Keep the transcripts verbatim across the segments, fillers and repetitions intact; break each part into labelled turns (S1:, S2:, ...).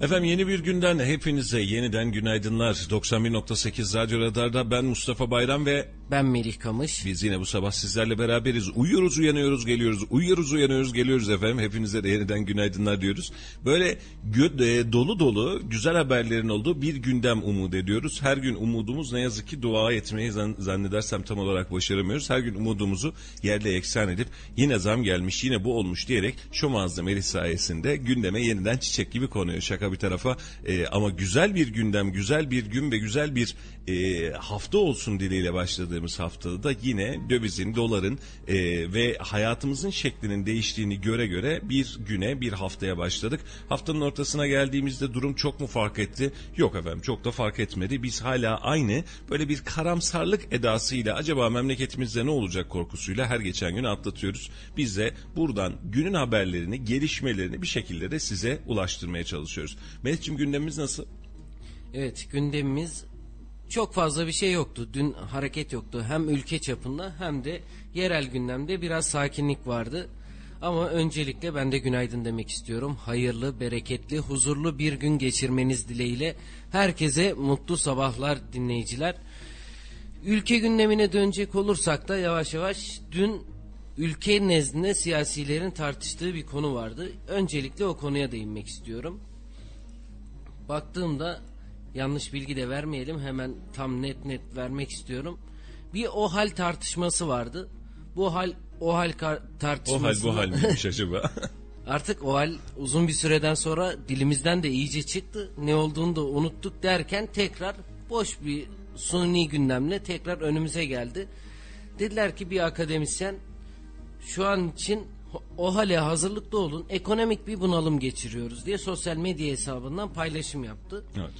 S1: Efendim yeni bir günden hepinize yeniden günaydınlar. doksan bir nokta sekiz Radyo Radar'da ben Mustafa Bayram ve
S2: ben Melih Kamış.
S1: Biz yine bu sabah sizlerle beraberiz. Uyuyoruz, uyanıyoruz, geliyoruz. Uyuyoruz, uyanıyoruz, geliyoruz efendim. Hepinize de yeniden günaydınlar diyoruz. Böyle gö- dolu dolu güzel haberlerin olduğu bir gündem umut ediyoruz. Her gün umudumuz ne yazık ki dua etmeyi zannedersem tam olarak başaramıyoruz. Her gün umudumuzu yerle eksan edip yine zam gelmiş, yine bu olmuş diyerek Şomazlı Melih sayesinde gündeme yeniden çiçek gibi konuyor. Şaka bir tarafa e, ama güzel bir gündem, güzel bir gün ve güzel bir e, hafta olsun dileğiyle başladığımız haftada da yine dövizin, doların e, ve hayatımızın şeklinin değiştiğini göre göre bir güne, bir haftaya başladık. Haftanın ortasına geldiğimizde durum çok mu fark etti? Yok efendim, çok da fark etmedi. Biz hala aynı böyle bir karamsarlık edasıyla acaba memleketimizde ne olacak korkusuyla her geçen gün atlatıyoruz. Biz de buradan günün haberlerini, gelişmelerini bir şekilde de size ulaştırmaya çalışıyoruz. Melih'ciğim gündemimiz nasıl?
S2: Evet, gündemimiz çok fazla bir şey yoktu. Dün hareket yoktu. Hem ülke çapında hem de yerel gündemde biraz sakinlik vardı. Ama öncelikle ben de günaydın demek istiyorum. Hayırlı, bereketli, huzurlu bir gün geçirmeniz dileğiyle herkese mutlu sabahlar dinleyiciler. Ülke gündemine dönecek olursak da yavaş yavaş dün ülke nezdinde siyasilerin tartıştığı bir konu vardı. Öncelikle o konuya değinmek istiyorum. Baktığımda yanlış bilgi de vermeyelim, hemen tam net net vermek istiyorum. Bir OHAL tartışması vardı. Bu hal OHAL tartışması.
S1: OHAL bu hal miymiş acaba?
S2: Artık OHAL uzun bir süreden sonra dilimizden de iyice çıktı. Ne olduğunu da unuttuk derken tekrar boş bir suni gündemle tekrar önümüze geldi. Dediler ki bir akademisyen şu an için OHAL'e hazırlıklı olun, ekonomik bir bunalım geçiriyoruz diye sosyal medya hesabından paylaşım yaptı.
S1: Evet.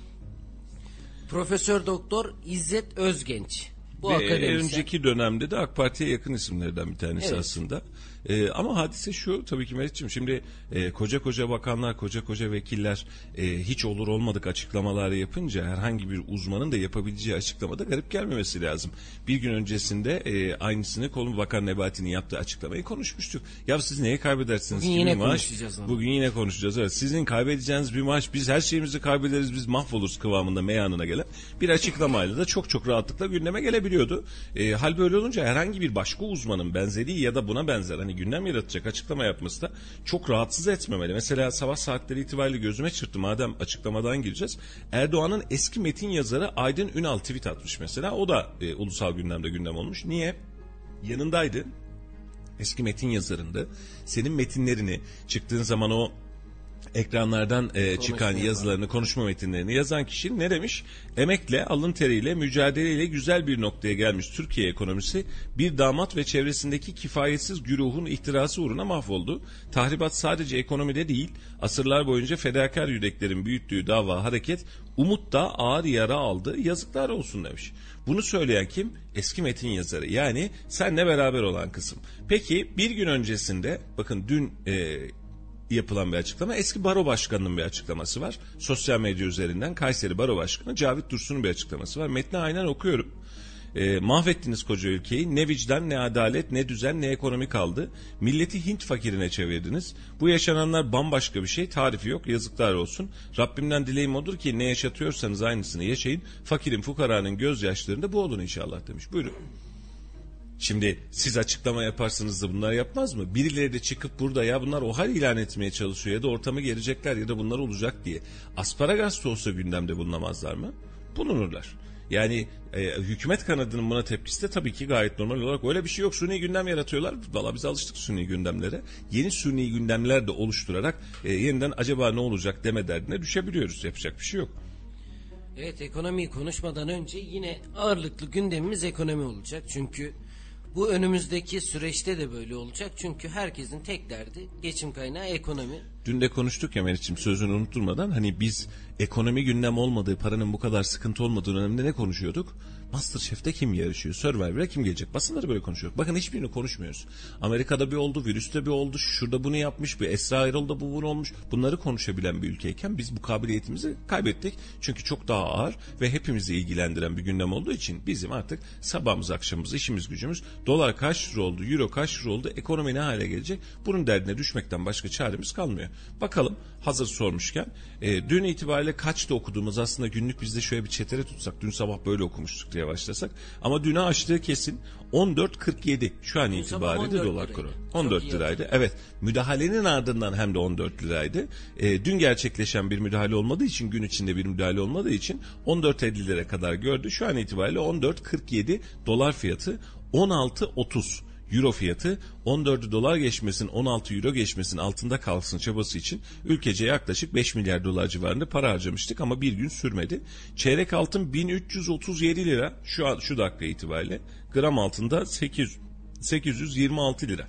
S2: Profesör Doktor İzzet Özgenç. Bu
S1: Ve
S2: akademisyen.
S1: önceki dönemde de AK Parti'ye yakın isimlerden bir tanesi
S2: Evet.
S1: aslında. Ee, ama hadise şu tabii ki Meriç'ciğim, şimdi e, koca koca bakanlar, koca koca vekiller e, hiç olur olmadık açıklamalar yapınca herhangi bir uzmanın da yapabileceği açıklamada garip gelmemesi lazım. Bir gün öncesinde e, aynısını konu Bakan Nebati'nin yaptığı açıklamayı konuşmuştuk. Ya siz neye kaybedersiniz
S2: Bugün
S1: ki
S2: yine
S1: bir maaş?
S2: konuşacağız onu.
S1: Bugün yine konuşacağız. Evet. Sizin kaybedeceğiniz bir maaş, biz her şeyimizi kaybederiz, biz mahvoluruz kıvamında meyanına gelen bir açıklamayla da çok çok rahatlıkla gündeme gelebiliyordu. E, hal böyle olunca herhangi bir başka uzmanın benzeri ya da buna benzer hani gündem yaratacak açıklama yapması da çok rahatsız etmemeli. Mesela sabah saatleri itibariyle gözüme çırptı, madem açıklamadan gireceğiz. Erdoğan'ın eski metin yazarı Aydın Ünal tweet atmış mesela. O da e, ulusal gündemde gündem olmuş. Niye? Yanındaydı. Eski metin yazarındı. Senin metinlerini çıktığın zaman o ekranlardan e, çıkan yazılarını, konuşma metinlerini yazan kişi ne demiş? Emekle, alın teriyle, mücadeleyle güzel bir noktaya gelmiş Türkiye ekonomisi bir damat ve çevresindeki kifayetsiz güruhun ihtirası uğruna mahvoldu. Tahribat sadece ekonomide değil, asırlar boyunca fedakar yüreklerin büyüttüğü dava hareket, umut da ağır yara aldı, yazıklar olsun demiş. Bunu söyleyen kim? Eski metin yazarı, yani seninle beraber olan kısım. Peki bir gün öncesinde, bakın dün e, yapılan bir açıklama. Eski baro başkanının bir açıklaması var. Sosyal medya üzerinden Kayseri Baro Başkanı Cavit Dursun'un bir açıklaması var. Metni aynen okuyorum. E, mahvettiniz koca ülkeyi. Ne vicdan, ne adalet, ne düzen, ne ekonomi kaldı. Milleti Hint fakirine çevirdiniz. Bu yaşananlar bambaşka bir şey. Tarifi yok. Yazıklar olsun. Rabbimden dileğim odur ki ne yaşatıyorsanız aynısını yaşayın. Fakirin, fukaranın gözyaşlarında bu olun inşallah demiş. Buyurun. Şimdi siz açıklama yaparsınız da bunlar yapmaz mı? Birileri de çıkıp burada ya bunlar OHAL ilan etmeye çalışıyor ya da ortamı gelecekler ya da bunlar olacak diye asparagas da olsa gündemde bulunamazlar mı? Bulunurlar. Yani e, hükümet kanadının buna tepkisi de tabii ki gayet normal olarak öyle bir şey yok. Suni gündem yaratıyorlar. Valla biz alıştık suni gündemlere. Yeni suni gündemler de oluşturarak e, yeniden acaba ne olacak deme derdine düşebiliyoruz. Yapacak bir şey yok.
S2: Evet, ekonomiyi konuşmadan önce yine ağırlıklı gündemimiz ekonomi olacak. Çünkü bu önümüzdeki süreçte de böyle olacak. Çünkü herkesin tek derdi geçim kaynağı ekonomi.
S1: Dün de konuştuk ya Meriç'im, sözünü unutturmadan, hani biz ekonomi gündem olmadığı, paranın bu kadar sıkıntı olmadığı dönemde ne konuşuyorduk? Masterchef'te kim yarışıyor? Survivor'a kim gelecek? Basınları böyle konuşuyor. Bakın hiçbirini konuşmuyoruz. Amerika'da bir oldu, virüste bir oldu, şurada bunu yapmış, bir Esra Erol'da bu bunu olmuş. Bunları konuşabilen bir ülkeyken biz bu kabiliyetimizi kaybettik. Çünkü çok daha ağır ve hepimizi ilgilendiren bir gündem olduğu için bizim artık sabahımız akşamımız işimiz gücümüz dolar kaç lira oldu, euro kaç lira oldu, ekonomi ne hale gelecek? Bunun derdine düşmekten başka çaremiz kalmıyor. Bakalım hazır sormuşken. E, dün itibariyle kaçta okuduğumuz aslında günlük bizde şöyle bir çetere tutsak. Dün sabah böyle okumuştuk diye başlasak. Ama düne açtığı kesin on dört kırk yedi şu an
S2: Dün
S1: itibariyle
S2: sabah
S1: dolar
S2: liraydı.
S1: kuru.
S2: Çok
S1: on dört
S2: iyi
S1: liraydı. Evet, müdahalenin ardından hem de on dört liraydı. E, dün gerçekleşen bir müdahale olmadığı için, gün içinde bir müdahale olmadığı için on dört elli lira kadar gördü. Şu an itibariyle on dört kırk yedi dolar fiyatı, on altı otuz euro fiyatı. On dördü dolar geçmesin, on altı euro geçmesin, altında kalsın çabası için ülkece yaklaşık beş milyar dolar civarında para harcamıştık ama bir gün sürmedi. Çeyrek altın bin üç yüz otuz yedi lira şu an, şu dakika itibariyle. Gram altında sekiz yüz yirmi altı lira.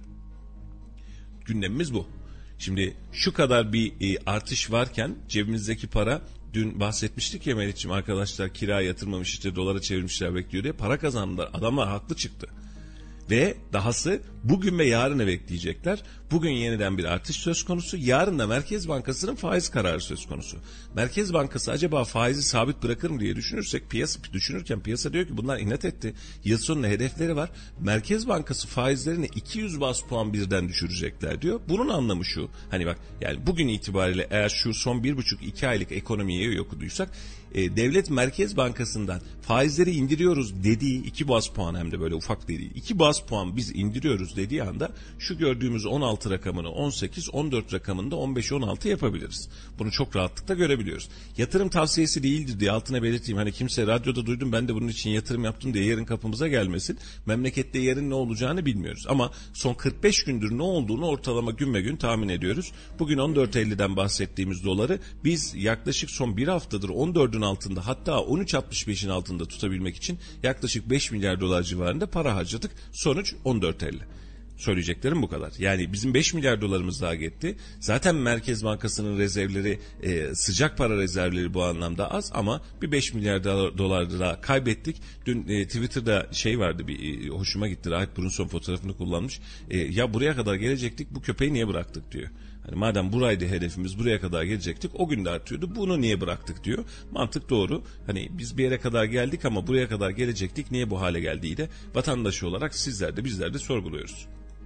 S1: Gündemimiz bu. Şimdi şu kadar bir e, artış varken cebimizdeki para, dün bahsetmiştik ya Meriç'ciğim, arkadaşlar kira yatırmamış işte dolara çevirmişler bekliyor diye para kazandılar. Adamlar haklı çıktı. Ve dahası bugün ve yarını bekleyecekler. Bugün yeniden bir artış söz konusu. Yarın da Merkez Bankası'nın faiz kararı söz konusu. Merkez Bankası acaba faizi sabit bırakır mı diye düşünürsek, piyasa düşünürken piyasa diyor ki bunlar inat etti. Yıl sonuna hedefleri var. Merkez Bankası faizlerini iki yüz baz puan birden düşürecekler diyor. Bunun anlamı şu. Hani bak, yani bugün itibariyle eğer şu son bir buçuk iki aylık ekonomiyi okuduysak, e, devlet Merkez Bankası'ndan faizleri indiriyoruz dediği, iki baz puan, hem de böyle ufak dediği iki baz puan biz indiriyoruz dediği anda şu gördüğümüz on altı rakamını on sekiz on dört rakamında on beş on altı yapabiliriz. Bunu çok rahatlıkla görebiliyoruz. Yatırım tavsiyesi değildir diye altına belirteyim. Hani kimse radyoda duydum ben de bunun için yatırım yaptım diye yarın kapımıza gelmesin. Memlekette yarın ne olacağını bilmiyoruz. Ama son kırk beş gündür ne olduğunu ortalama gün be gün tahmin ediyoruz. Bugün on dört elliden bahsettiğimiz doları biz yaklaşık son bir haftadır on dördün altında, hatta on üç altmış beşin altında tutabilmek için yaklaşık beş milyar dolar civarında para harcadık. Sonuç on dört elli. Söyleyeceklerim bu kadar. Yani bizim beş milyar dolarımız daha gitti. Zaten Merkez Bankası'nın rezervleri, e, sıcak para rezervleri bu anlamda az ama bir beş milyar dolar daha kaybettik. Dün e, Twitter'da şey vardı, bir e, hoşuma gitti. Rahip Brunson fotoğrafını kullanmış. E, ya buraya kadar gelecektik, bu köpeği niye bıraktık diyor. Hani madem buraydı hedefimiz, buraya kadar gelecektik, o gün de artıyordu, bunu niye bıraktık diyor. Mantık doğru. Hani biz bir yere kadar geldik ama buraya kadar gelecektik, niye bu hale geldiği de vatandaşı olarak sizler de bizler de sorguluyoruz.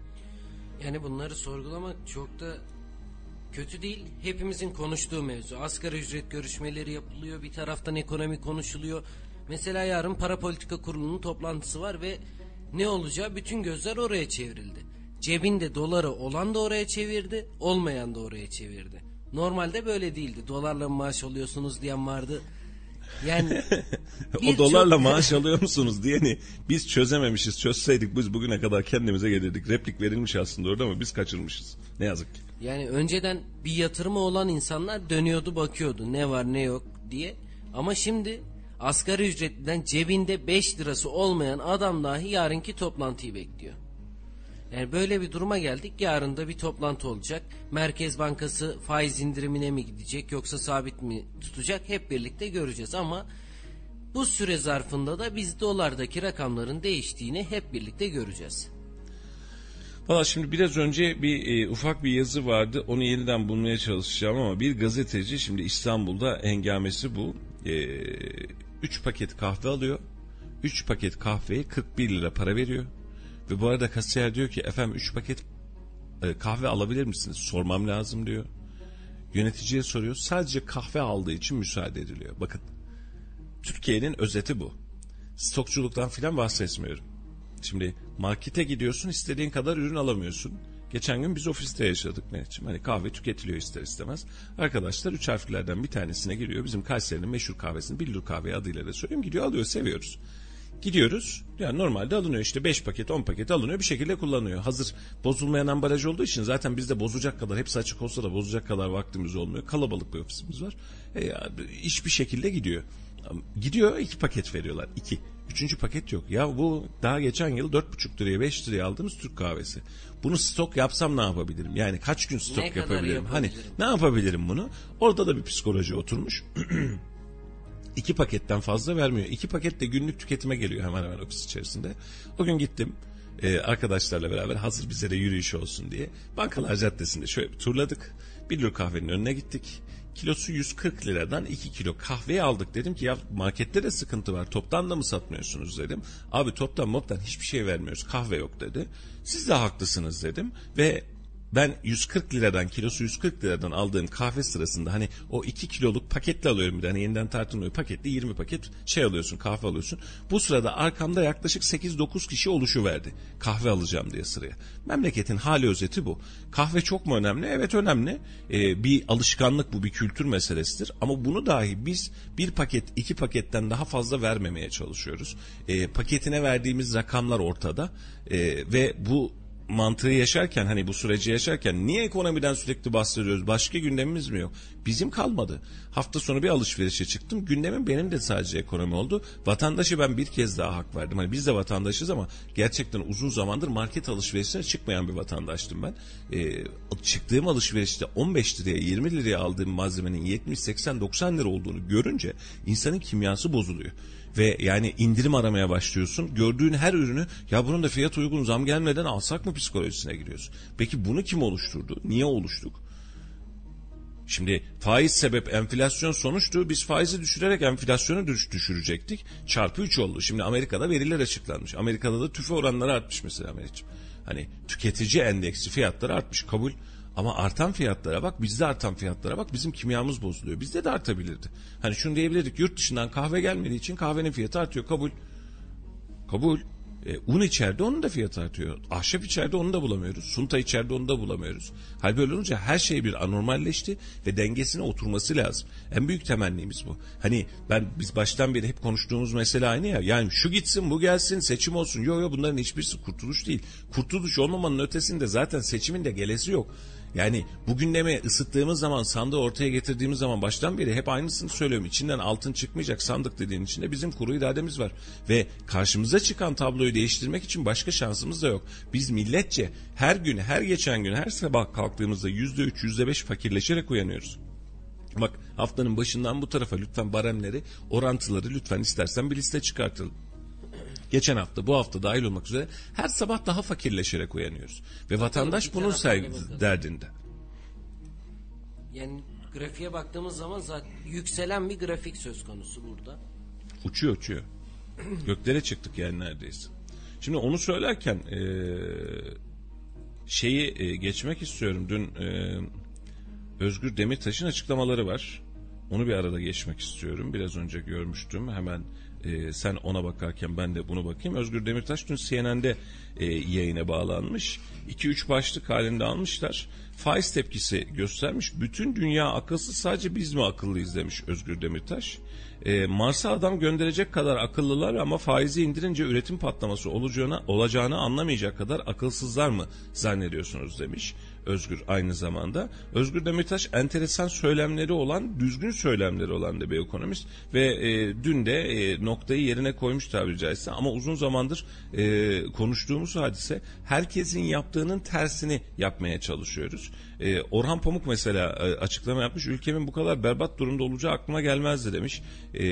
S2: Yani bunları sorgulamak çok da kötü değil. Hepimizin konuştuğu mevzu. Asgari ücret görüşmeleri yapılıyor. Bir taraftan ekonomi konuşuluyor. Mesela yarın Para Politika Kurulu'nun toplantısı var ve ne olacağı, bütün gözler oraya çevrildi. Cebinde doları olan da oraya çevirdi, olmayan da oraya çevirdi. Normalde böyle değildi. Dolarla maaş alıyorsunuz diyen vardı. Yani
S1: o dolarla çok... maaş alıyor musunuz diyeni biz çözememişiz. Çözseydik biz bugüne kadar kendimize gelirdik. Replik verilmiş aslında orada ama biz kaçırmışız. Ne yazık ki.
S2: Yani önceden bir yatırımı olan insanlar dönüyordu, bakıyordu ne var ne yok diye. Ama şimdi asgari ücretliden cebinde beş lirası olmayan adam dahi yarınki toplantıyı bekliyor. Yani böyle bir duruma geldik. Yarın da bir toplantı olacak. Merkez Bankası faiz indirimine mi gidecek yoksa sabit mi tutacak, hep birlikte göreceğiz. Ama bu süre zarfında da biz dolardaki rakamların değiştiğini hep birlikte göreceğiz.
S1: Valla şimdi biraz önce bir e, ufak bir yazı vardı. Onu yeniden bulmaya çalışacağım ama bir gazeteci, şimdi İstanbul'da hengamesi bu. üç paket kahve alıyor. üç paket kahveye kırk bir lira para veriyor. Ve bu arada kasiyer diyor ki efendim üç paket e, kahve alabilir misiniz? Sormam lazım diyor. Yöneticiye soruyor. Sadece kahve aldığı için müsaade ediliyor. Bakın, Türkiye'nin özeti bu. Stokçuluktan filan bahsetmiyorum. Şimdi markete gidiyorsun, istediğin kadar ürün alamıyorsun. Geçen gün biz ofiste yaşadık Mehmetciğim. Hani kahve tüketiliyor ister istemez. Arkadaşlar üç harflerden bir tanesine giriyor. Bizim Kayseri'nin meşhur kahvesini, Billur kahve adıyla da söyleyeyim. Gidiyor alıyor, seviyoruz. Gidiyoruz. Yani normalde alınıyor işte beş paket on paket alınıyor, bir şekilde kullanıyor. Hazır bozulmayan ambalaj olduğu için zaten bizde bozacak kadar, hepsi açık olsa da bozacak kadar vaktimiz olmuyor. Kalabalık bir ofisimiz var. E ya, iş bir şekilde gidiyor. Gidiyor, iki paket veriyorlar. iki. Üçüncü paket yok. Ya bu daha geçen yıl dört buçuk liraya beş liraya aldığımız Türk kahvesi. Bunu stok yapsam ne yapabilirim? Yani kaç gün stok ne yapabilirim? Hani ne yapabilirim bunu? Orada da bir psikoloji oturmuş. İki paketten fazla vermiyor. İki paket de günlük tüketime geliyor hemen hemen ofis içerisinde. O gün gittim e, arkadaşlarla beraber, hazır bize de yürüyüş olsun diye. Bankalar Caddesi'nde şöyle bir turladık. Billur kahvenin önüne gittik. Kilosu yüz kırk liradan iki kilo kahveyi aldık. Dedim ki ya markette de sıkıntı var. Toptan da mı satmıyorsunuz dedim. Abi toptan moptan hiçbir şey vermiyoruz. Kahve yok dedi. Siz de haklısınız dedim. Ve ben yüz kırk liradan, kilosu yüz kırk liradan aldığım kahve sırasında hani o iki kiloluk paketli alıyorum bir de, hani yeniden tartılmıyor paketli, yirmi paket şey alıyorsun, kahve alıyorsun. Bu sırada arkamda yaklaşık sekiz dokuz kişi oluşuverdi kahve alacağım diye sıraya. Memleketin hali özeti bu. Kahve çok mu önemli? Evet önemli. Ee, bir alışkanlık bu, bir kültür meselesidir. Ama bunu dahi biz bir paket, iki paketten daha fazla vermemeye çalışıyoruz. Ee, paketine verdiğimiz rakamlar ortada. Ee, ve bu mantığı yaşarken, hani bu süreci yaşarken niye ekonomiden sürekli bahsediyoruz? Başka gündemimiz mi yok? Bizim kalmadı. Hafta sonu bir alışverişe çıktım. Gündemim benim de sadece ekonomi oldu. Vatandaşı ben bir kez daha hak verdim. Hani biz de vatandaşız ama gerçekten uzun zamandır market alışverişine çıkmayan bir vatandaştım ben. Ee, çıktığım alışverişte on beş liraya, yirmi liraya aldığım malzemenin yetmiş, seksen, doksan lira olduğunu görünce insanın kimyası bozuluyor. Ve yani indirim aramaya başlıyorsun. Gördüğün her ürünü, ya bunun da fiyat uygun, zam gelmeden alsak mı psikolojisine giriyorsun. Peki bunu kim oluşturdu? Niye oluştuk? Şimdi faiz sebep, enflasyon sonuçtu. Biz faizi düşürerek enflasyonu düş- düşürecektik. Çarpı üç oldu. Şimdi Amerika'da veriler açıklanmış. Amerika'da da tüfe oranları artmış mesela Meriç'im. Hani tüketici endeksi fiyatları artmış, kabul. Ama artan fiyatlara bak, bizde artan fiyatlara bak, bizim kimyamız bozuluyor. Bizde de artabilirdi. Hani şunu diyebilirdik, yurt dışından kahve gelmediği için kahvenin fiyatı artıyor, kabul. Kabul. E, un içeride, onun da fiyatı artıyor. Ahşap içeride, onu da bulamıyoruz. Sunta içeride, onu da bulamıyoruz. Hal böyle olunca her şey bir anormalleşti ve dengesine oturması lazım. En büyük temennimiz bu. Hani ben, biz baştan beri hep konuştuğumuz mesele aynı ya. Yani şu gitsin, bu gelsin, seçim olsun. Yok yok, bunların hiçbirisi kurtuluş değil. Kurtuluş olmamanın ötesinde zaten seçimin de gelesi yok. Yani bu gündeme ısıttığımız zaman, sandığı ortaya getirdiğimiz zaman baştan beri hep aynısını söylüyorum. İçinden altın çıkmayacak sandık dediğin içinde bizim kuru irademiz var. Ve karşımıza çıkan tabloyu değiştirmek için başka şansımız da yok. Biz milletçe her gün, her geçen gün, her sabah kalktığımızda yüzde üç, yüzde beş fakirleşerek uyanıyoruz. Bak, haftanın başından bu tarafa lütfen baremleri, orantıları lütfen istersen bir liste çıkartalım. Geçen hafta, bu hafta dahil olmak üzere her sabah daha fakirleşerek uyanıyoruz. Ve vatandaş bunun saygı derdinde.
S2: Yani grafiğe baktığımız zaman zaten yükselen bir grafik söz konusu burada.
S1: Uçuyor uçuyor. Göklere çıktık yani neredeyse. Şimdi onu söylerken e, şeyi e, geçmek istiyorum. Dün e, Özgür Demirtaş'ın açıklamaları var. Onu bir arada geçmek istiyorum. Biraz önce görmüştüm. Hemen e, sen ona bakarken ben de bunu bakayım. Özgür Demirtaş dün C N N'de e, yayına bağlanmış. iki üç başlık halinde almışlar. Faiz tepkisi göstermiş. Bütün dünya akılsız, sadece biz mi akıllıyız demiş Özgür Demirtaş. E, Mars'a adam gönderecek kadar akıllılar ama faizi indirince üretim patlaması olacağını, olacağını anlamayacak kadar akılsızlar mı zannediyorsunuz demiş Özgür aynı zamanda. Özgür Demirtaş enteresan söylemleri olan, düzgün söylemleri olan da bir ekonomist ve e, dün de e, noktayı yerine koymuş tabiri caizse, ama uzun zamandır e, konuştuğumuz hadise, herkesin yaptığının tersini yapmaya çalışıyoruz. E, Orhan Pamuk mesela e, açıklama yapmış, ülkemin bu kadar berbat durumda olacağı aklıma gelmezdi demiş. E,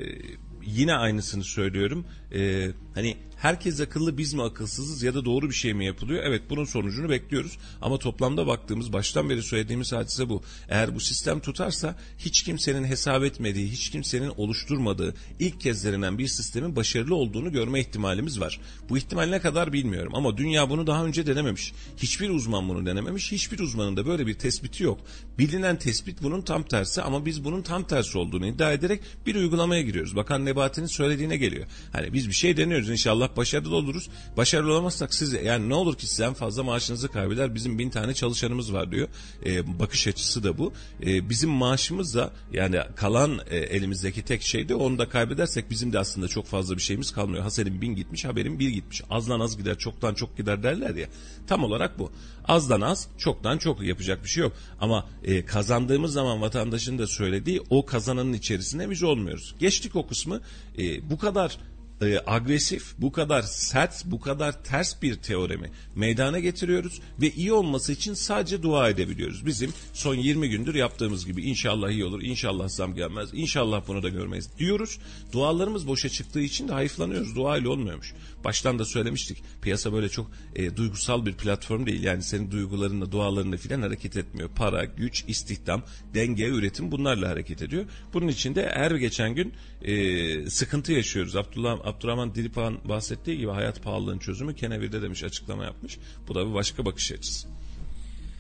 S1: yine aynısını söylüyorum. E, hani herkes akıllı, biz mi akılsızız ya da doğru bir şey mi yapılıyor? Evet, bunun sonucunu bekliyoruz. Ama toplamda baktığımız, baştan beri söylediğimiz hadise bu. Eğer bu sistem tutarsa hiç kimsenin hesap etmediği, hiç kimsenin oluşturmadığı, ilk kez denenen bir sistemin başarılı olduğunu görme ihtimalimiz var. Bu ihtimal ne kadar bilmiyorum ama dünya bunu daha önce denememiş. Hiçbir uzman bunu denememiş. Hiçbir uzmanın da böyle bir tespiti yok. Bilinen tespit bunun tam tersi ama biz bunun tam tersi olduğunu iddia ederek bir uygulamaya giriyoruz. Bakan Nebati'nin söylediğine geliyor. Hani biz bir şey deniyoruz, inşallah başarılı oluruz. Başarılı olamazsak siz, yani ne olur ki sizden fazla maaşınızı kaybeder, bizim bin tane çalışanımız var diyor. Ee, bakış açısı da bu. Ee, bizim maaşımız da, yani kalan e, elimizdeki tek şey de, onu da kaybedersek bizim de aslında çok fazla bir şeyimiz kalmıyor. Ha senin bin gitmiş, haberin bir gitmiş. Azdan az gider, çoktan çok gider derler ya. Tam olarak bu. Azdan az, çoktan çok, yapacak bir şey yok. Ama e, kazandığımız zaman vatandaşın da söylediği, o kazananın içerisinde biz olmuyoruz. Geçtik o kısmı. E, bu kadar e, agresif, bu kadar sert, bu kadar ters bir teoremi meydana getiriyoruz ve iyi olması için sadece dua edebiliyoruz. Bizim son yirmi gündür yaptığımız gibi, inşallah iyi olur, inşallah zam gelmez, inşallah bunu da görmeyiz diyoruz. Dualarımız boşa çıktığı için de hayıflanıyoruz. Dua ile olmuyormuş. Baştan da söylemiştik. Piyasa böyle çok e, duygusal bir platform değil. Yani senin duygularınla, dualarınla filan hareket etmiyor. Para, güç, istihdam, denge, üretim, bunlarla hareket ediyor. Bunun için de her geçen gün e, sıkıntı yaşıyoruz. Abdullah, Abdurrahman Dilipan bahsettiği gibi hayat pahalılığının çözümü kenevirde demiş, açıklama yapmış. Bu da bir başka bakış açısı.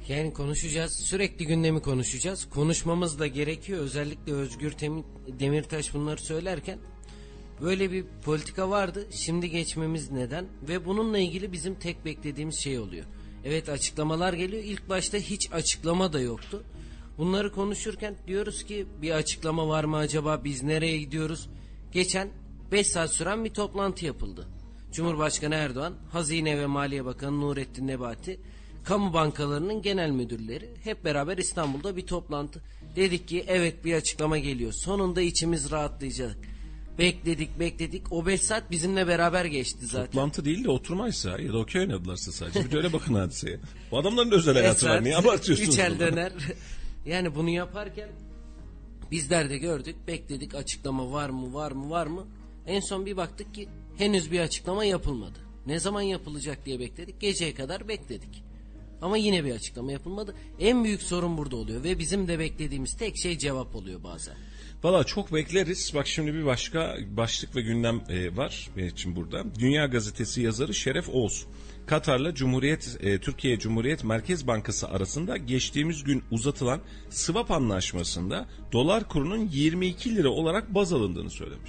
S2: Yani konuşacağız. Sürekli gündemi konuşacağız. Konuşmamız da gerekiyor. Özellikle Özgür Temi- Demirtaş bunları söylerken böyle bir politika vardı. Şimdi geçmemiz neden? Ve bununla ilgili bizim tek beklediğimiz şey oluyor. Evet, açıklamalar geliyor. İlk başta hiç açıklama da yoktu. Bunları konuşurken diyoruz ki bir açıklama var mı acaba? Biz nereye gidiyoruz? Geçen beş saat süren bir toplantı yapıldı. Cumhurbaşkanı Erdoğan, Hazine ve Maliye Bakanı Nurettin Nebati, kamu bankalarının genel müdürleri hep beraber İstanbul'da bir toplantı. Dedik ki evet, bir açıklama geliyor. Sonunda içimiz rahatlayacak. Bekledik bekledik. O beş saat bizimle beraber geçti zaten.
S1: Toplantı değil de oturmaysa ya da okey oynadılarsa sadece. Bir de öyle bakın hadiseye. Bu adamların da özel hayatı var. Niye abartıyorsunuz?
S2: Üç el döner. Yani bunu yaparken bizler de gördük. Bekledik, açıklama var mı var mı var mı? En son bir baktık ki henüz bir açıklama yapılmadı. Ne zaman yapılacak diye bekledik. Geceye kadar bekledik. Ama yine bir açıklama yapılmadı. En büyük sorun burada oluyor ve bizim de beklediğimiz tek şey cevap oluyor bazen.
S1: Valla çok bekleriz. Bak şimdi bir başka başlık ve gündem e, var benim için burada. Dünya Gazetesi yazarı Şeref Oğuz, Katar'la Cumhuriyet e, Türkiye Cumhuriyet Merkez Bankası arasında geçtiğimiz gün uzatılan swap anlaşmasında dolar kurunun yirmi iki lira olarak baz alındığını söylemiş.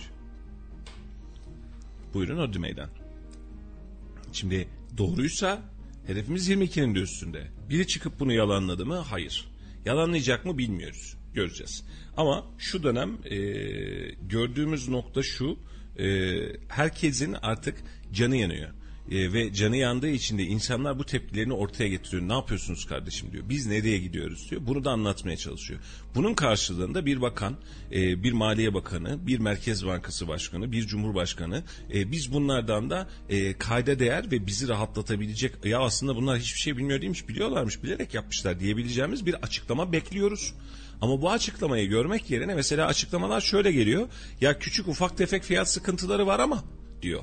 S1: Buyurun Oddi Meydan. Şimdi doğruysa hedefimiz yirmi ikinin de üstünde. Biri çıkıp bunu yalanladı mı? Hayır. Yalanlayacak mı bilmiyoruz. Göreceğiz. Ama şu dönem e, gördüğümüz nokta şu. E, herkesin artık canı yanıyor. E, ve canı yandığı için de insanlar bu tepkilerini ortaya getiriyor. Ne yapıyorsunuz kardeşim diyor. Biz nereye gidiyoruz diyor. Bunu da anlatmaya çalışıyor. Bunun karşılığında bir bakan, e, bir Maliye Bakanı, bir Merkez Bankası Başkanı, bir Cumhurbaşkanı, e, biz bunlardan da e, kayda değer ve bizi rahatlatabilecek, ya aslında bunlar hiçbir şey bilmiyor değilmiş, biliyorlarmış, bilerek yapmışlar diyebileceğimiz bir açıklama bekliyoruz. Ama bu açıklamayı görmek yerine mesela açıklamalar şöyle geliyor. Ya küçük ufak tefek fiyat sıkıntıları var ama diyor.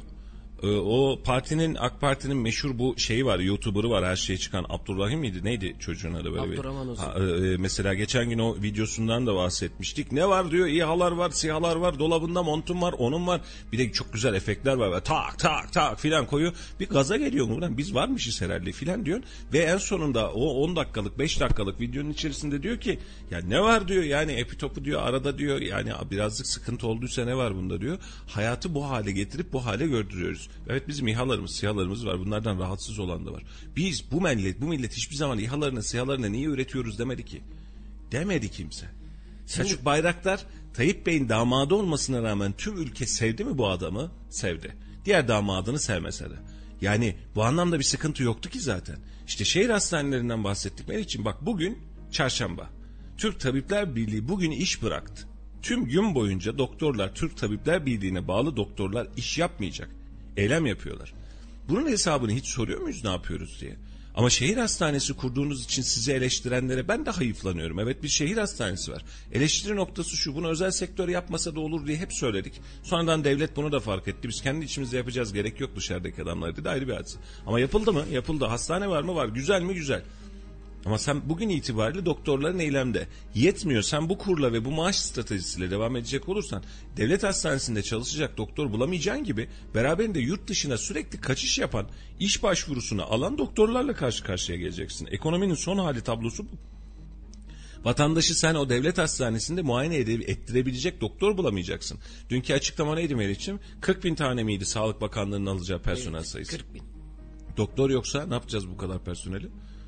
S1: O partinin, AK Parti'nin meşhur bu şeyi var, YouTuber'ı var, her şeye çıkan Abdurrahim miydi? Neydi çocuğun adı böyle?
S2: Abdurrahman Uzun.
S1: Ha, e, mesela geçen gün o videosundan da bahsetmiştik. Ne var diyor? İHA'lar var, SİHA'lar var, dolabında montum var, onun var. Bir de çok güzel efektler var. Böyle tak tak tak filan koyuyor. Bir gaza geliyor mu? Biz varmışız herhalde filan diyor. Ve en sonunda o on dakikalık, beş dakikalık videonun içerisinde diyor ki ya ne var diyor, yani epitopu diyor arada diyor, yani birazcık sıkıntı olduysa ne var bunda diyor. Hayatı bu hale getirip bu hale gördürüyoruz. Evet, bizim İHA'larımız, SİHA'larımız var. Bunlardan rahatsız olan da var. Biz bu millet, bu millet hiçbir zaman İHA'larını, SİHA'larını niye üretiyoruz demedi ki. Demedi kimse. Selçuk Bayraktar, Tayyip Bey'in damadı olmasına rağmen tüm ülke sevdi mi bu adamı? Sevdi. Diğer damadını sevmese de. Yani bu anlamda bir sıkıntı yoktu ki zaten. İşte şehir hastanelerinden bahsettik. Benim için bak, bugün çarşamba. Türk Tabipler Birliği bugün iş bıraktı. Tüm gün boyunca doktorlar, Türk Tabipler Birliği'ne bağlı doktorlar iş yapmayacak. Eylem yapıyorlar. Bunun hesabını hiç soruyor muyuz ne yapıyoruz diye? Ama şehir hastanesi kurduğunuz için sizi eleştirenlere ben de hayıflanıyorum. Evet, bir şehir hastanesi var. Eleştiri noktası şu: bunu özel sektör yapmasa da olur diye hep söyledik. Sonradan devlet bunu da fark etti. Biz kendi içimizde yapacağız, gerek yok dışarıdaki adamlar dedi, ayrı bir hadise. Ama yapıldı mı? Yapıldı. Hastane var mı? Var. Güzel mi? Güzel. Ama sen bugün itibariyle doktorların eylemde. Yetmiyor, sen bu kurla ve bu maaş stratejisiyle devam edecek olursan devlet hastanesinde çalışacak doktor bulamayacağın gibi beraberinde yurt dışına sürekli kaçış yapan, iş başvurusunu alan doktorlarla karşı karşıya geleceksin. Ekonominin son hali tablosu bu. Vatandaşı sen o devlet hastanesinde muayene ede- ettirebilecek doktor bulamayacaksın. Dünkü açıklama neydi Meriç'im? kırk bin tane miydi Sağlık Bakanlığı'nın alacağı personel
S2: Evet,
S1: sayısı?
S2: kırk bin.
S1: Doktor yoksa ne yapacağız bu kadar personeli?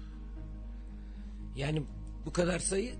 S2: Yani bu kadar sayı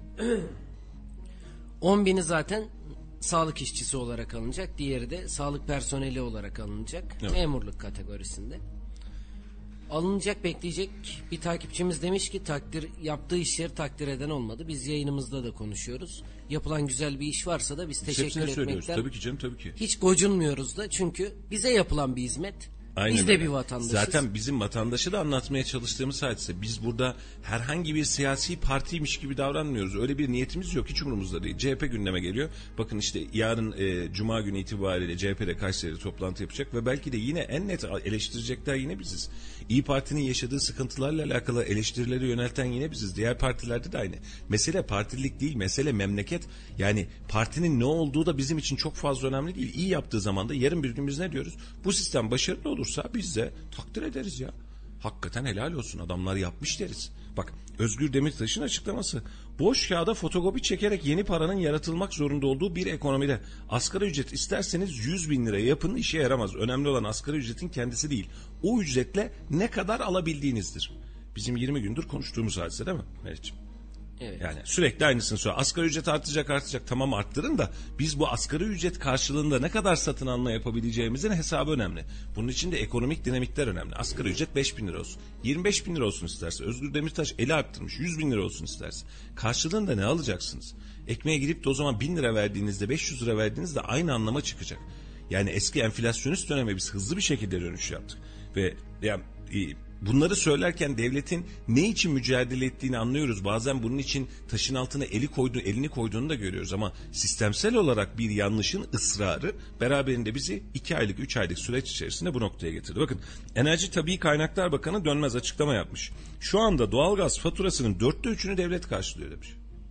S2: on bini zaten sağlık işçisi olarak alınacak. Diğeri de sağlık personeli olarak alınacak. Evet. Memurluk kategorisinde. Alınacak, bekleyecek. Bir takipçimiz demiş ki takdir yaptığı işleri takdir eden olmadı. Biz yayınımızda da konuşuyoruz. Yapılan güzel bir iş varsa da biz teşekkür etmekten
S1: tabii ki canım, tabii ki.
S2: hiç gocunmuyoruz da, çünkü bize yapılan bir hizmet.
S1: Aynen
S2: Biz de
S1: öyle.
S2: bir vatandaşız.
S1: Zaten bizim vatandaşı da anlatmaya çalıştığımız hadise. Biz burada herhangi bir siyasi partiymiş gibi davranmıyoruz. Öyle bir niyetimiz yok. Hiç umurumuzda değil. C H P gündeme geliyor. Bakın işte yarın e, Cuma günü itibariyle C H P'de Kayseri'de toplantı yapacak ve belki de yine en net eleştirecekler yine biziz. İYİ Parti'nin yaşadığı sıkıntılarla alakalı eleştirileri yönelten yine biziz. Diğer partilerde de aynı. Mesele partililik değil, mesele memleket. Yani partinin ne olduğu da bizim için çok fazla önemli değil. İyi yaptığı zaman da yarın bir gün biz ne diyoruz? Bu sistem başarılı olursa biz de takdir ederiz ya. Hakikaten helal olsun, adamlar yapmış deriz. Bak, Özgür Demirtaş'ın açıklaması. Boş kağıda fotokopi çekerek yeni paranın yaratılmak zorunda olduğu bir ekonomide asgari ücret isterseniz yüz bin lira yapın, işe yaramaz. Önemli olan asgari ücretin kendisi değil. O ücretle ne kadar alabildiğinizdir. Bizim yirmi gündür konuştuğumuz hadise değil mi Meriç'ciğim?
S2: Evet.
S1: Yani sürekli aynısını söylüyor. Asgari ücret artacak artacak, tamam arttırın da biz bu asgari ücret karşılığında ne kadar satın alma yapabileceğimizin hesabı önemli. Bunun için de ekonomik dinamikler önemli. Asgari ücret beş bin lira olsun. yirmi beş bin lira olsun isterse. Özgür Demirtaş eli arttırmış. yüz bin lira olsun isterse. Karşılığında ne alacaksınız? Ekmeğe gidip de o zaman bin lira verdiğinizde, beş yüz lira verdiğinizde aynı anlama çıkacak. Yani eski enflasyonist döneme biz hızlı bir şekilde dönüş yaptık. Ve yani bunları söylerken devletin ne için mücadele ettiğini anlıyoruz. Bazen bunun için taşın altına eli koydu, elini koyduğunu da görüyoruz. Ama sistemsel olarak bir yanlışın ısrarı beraberinde bizi iki aylık, üç aylık süreç içerisinde bu noktaya getirdi. Bakın, Enerji Tabii Kaynaklar Bakanı Dönmez açıklama yapmış. Şu anda doğalgaz faturasının dörtte üçünü devlet karşılıyor demiş.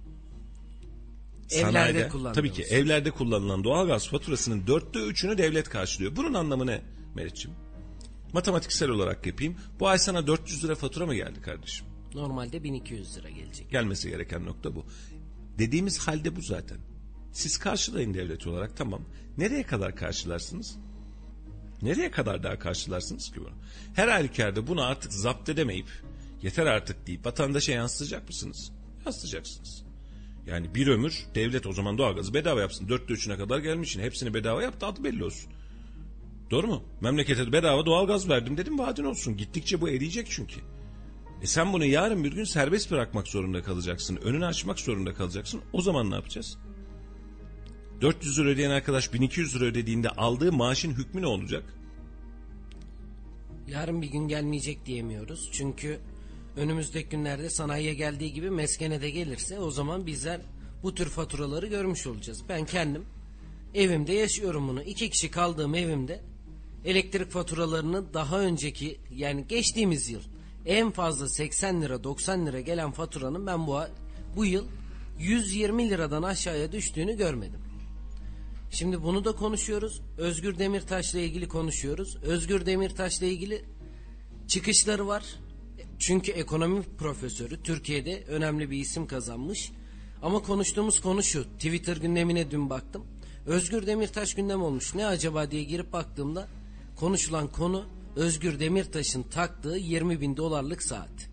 S2: Evlerde kullanılan.
S1: Tabii ki evlerde kullanılan doğalgaz faturasının dörtte üçünü devlet karşılıyor. Bunun anlamı ne Meriç'ciğim? Matematiksel olarak yapayım. Bu ay sana dört yüz lira fatura mı geldi kardeşim?
S2: Normalde bin iki yüz lira gelecek.
S1: Gelmesi gereken nokta bu. Dediğimiz halde bu zaten. Siz karşılayın devlet olarak, tamam. Nereye kadar karşılarsınız? Nereye kadar daha karşılarsınız ki bunu? Her halükarda bunu artık zapt edemeyip yeter artık deyip vatandaşa yansıtacak mısınız? Yansıtacaksınız. Yani bir ömür devlet o zaman doğalgazı bedava yapsın. Dörtte üçüne kadar gelmişsin. Hepsini bedava yaptı, adı belli olsun. Doğru mu? Memlekete bedava doğalgaz verdim dedim, vaadin olsun. Gittikçe bu eriyecek çünkü. E sen bunu yarın bir gün serbest bırakmak zorunda kalacaksın. Önünü açmak zorunda kalacaksın. O zaman ne yapacağız? dört yüz lira ödeyen arkadaş bin iki yüz lira ödediğinde aldığı maaşın hükmü ne olacak?
S2: Yarın bir gün gelmeyecek diyemiyoruz. Çünkü önümüzdeki günlerde sanayiye geldiği gibi meskene de gelirse o zaman bizler bu tür faturaları görmüş olacağız. Ben kendim evimde yaşıyorum bunu. İki kişi kaldığım evimde elektrik faturalarını daha önceki, yani geçtiğimiz yıl en fazla seksen lira doksan lira gelen faturanın ben bu bu yıl yüz yirmi liradan aşağıya düştüğünü görmedim. Şimdi bunu da konuşuyoruz. Özgür Demirtaş'la ilgili konuşuyoruz. Özgür Demirtaş'la ilgili çıkışları var. Çünkü ekonomi profesörü, Türkiye'de önemli bir isim kazanmış. Ama konuştuğumuz konu şu. Twitter gündemine dün baktım. Özgür Demirtaş gündem olmuş. Ne acaba diye girip baktığımda konuşulan konu Özgür Demirtaş'ın taktığı yirmi bin dolarlık saat.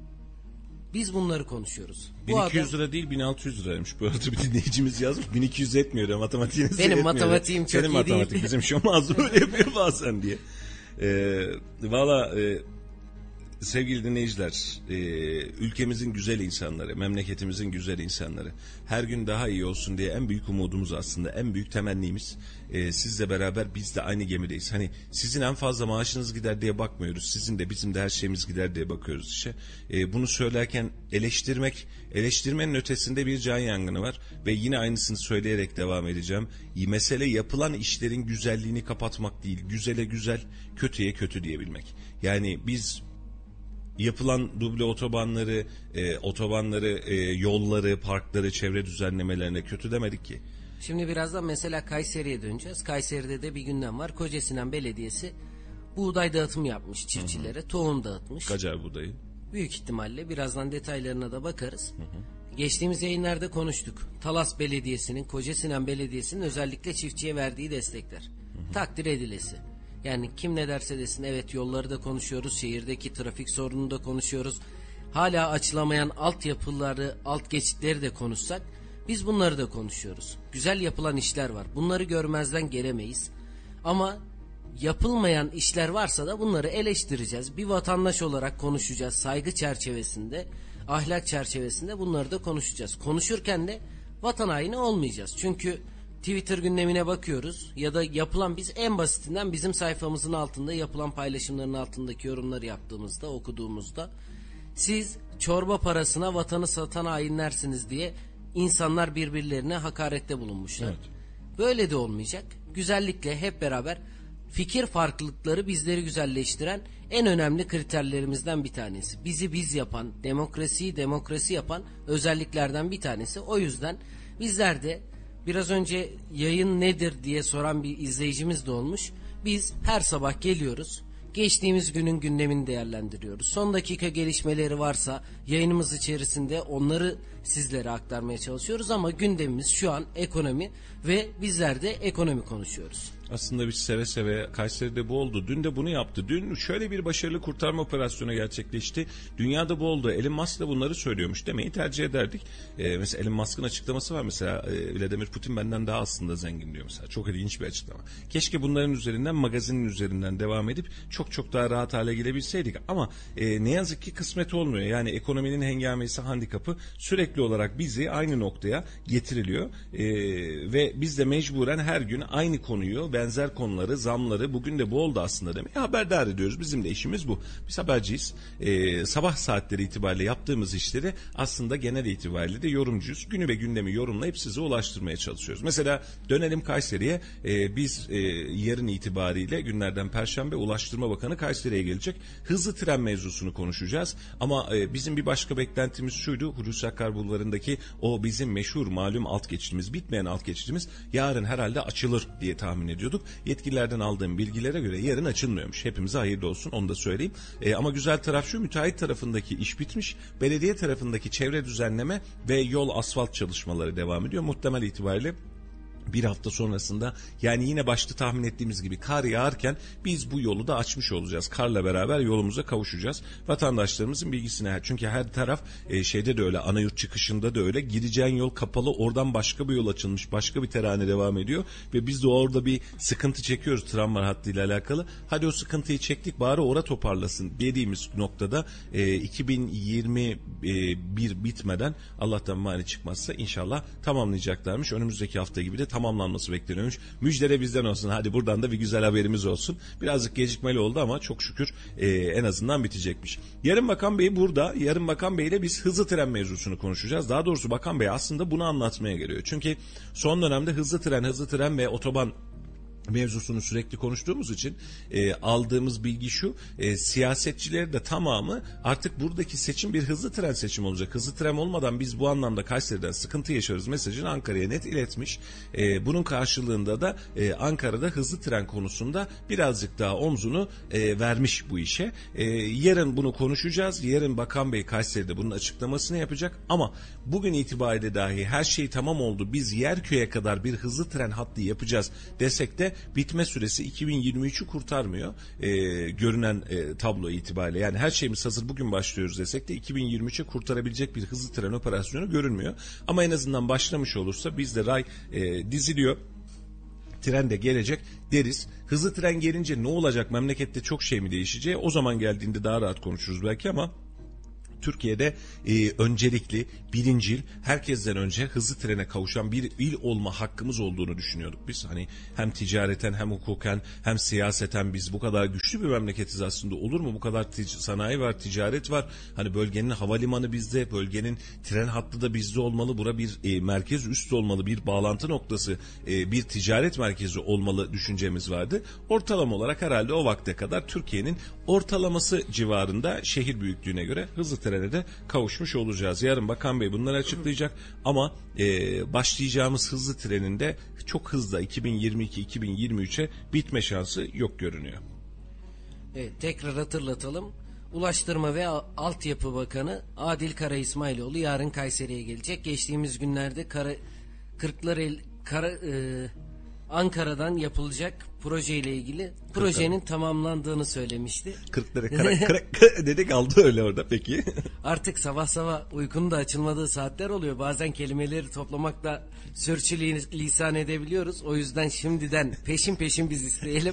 S2: Biz bunları konuşuyoruz.
S1: bin iki yüz lira değil bin altı yüz liraymış. Bu arada bir dinleyicimiz yazmış. bin iki yüz etmiyor ya, matematiğiniz
S2: Benim
S1: etmiyor.
S2: matematiğim çok
S1: Senin
S2: iyi
S1: matematik
S2: değil.
S1: bizim şu mazlum öyle yapıyor bazen diye. Ee, Valla e, sevgili dinleyiciler, e, ülkemizin güzel insanları, memleketimizin güzel insanları her gün daha iyi olsun diye en büyük umudumuz, aslında en büyük temennimiz, e, sizle beraber biz de aynı gemideyiz. Hani sizin en fazla maaşınız gider diye bakmıyoruz, sizin de bizim de her şeyimiz gider diye bakıyoruz işe. E, bunu söylerken eleştirmek, eleştirmenin ötesinde bir can yangını var ve yine aynısını söyleyerek devam edeceğim. Mesele yapılan işlerin güzelliğini kapatmak değil, güzele güzel, kötüye kötü diyebilmek. Yani biz yapılan duble otobanları, e, otobanları, e, yolları, parkları, çevre düzenlemelerine kötü demedik ki.
S2: Şimdi birazdan mesela Kayseri'ye döneceğiz. Kayseri'de de bir gündem var. Kocasinan Belediyesi buğday dağıtımı yapmış çiftçilere, hı hı. tohum dağıtmış.
S1: Gacar buğdayı.
S2: Büyük ihtimalle birazdan detaylarına da bakarız. Hı hı. Geçtiğimiz yayınlarda konuştuk. Talas Belediyesi'nin, Kocasinan Belediyesi'nin özellikle çiftçiye verdiği destekler. Hı hı. Takdir edilesi. Yani kim ne derse desin, evet, yolları da konuşuyoruz, şehirdeki trafik sorununu da konuşuyoruz. Hala açılamayan altyapıları, alt geçitleri de konuşsak biz bunları da konuşuyoruz. Güzel yapılan işler var. Bunları görmezden gelemeyiz. Ama yapılmayan işler varsa da bunları eleştireceğiz. Bir vatandaş olarak konuşacağız. Saygı çerçevesinde, ahlak çerçevesinde bunları da konuşacağız. Konuşurken de vatan haini olmayacağız. Çünkü Twitter gündemine bakıyoruz ya da yapılan, biz en basitinden bizim sayfamızın altında yapılan paylaşımların altındaki yorumları yaptığımızda, okuduğumuzda siz çorba parasına vatanı satan hainlersiniz diye insanlar birbirlerine hakarette bulunmuşlar. Evet. Böyle de olmayacak. Güzellikle hep beraber, fikir farklılıkları bizleri güzelleştiren en önemli kriterlerimizden bir tanesi. Bizi biz yapan, demokrasiyi demokrasi yapan özelliklerden bir tanesi. O yüzden bizler de, biraz önce yayın nedir diye soran bir izleyicimiz de olmuş. Biz her sabah geliyoruz. geçtiğimiz günün gündemini değerlendiriyoruz. Son dakika gelişmeleri varsa yayınımız içerisinde onları sizlere aktarmaya çalışıyoruz ama gündemimiz şu an ekonomi ve bizler de ekonomi konuşuyoruz.
S1: Aslında biz seve seve Kayseri'de bu oldu. Dün de bunu yaptı. Dün şöyle bir başarılı kurtarma operasyonu gerçekleşti. Dünyada bu oldu. Elon Musk da bunları söylüyormuş demeyi tercih ederdik. Ee, mesela Elon Musk'ın açıklaması var mesela. E, Vladimir Putin benden daha aslında zengin diyor mesela. Çok ilginç bir açıklama. Keşke bunların üzerinden, magazinin üzerinden devam edip çok çok daha rahat hale gelebilseydik. Ama e, ne yazık ki kısmet olmuyor. Yani ekonominin hengamesi, handikapı sürekli olarak bizi aynı noktaya getiriliyor. E, ve biz de mecburen her gün aynı konuyu, benzer konuları, zamları, bugün de bu oldu aslında demeye haberdar ediyoruz. Bizim de işimiz bu. Biz haberciyiz. Ee, sabah saatleri itibariyle yaptığımız işleri aslında genel itibariyle de yorumcuyuz. Günü ve gündemi yorumlayıp size ulaştırmaya çalışıyoruz. Mesela dönelim Kayseri'ye. Ee, biz e, yarın itibariyle günlerden Perşembe Ulaştırma Bakanı Kayseri'ye gelecek. Hızlı tren mevzusunu konuşacağız. Ama e, bizim bir başka beklentimiz şuydu. Hulusi Akar Bulvarı'ndaki o bizim meşhur malum alt geçitimiz, bitmeyen alt geçitimiz yarın herhalde açılır diye tahmin ediyoruz. Yetkililerden aldığım bilgilere göre yarın açılmıyormuş. Hepimize hayırlı olsun, onu da söyleyeyim. E, ama güzel taraf şu, müteahhit tarafındaki iş bitmiş. Belediye tarafındaki çevre düzenleme ve yol asfalt çalışmaları devam ediyor. Muhtemel itibariyle bir hafta sonrasında, yani yine başta tahmin ettiğimiz gibi kar yağarken biz bu yolu da açmış olacağız. Karla beraber yolumuza kavuşacağız. Vatandaşlarımızın bilgisine, çünkü her taraf e, şeyde de öyle, ana yurt çıkışında da öyle, gireceğin yol kapalı, oradan başka bir yol açılmış, başka bir terane devam ediyor ve biz de orada bir sıkıntı çekiyoruz tramvay hattıyla alakalı. Hadi o sıkıntıyı çektik, bari ora toparlasın dediğimiz noktada e, iki bin yirmi bir bitmeden, Allah'tan mani çıkmazsa inşallah tamamlayacaklarmış. Önümüzdeki hafta gibi de tamamlanması bekleniyormuş. Müjdele bizden olsun. Hadi buradan da bir güzel haberimiz olsun. Birazcık gecikmeli oldu ama çok şükür e, en azından bitecekmiş. Yarın Bakan Bey burada. Yarın Bakan Bey ile biz hızlı tren mevzusunu konuşacağız. Daha doğrusu Bakan Bey aslında bunu anlatmaya geliyor. Çünkü son dönemde hızlı tren, hızlı tren ve otoban mevzusunu sürekli konuştuğumuz için e, aldığımız bilgi şu, e, siyasetçilerin de tamamı artık buradaki seçim bir hızlı tren seçimi olacak. Hızlı tren olmadan biz bu anlamda Kayseri'den sıkıntı yaşarız mesajını Ankara'ya net iletmiş. E, bunun karşılığında da e, Ankara'da hızlı tren konusunda birazcık daha omzunu e, vermiş bu işe. E, yarın bunu konuşacağız. Yarın Bakan Bey Kayseri'de bunun açıklamasını yapacak ama bugün itibariyle dahi her şey tamam oldu, biz Yerköy'e kadar bir hızlı tren hattı yapacağız desek de bitme süresi iki bin yirmi üçü kurtarmıyor e, görünen e, tablo itibariyle. Yani her şeyimiz hazır, bugün başlıyoruz desek de iki bin yirmi üçe kurtarabilecek bir hızlı tren operasyonu görünmüyor. Ama en azından başlamış olursa bizde ray e, diziliyor. Tren de gelecek deriz. Hızlı tren gelince ne olacak? Memlekette çok şey mi değişecek? O zaman geldiğinde daha rahat konuşuruz belki ama Türkiye'de e, öncelikli, birincil, herkesten önce hızlı trene kavuşan bir il olma hakkımız olduğunu düşünüyorduk biz. Hani hem ticareten hem hukuken hem siyaseten biz bu kadar güçlü bir memleketiz aslında. Olur mu? Bu kadar tic- sanayi var, ticaret var. Hani bölgenin havalimanı bizde, bölgenin tren hattı da bizde olmalı. Bura bir e, merkez üstü olmalı, bir bağlantı noktası, e, bir ticaret merkezi olmalı düşüncemiz vardı. Ortalama olarak herhalde o vakte kadar Türkiye'nin ortalaması civarında şehir büyüklüğüne göre hızlı trene de kavuşmuş olacağız. Yarın Bakan Bey bunları açıklayacak ama e, başlayacağımız hızlı trenin de çok hızlı iki bin yirmi iki iki bin yirmi üçe bitme şansı yok görünüyor.
S2: Evet, tekrar hatırlatalım. Ulaştırma ve Altyapı Bakanı Adil Kara İsmailoğlu yarın Kayseri'ye gelecek. Geçtiğimiz günlerde Kara, Kırklareli Kara, e, Ankara'dan yapılacak projeyle ilgili projenin tamamlandığını söylemişti.
S1: Kırklara kara, kara, kara dedi kaldı öyle orada peki.
S2: Artık sabah sabah uykunun da açılmadığı saatler oluyor. Bazen kelimeleri toplamakta sürçülisan edebiliyoruz. O yüzden şimdiden peşin peşin biz isteyelim.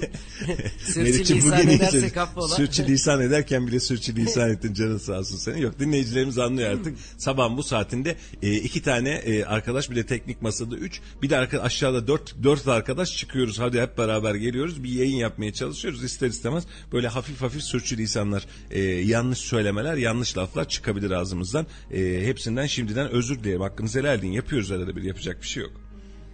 S2: Sürçülisan edersek affola.
S1: Sürçülisan ederken bile sürçülisan ettin, canın sağ olsun senin. Yok, dinleyicilerimiz anlıyor artık. Sabahın bu saatinde e, iki tane e, arkadaş, bir de teknik masada üç, bir de arka, aşağıda dört, dört arkadaş çıkıyoruz. Hadi hep beraber geliyoruz. Bir yayın yapmaya çalışıyoruz. İster istemez böyle hafif hafif sürçülisanlar, e, yanlış söylemeler, yanlış laflar çıkabilir ağzımızdan. E, hepsinden şimdiden özür dilerim. Hakkınızı helal edin. Yapıyoruz arada bir, yapacak bir şey yok.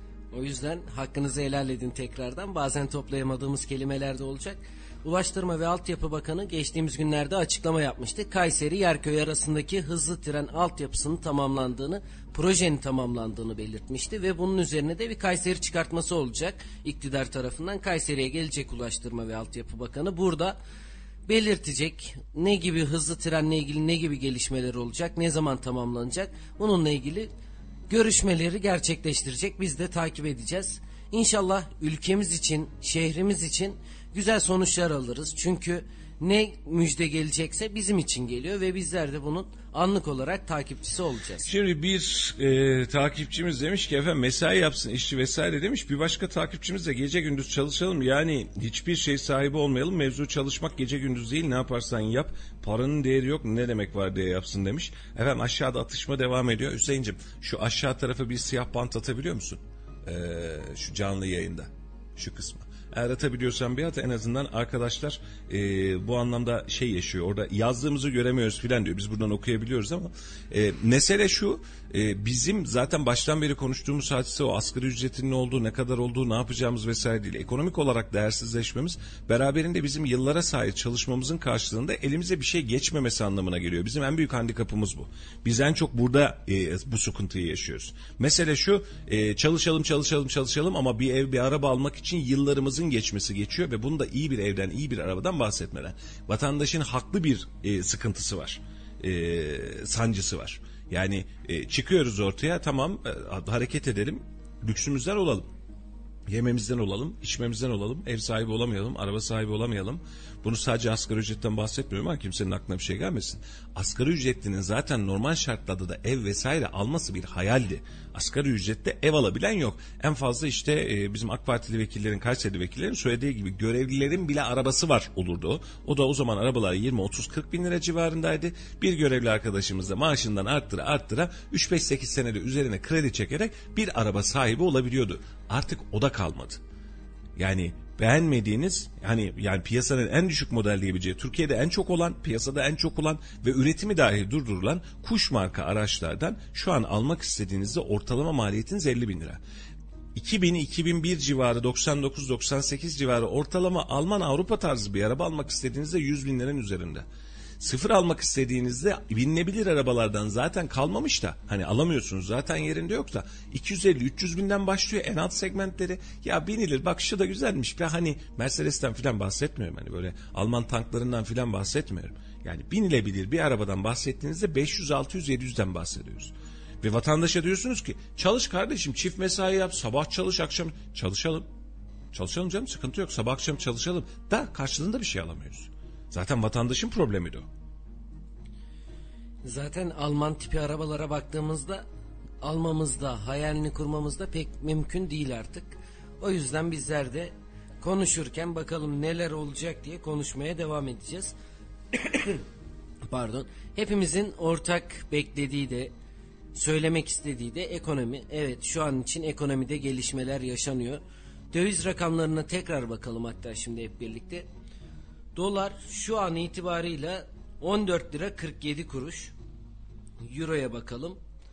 S2: O yüzden hakkınızı helal edin tekrardan. Bazen toplayamadığımız kelimeler de olacak. Ulaştırma ve Altyapı Bakanı geçtiğimiz günlerde açıklama yapmıştı. Kayseri-Yerköy arasındaki hızlı tren altyapısının tamamlandığını, projenin tamamlandığını belirtmişti ve bunun üzerine de bir Kayseri çıkartması olacak. İktidar tarafından Kayseri'ye gelecek Ulaştırma ve Altyapı Bakanı. Burada belirtecek. Ne gibi hızlı trenle ilgili ne gibi gelişmeler olacak, ne zaman tamamlanacak, bununla ilgili görüşmeleri gerçekleştirecek. Biz de takip edeceğiz. İnşallah ülkemiz için, şehrimiz için güzel sonuçlar alırız. Çünkü ne müjde gelecekse bizim için geliyor ve bizler de bunun anlık olarak takipçisi olacağız.
S1: Şimdi bir e, takipçimiz demiş ki efendim mesai yapsın işçi vesaire demiş. Bir başka takipçimiz de gece gündüz çalışalım. Yani hiçbir şey sahibi olmayalım. Mevzu çalışmak gece gündüz değil, ne yaparsan yap. Paranın değeri yok, ne demek var diye yapsın demiş. Efendim aşağıda atışma devam ediyor. Hüseyin'cim şu aşağı tarafa bir siyah bant atabiliyor musun? Ee, şu canlı yayında şu kısmı. Eğer atabiliyorsan bir at, en azından arkadaşlar e, bu anlamda şey yaşıyor. Orada yazdığımızı göremiyoruz filan diyor. Biz buradan okuyabiliyoruz ama e, mesele şu. E, bizim zaten baştan beri konuştuğumuz hadise o asgari ücretin ne olduğu, ne kadar olduğu, ne yapacağımız vesaire değil. Ekonomik olarak değersizleşmemiz beraberinde bizim yıllara sahip çalışmamızın karşılığında elimize bir şey geçmemesi anlamına geliyor. Bizim en büyük handikapımız bu. Biz en çok burada e, bu sıkıntıyı yaşıyoruz. Mesele şu, e, çalışalım çalışalım çalışalım ama bir ev bir araba almak için yıllarımızın geçmesi geçiyor ve bunu da iyi bir evden, iyi bir arabadan bahsetmeden. Vatandaşın haklı bir e, sıkıntısı var, e, sancısı var. Yani e, çıkıyoruz ortaya, tamam e, hareket edelim, lüksümüzden olalım. Yememizden olalım, içmemizden olalım, ev sahibi olamayalım, araba sahibi olamayalım. Bunu sadece asgari ücretten bahsetmiyorum ama kimsenin aklına bir şey gelmesin. Asgari ücretlinin zaten normal şartlarda da ev vesaire alması bir hayaldi. Asgari ücrette ev alabilen yok. En fazla işte e, bizim AK Partili vekillerin, Kayseri vekillerin söylediği gibi görevlilerin bile arabası var olurdu o. O da o zaman arabalar yirmi otuz kırk bin lira civarındaydı. Bir görevli arkadaşımız da maaşından arttıra arttıra üç beş sekiz senede üzerine kredi çekerek bir araba sahibi olabiliyordu. Artık o da kalmadı. Yani beğenmediğiniz, hani yani piyasanın en düşük model diyebileceği, Türkiye'de en çok olan, piyasada en çok olan ve üretimi dahi durdurulan kuş marka araçlardan şu an almak istediğinizde ortalama maliyetiniz elli bin lira. iki bin iki bin bir civarı, doksan dokuz doksan sekiz civarı ortalama Alman Avrupa tarzı bir araba almak istediğinizde yüz bin liranın üzerinde. Sıfır almak istediğinizde binilebilir arabalardan zaten kalmamış da hani alamıyorsunuz, zaten yerinde yok da iki yüz elli üç yüz binden başlıyor en alt segmentleri. Ya binilir, bak şu da güzelmiş be, hani Mercedes'ten filan bahsetmiyorum, hani böyle Alman tanklarından filan bahsetmiyorum. Yani binilebilir bir arabadan bahsettiğinizde beş yüz altı yüz yedi yüzden bahsediyoruz. Ve vatandaşa diyorsunuz ki çalış kardeşim, çift mesai yap, sabah çalış akşam çalışalım. Çalışalım canım, sıkıntı yok, sabah akşam çalışalım da karşılığında bir şey alamıyoruz. Zaten vatandaşın problemi de o.
S2: Zaten Alman tipi arabalara baktığımızda almamızda, hayalini kurmamızda pek mümkün değil artık. O yüzden bizler de konuşurken bakalım neler olacak diye konuşmaya devam edeceğiz. Pardon. Hepimizin ortak beklediği de, söylemek istediği de ekonomi. Evet, şu an için ekonomide gelişmeler yaşanıyor. Döviz rakamlarına tekrar bakalım hatta şimdi hep birlikte. Dolar şu an itibarıyla on dört lira kırk yedi kuruş. Euro'ya bakalım.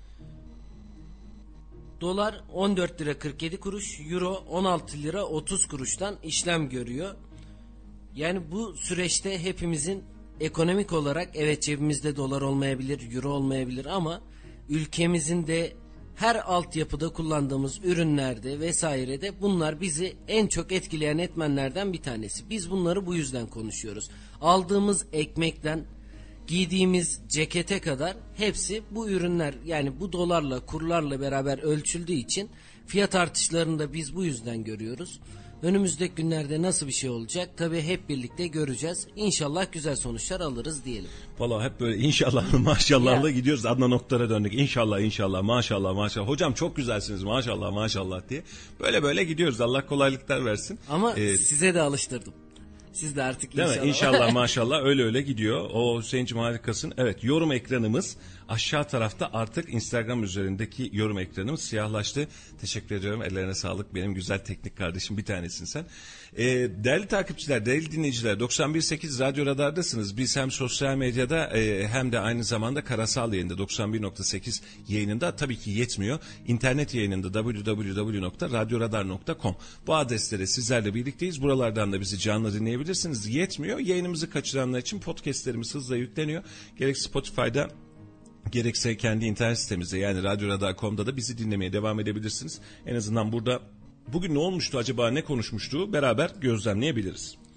S2: Dolar on dört lira kırk yedi kuruş, Euro on altı lira otuz kuruştan işlem görüyor. Yani bu süreçte hepimizin ekonomik olarak evet cebimizde dolar olmayabilir, Euro olmayabilir ama ülkemizin de her altyapıda kullandığımız ürünlerde vesairede bunlar bizi en çok etkileyen etmenlerden bir tanesi. Biz bunları bu yüzden konuşuyoruz. Aldığımız ekmekten giydiğimiz cekete kadar hepsi bu ürünler, yani bu dolarla, kurlarla beraber ölçüldüğü için fiyat artışlarını da biz bu yüzden görüyoruz. Önümüzdeki günlerde nasıl bir şey olacak? Tabii hep birlikte göreceğiz. İnşallah güzel sonuçlar alırız diyelim.
S1: Vallahi hep böyle inşallah maşallahla gidiyoruz. Adnan Oktar'a döndük. İnşallah inşallah maşallah maşallah. Hocam çok güzelsiniz maşallah maşallah diye. Böyle böyle gidiyoruz. Allah kolaylıklar versin.
S2: Ama
S1: ee,
S2: size de alıştırdım. Siz de artık
S1: değil
S2: inşallah.
S1: mi? İnşallah maşallah öyle öyle gidiyor. O Hüseyin'cim harikasın. Evet, yorum ekranımız aşağı tarafta, artık Instagram üzerindeki yorum ekranımız siyahlaştı. Teşekkür ediyorum. Ellerine sağlık. Benim güzel teknik kardeşim, bir tanesin sen. Ee, değerli takipçiler, değerli dinleyiciler, doksan bir nokta sekiz Radyo Radar'dasınız. Biz hem sosyal medyada e, hem de aynı zamanda karasal yayında doksan bir nokta sekiz yayınında, tabii ki yetmiyor. İnternet yayınında double-u double-u double-u nokta radyo radar nokta com. Bu adreslere sizlerle birlikteyiz. Buralardan da bizi canlı dinleyebilirsiniz. Yetmiyor. Yayınımızı kaçıranlar için podcastlerimiz hızla yükleniyor. Gerek Spotify'da gerekse kendi internet sitemizde, yani radyo radar nokta com'da da bizi dinlemeye devam edebilirsiniz. En azından burada bugün ne olmuştu acaba, ne konuşmuştu beraber gözlemleyebiliriz.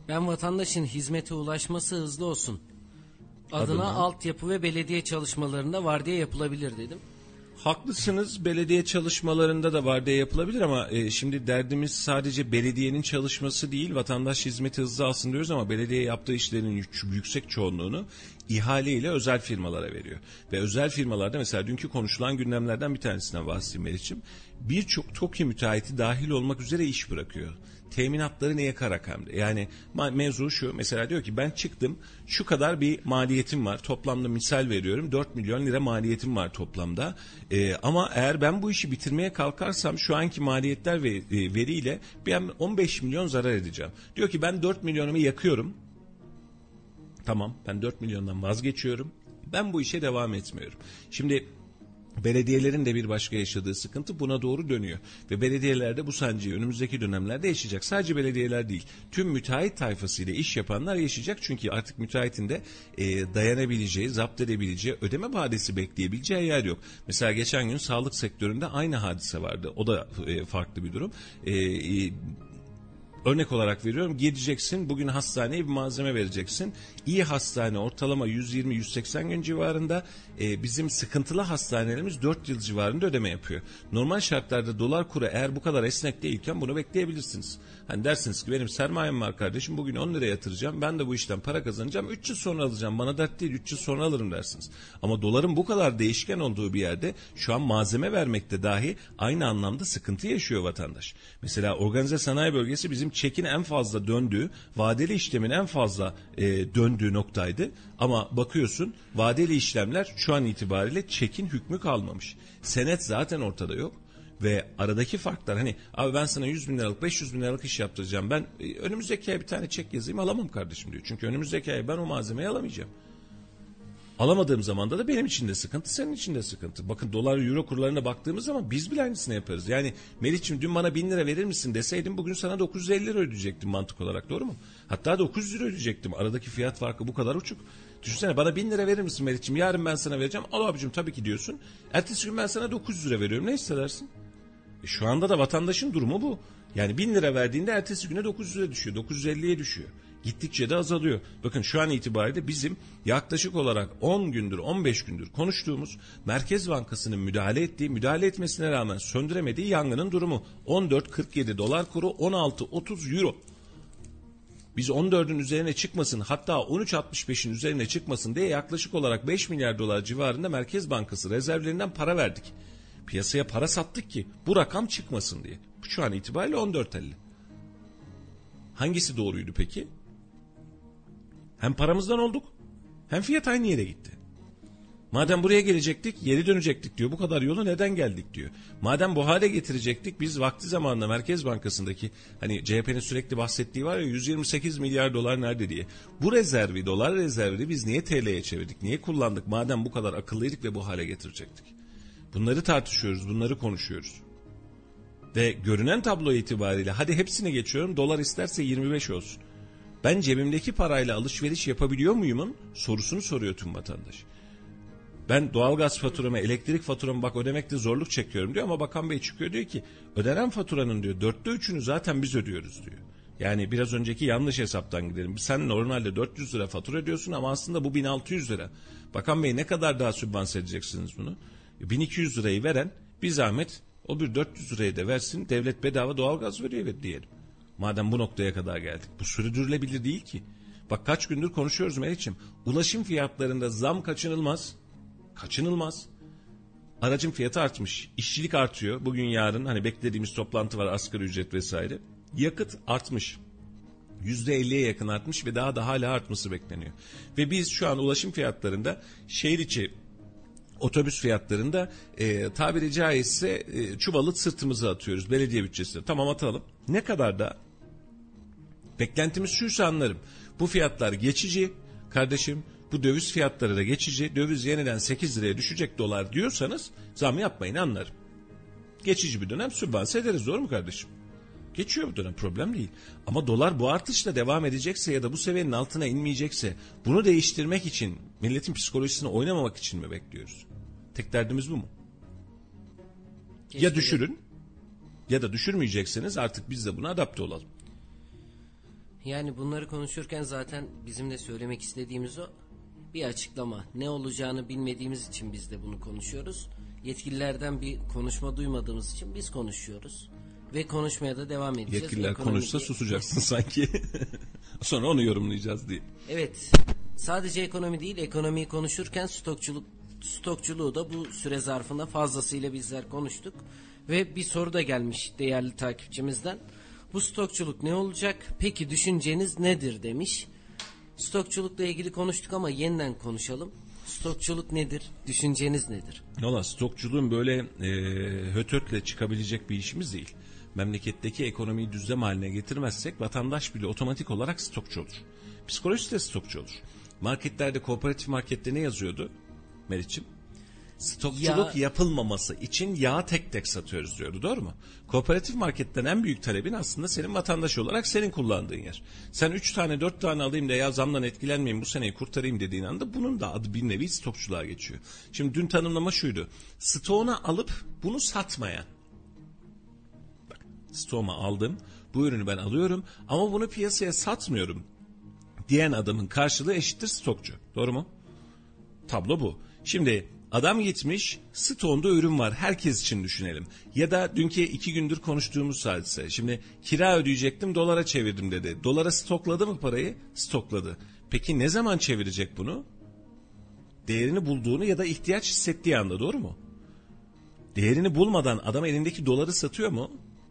S2: Ben vatandaşın hizmete ulaşması hızlı olsun adına,
S1: Adına.
S2: altyapı ve belediye çalışmalarında vardiya yapılabilir dedim.
S1: Haklısınız, belediye çalışmalarında da vardiya yapılabilir ama e, şimdi derdimiz sadece belediyenin çalışması değil, vatandaş hizmeti hızlı alsın diyoruz ama belediye yaptığı işlerin yük- yüksek çoğunluğunu ihaleyle özel firmalara veriyor. Ve özel firmalarda mesela dünkü konuşulan gündemlerden bir tanesinden bahsedeyim Meriç'im. Birçok TOKİ müteahhiti dahil olmak üzere iş bırakıyor. Teminatlarını yakarak hem de. Yani mevzu şu, mesela diyor ki ben çıktım, şu kadar bir maliyetim var. Toplamda misal veriyorum dört milyon lira maliyetim var toplamda. Ee, ama eğer ben bu işi bitirmeye kalkarsam şu anki maliyetler ve e, veriyle ben on beş milyon zarar edeceğim. Diyor ki ben dört milyonumu yakıyorum. Tamam, ben dört milyondan vazgeçiyorum. Ben bu işe devam etmiyorum. Şimdi belediyelerin de bir başka yaşadığı sıkıntı buna doğru dönüyor. Ve belediyeler de bu sancıyı önümüzdeki dönemlerde yaşayacak. Sadece belediyeler değil, tüm müteahhit tayfasıyla iş yapanlar yaşayacak. Çünkü artık müteahhitin de e, dayanabileceği, zapt edebileceği, ödeme vadesi bekleyebileceği yer yok. Mesela geçen gün sağlık sektöründe aynı hadise vardı. O da e, farklı bir durum. E, e, Örnek olarak veriyorum, gideceksin bugün hastaneye bir malzeme vereceksin. İyi hastane ortalama yüz yirmi yüz seksen gün civarında, e, bizim sıkıntılı hastanelerimiz dört yıl civarında ödeme yapıyor. Normal şartlarda dolar kuru eğer bu kadar esnek değilken bunu bekleyebilirsiniz. Hani dersiniz ki benim sermayem var kardeşim, bugün on liraya yatıracağım, ben de bu işten para kazanacağım, üç yıl sonra alacağım, bana dert değil, üç yıl sonra alırım dersiniz. Ama doların bu kadar değişken olduğu bir yerde şu an malzeme vermekte dahi aynı anlamda sıkıntı yaşıyor vatandaş. Mesela organize sanayi bölgesi bizim çekin en fazla döndüğü, vadeli işlemin en fazla e, döndüğü noktaydı. Ama bakıyorsun vadeli işlemler şu an itibariyle çekin hükmü kalmamış. Senet zaten ortada yok. Ve aradaki farklar, hani abi ben sana yüz bin liralık beş yüz bin liralık iş yaptıracağım, ben e, önümüzdeki ay bir tane çek yazayım, alamam kardeşim diyor. Çünkü önümüzdeki ay ben o malzemeyi alamayacağım. Alamadığım zaman da benim için de sıkıntı, senin için de sıkıntı. Bakın dolar euro kurlarına baktığımız zaman biz bile aynısını yaparız. Yani Meriç'im dün bana bin lira verir misin deseydim bugün sana dokuz yüz elli lira ödeyecektim mantık olarak, doğru mu? Hatta dokuz yüz lira ödeyecektim. Aradaki fiyat farkı bu kadar uçuk. Düşünsene, bana bin lira verir misin Meriç'im, yarın ben sana vereceğim. Al abicim tabii ki diyorsun. Ertesi gün ben sana dokuz yüz lira veriyorum, ne hissedersin? E şu anda da vatandaşın durumu bu. Yani bin lira verdiğinde ertesi güne dokuz yüze düşüyor, dokuz yüz elliye düşüyor. Gittikçe de azalıyor. Bakın şu an itibariyle bizim yaklaşık olarak on gündür, on beş gündür konuştuğumuz Merkez Bankası'nın müdahale ettiği, müdahale etmesine rağmen söndüremediği yangının durumu. on dört kırk yedi dolar kuru, on altı otuz euro. Biz on dördün üzerine çıkmasın, hatta on üç altmış beşin üzerine çıkmasın diye yaklaşık olarak beş milyar dolar civarında Merkez Bankası rezervlerinden para verdik. Piyasaya para sattık ki bu rakam çıkmasın diye. Şu an itibariyle on dört elli. Hangisi doğruydu peki? Hem paramızdan olduk, hem fiyat aynı yere gitti. Madem buraya gelecektik, geri dönecektik diyor. Bu kadar yolu neden geldik diyor. Madem bu hale getirecektik, biz vakti zamanında Merkez Bankası'ndaki, hani C H P'nin sürekli bahsettiği var ya, yüz yirmi sekiz milyar dolar nerede diye. Bu rezervi, dolar rezervi biz niye T L'ye çevirdik, niye kullandık? Madem bu kadar akıllıydık ve bu hale getirecektik. Bunları tartışıyoruz, bunları konuşuyoruz. Ve görünen tablo itibariyle, hadi hepsine geçiyorum, dolar isterse yirmi beş olsun. Ben cebimdeki parayla alışveriş yapabiliyor muyumun sorusunu soruyor tüm vatandaş. Ben doğalgaz faturamı, elektrik faturamı bak ödemekte zorluk çekiyorum diyor ama Bakan Bey çıkıyor diyor ki ödenen faturanın diyor dörtte üçünü zaten biz ödüyoruz diyor. Yani biraz önceki yanlış hesaptan gidelim. Sen normalde dört yüz lira fatura ödüyorsun ama aslında bu bin altı yüz lira. Bakan Bey ne kadar daha sübvanse edeceksiniz bunu? bin iki yüz lirayı veren bir zahmet o bir dört yüz lirayı da versin, devlet bedava doğalgaz veriyor diyelim. Madem bu noktaya kadar geldik. Bu sürdürülebilir değil ki. Bak kaç gündür konuşuyoruz Meriç'im. Ulaşım fiyatlarında zam kaçınılmaz. Kaçınılmaz. Aracın fiyatı artmış. İşçilik artıyor. Bugün yarın hani beklediğimiz toplantı var, asgari ücret vesaire. Yakıt artmış. yüzde elliye yakın artmış ve daha da hala artması bekleniyor. Ve biz şu an ulaşım fiyatlarında, şehir içi otobüs fiyatlarında e, tabiri caizse e, çuvalı sırtımıza atıyoruz belediye bütçesine. Tamam, atalım. Ne kadar da beklentimiz şuysa anlarım. Bu fiyatlar geçici kardeşim, bu döviz fiyatları da geçici. Döviz yeniden sekiz liraya düşecek dolar diyorsanız zam yapmayın, anlarım. Geçici bir dönem sübvanse ederiz, doğru mu kardeşim? Geçiyor bu dönem, problem değil. Ama dolar bu artışla devam edecekse ya da bu seviyenin altına inmeyecekse bunu değiştirmek için, milletin psikolojisini oynamamak için mi bekliyoruz? Tek derdimiz bu mu? Keşke ya düşürün ya da düşürmeyecekseniz artık biz de buna adapte olalım.
S2: Yani bunları konuşurken zaten bizim de söylemek istediğimiz o. Bir açıklama. Ne olacağını bilmediğimiz için biz de bunu konuşuyoruz. Yetkililerden bir konuşma duymadığımız için biz konuşuyoruz. Ve konuşmaya da devam edeceğiz.
S1: Yetkililer
S2: Ekonomi
S1: konuşsa
S2: diye...
S1: susacaksın sanki. Sonra onu yorumlayacağız diye.
S2: Evet. Sadece ekonomi değil, ekonomiyi konuşurken stokçuluk stokçuluğu da bu süre zarfında fazlasıyla bizler konuştuk. Ve bir soru da gelmiş değerli takipçimizden. Bu stokçuluk ne olacak? Peki düşünceniz nedir demiş. Stokçulukla ilgili konuştuk ama yeniden konuşalım. Stokçuluk nedir? Düşünceniz nedir?
S1: Valla stokçuluğun böyle e, hötötle çıkabilecek bir işimiz değil. Memleketteki ekonomiyi düzlem haline getirmezsek vatandaş bile otomatik olarak stokçu olur. Psikolojisi de stokçu olur. Marketlerde, kooperatif markette ne yazıyordu Meriç'im? Stokçuluk ya... yapılmaması için yağı tek tek satıyoruz diyordu, doğru mu? Kooperatif marketten en büyük talebin aslında senin vatandaş olarak senin kullandığın yer. Sen üç tane dört tane alayım da ya zamdan etkilenmeyeyim bu seneyi kurtarayım dediğin anda bunun da adı bir nevi stokçuluğa geçiyor. Şimdi dün tanımlama şuydu. Stoğuna alıp bunu satmayan. Bak, stoğuma aldım, bu ürünü ben alıyorum ama bunu piyasaya satmıyorum diyen adamın karşılığı eşittir stokçu. Doğru mu? Tablo bu. Şimdi adam gitmiş, stoğunda ürün var. Herkes için düşünelim. Ya da dünkü iki gündür konuştuğumuz hadise. Şimdi kira ödeyecektim, dolara çevirdim dedi. Dolara stokladı mı parayı? Stokladı. Peki ne zaman çevirecek bunu? Değerini bulduğunu ya da ihtiyaç hissettiği anda, doğru mu? Değerini bulmadan adam elindeki doları satıyor mu?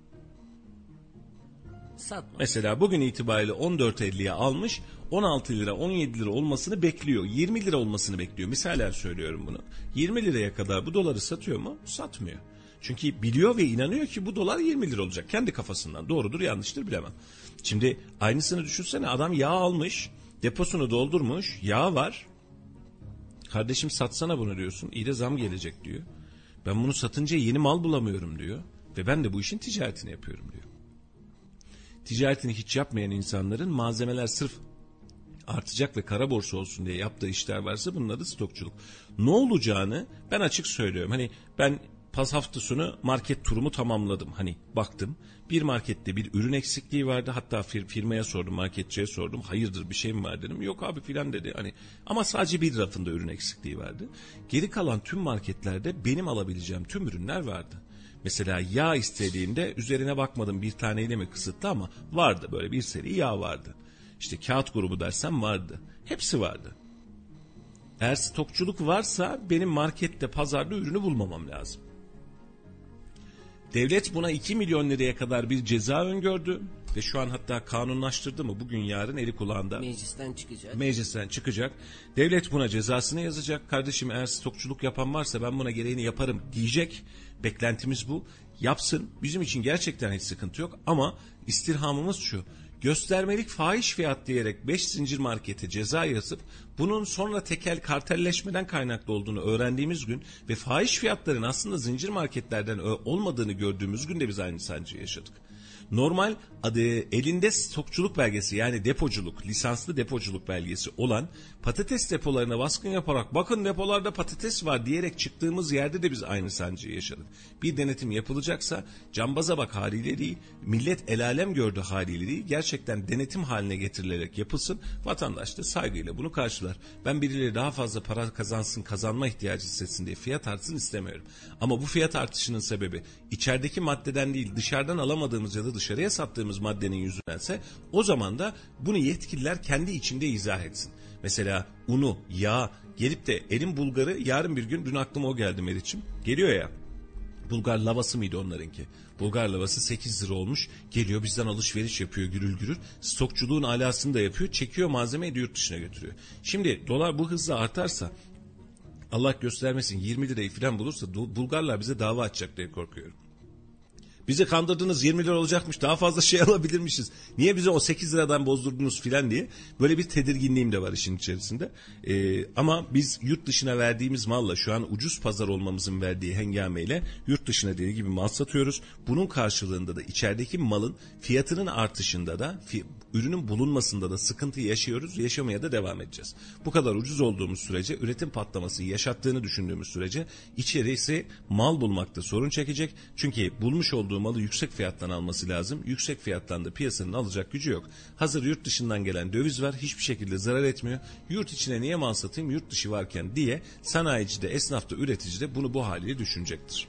S2: Satma.
S1: Mesela bugün itibariyle on dört elliye almış, on altı lira on yedi lira olmasını bekliyor. yirmi lira olmasını bekliyor. Misaller söylüyorum bunu. yirmi liraya kadar bu doları satıyor mu? Satmıyor. Çünkü biliyor ve inanıyor ki bu dolar yirmi lira olacak. Kendi kafasından. Doğrudur yanlıştır bilemem. Şimdi aynısını düşünsene, adam yağ almış, deposunu doldurmuş, yağ var. Kardeşim satsana bunu diyorsun. İyi de zam gelecek diyor. Ben bunu satınca yeni mal bulamıyorum diyor. Ve ben de bu işin ticaretini yapıyorum diyor. Ticaretini hiç yapmayan insanların malzemeler sırf artacak ve kara borsa olsun diye yaptığı işler varsa bunun adı stokçuluk. Ne olacağını ben açık söylüyorum. Hani ben paz hafta sonu market turumu tamamladım. Hani baktım bir markette bir ürün eksikliği vardı. Hatta fir- firmaya sordum, marketçiye sordum. Hayırdır bir şey mi var dedim. Yok abi filan dedi. Hani ama sadece bir rafında ürün eksikliği vardı. Geri kalan tüm marketlerde benim alabileceğim tüm ürünler vardı. Mesela yağ istediğimde üzerine bakmadım bir taneyle mi kısıtlı ama vardı, böyle bir seri yağ vardı. İşte kağıt grubu dersem vardı. Hepsi vardı. Eğer stokçuluk varsa benim markette, pazarda ürünü bulmamam lazım. Devlet buna iki milyon liraya kadar bir ceza öngördü ve şu an hatta kanunlaştırdı mı, bugün yarın eli kulağında.
S2: Meclisten çıkacak.
S1: Meclisten çıkacak. Devlet buna cezasını yazacak. Kardeşim eğer stokçuluk yapan varsa ben buna gereğini yaparım diyecek. Beklentimiz bu. Yapsın. Bizim için gerçekten hiç sıkıntı yok ama istirhamımız şu. Göstermelik fahiş fiyat diyerek beş zincir markete ceza yazıp bunun sonra tekel kartelleşmeden kaynaklı olduğunu öğrendiğimiz gün ve fahiş fiyatların aslında zincir marketlerden olmadığını gördüğümüz gün de biz aynı sancıyı yaşadık. Normal adı elinde stokçuluk belgesi, yani depoculuk, lisanslı depoculuk belgesi olan patates depolarına baskın yaparak bakın depolarda patates var diyerek çıktığımız yerde de biz aynı sancıyı yaşadık. Bir denetim yapılacaksa cambaza bak haliyle değil, millet el alem gördü haliyle değil, gerçekten denetim haline getirilerek yapılsın, vatandaş da saygıyla bunu karşılar. Ben birileri daha fazla para kazansın, kazanma ihtiyacı hissetsin diye fiyat artsın istemiyorum. Ama bu fiyat artışının sebebi içerideki maddeden değil, dışarıdan alamadığımız ya da dışarıya sattığımız maddenin yüzündense o zaman da bunu yetkililer kendi içinde izah etsin. Mesela unu, yağ gelip de elin Bulgarı, yarın bir gün, dün aklıma o geldi Meriç'im, geliyor ya, Bulgar lavası mıydı onlarınki? Bulgar lavası sekiz lira olmuş, geliyor bizden alışveriş yapıyor gürül gürül, stokçuluğun alasını da yapıyor, çekiyor malzemeyi de yurt dışına götürüyor. Şimdi dolar bu hızla artarsa, Allah göstermesin yirmi lirayı falan bulursa Bulgarlar bize dava açacak diye korkuyorum. Bizi kandırdınız, yirmi lira olacakmış, daha fazla şey alabilirmişiz. Niye bize o sekiz liradan bozdurdunuz filan diye. Böyle bir tedirginliğim de var işin içerisinde. Ee, ama biz yurt dışına verdiğimiz malla, şu an ucuz pazar olmamızın verdiği hengameyle yurt dışına deli gibi mal satıyoruz. Bunun karşılığında da içerideki malın fiyatının artışında da, fi, ürünün bulunmasında da sıkıntı yaşıyoruz. Yaşamaya da devam edeceğiz. Bu kadar ucuz olduğumuz sürece, üretim patlaması yaşattığını düşündüğümüz sürece içerisi mal bulmakta sorun çekecek. Çünkü bulmuş olduğu olduğu malı yüksek fiyattan alması lazım. Yüksek fiyattan da piyasanın alacak gücü yok. Hazır yurt dışından gelen döviz var. Hiçbir şekilde zarar etmiyor. Yurt içine niye mal satayım yurt dışı varken diye sanayici de, esnaf da, üretici de bunu bu haliyle düşünecektir.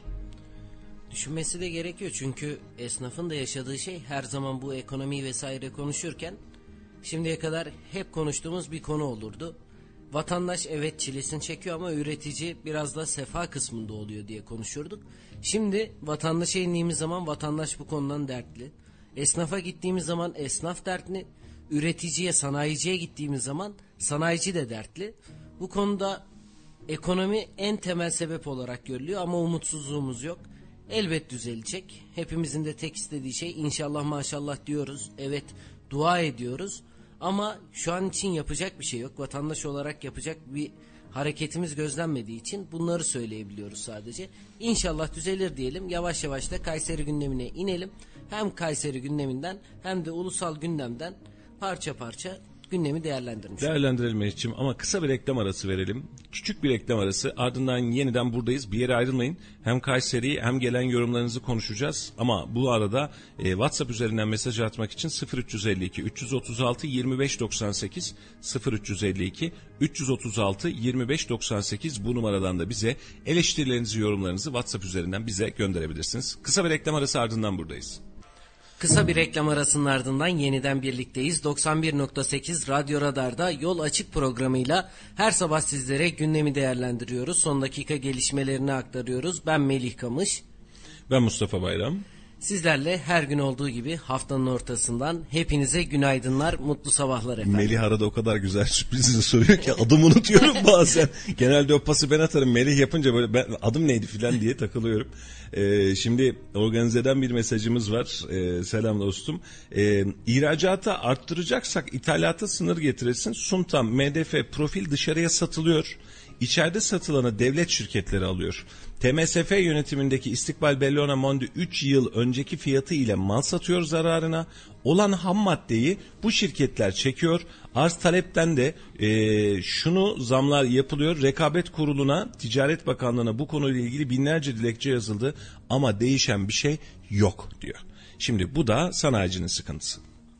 S2: Düşünmesi de gerekiyor çünkü esnafın da yaşadığı şey her zaman bu ekonomi vesaire konuşurken şimdiye kadar hep konuştuğumuz bir konu olurdu. Vatandaş evet çilesini çekiyor ama üretici biraz da sefa kısmında oluyor diye konuşurduk. Şimdi vatandaşa indiğimiz zaman vatandaş bu konudan dertli. Esnafa gittiğimiz zaman esnaf dertli. Üreticiye, sanayiciye gittiğimiz zaman sanayici de dertli. Bu konuda ekonomi en temel sebep olarak görülüyor ama umutsuzluğumuz yok. Elbet düzelecek. Hepimizin de tek istediği şey inşallah maşallah diyoruz. Evet dua ediyoruz. Ama şu an için yapacak bir şey yok. Vatandaş olarak yapacak bir hareketimiz gözlenmediği için bunları söyleyebiliyoruz sadece. İnşallah düzelir diyelim. Yavaş yavaş da Kayseri gündemine inelim. Hem Kayseri gündeminden hem de ulusal gündemden parça parça gündemi değerlendirmiş.
S1: Değerlendirelim Mehmetciğim ama kısa bir reklam arası verelim. Küçük bir reklam arası, ardından yeniden buradayız. Bir yere ayrılmayın. Hem Kayseri'yi hem gelen yorumlarınızı konuşacağız. Ama bu arada e, WhatsApp üzerinden mesaj atmak için sıfır üç elli iki üç otuz altı yirmi beş doksan sekiz sıfır üç elli iki üç otuz altı yirmi beş doksan sekiz bu numaradan da bize eleştirilerinizi, yorumlarınızı WhatsApp üzerinden bize gönderebilirsiniz. Kısa bir reklam arası, ardından buradayız.
S2: Kısa bir reklam arasının ardından yeniden birlikteyiz. doksan bir nokta sekiz Radyo Radar'da Yol Açık programıyla her sabah sizlere gündemi değerlendiriyoruz. Son dakika gelişmelerini aktarıyoruz. Ben Melih Kamış.
S1: Ben Mustafa Bayram.
S2: Sizlerle her gün olduğu gibi haftanın ortasından hepinize günaydınlar, mutlu sabahlar efendim.
S1: Melih arada o kadar güzel sürprizini soruyor ki adımı unutuyorum bazen. Genelde o pası ben atarım. Melih yapınca böyle ben, adım neydi filan diye takılıyorum. Ee, şimdi organizeden bir mesajımız var. Ee, selam dostum. Ee, ihracatı arttıracaksak ithalata sınır getirilsin. Suntam, M D F, Profil dışarıya satılıyor. İçeride satılanı devlet şirketleri alıyor. T M S F yönetimindeki İstikbal Bellona Mondi üç yıl önceki fiyatı ile mal satıyor zararına. Olan ham maddeyi bu şirketler çekiyor. Arz talepten de e, şunu zamlar yapılıyor. Rekabet Kurulu'na, Ticaret Bakanlığı'na bu konuyla ilgili binlerce dilekçe yazıldı. Ama değişen bir şey yok diyor. Şimdi bu da sanayicinin sıkıntısı.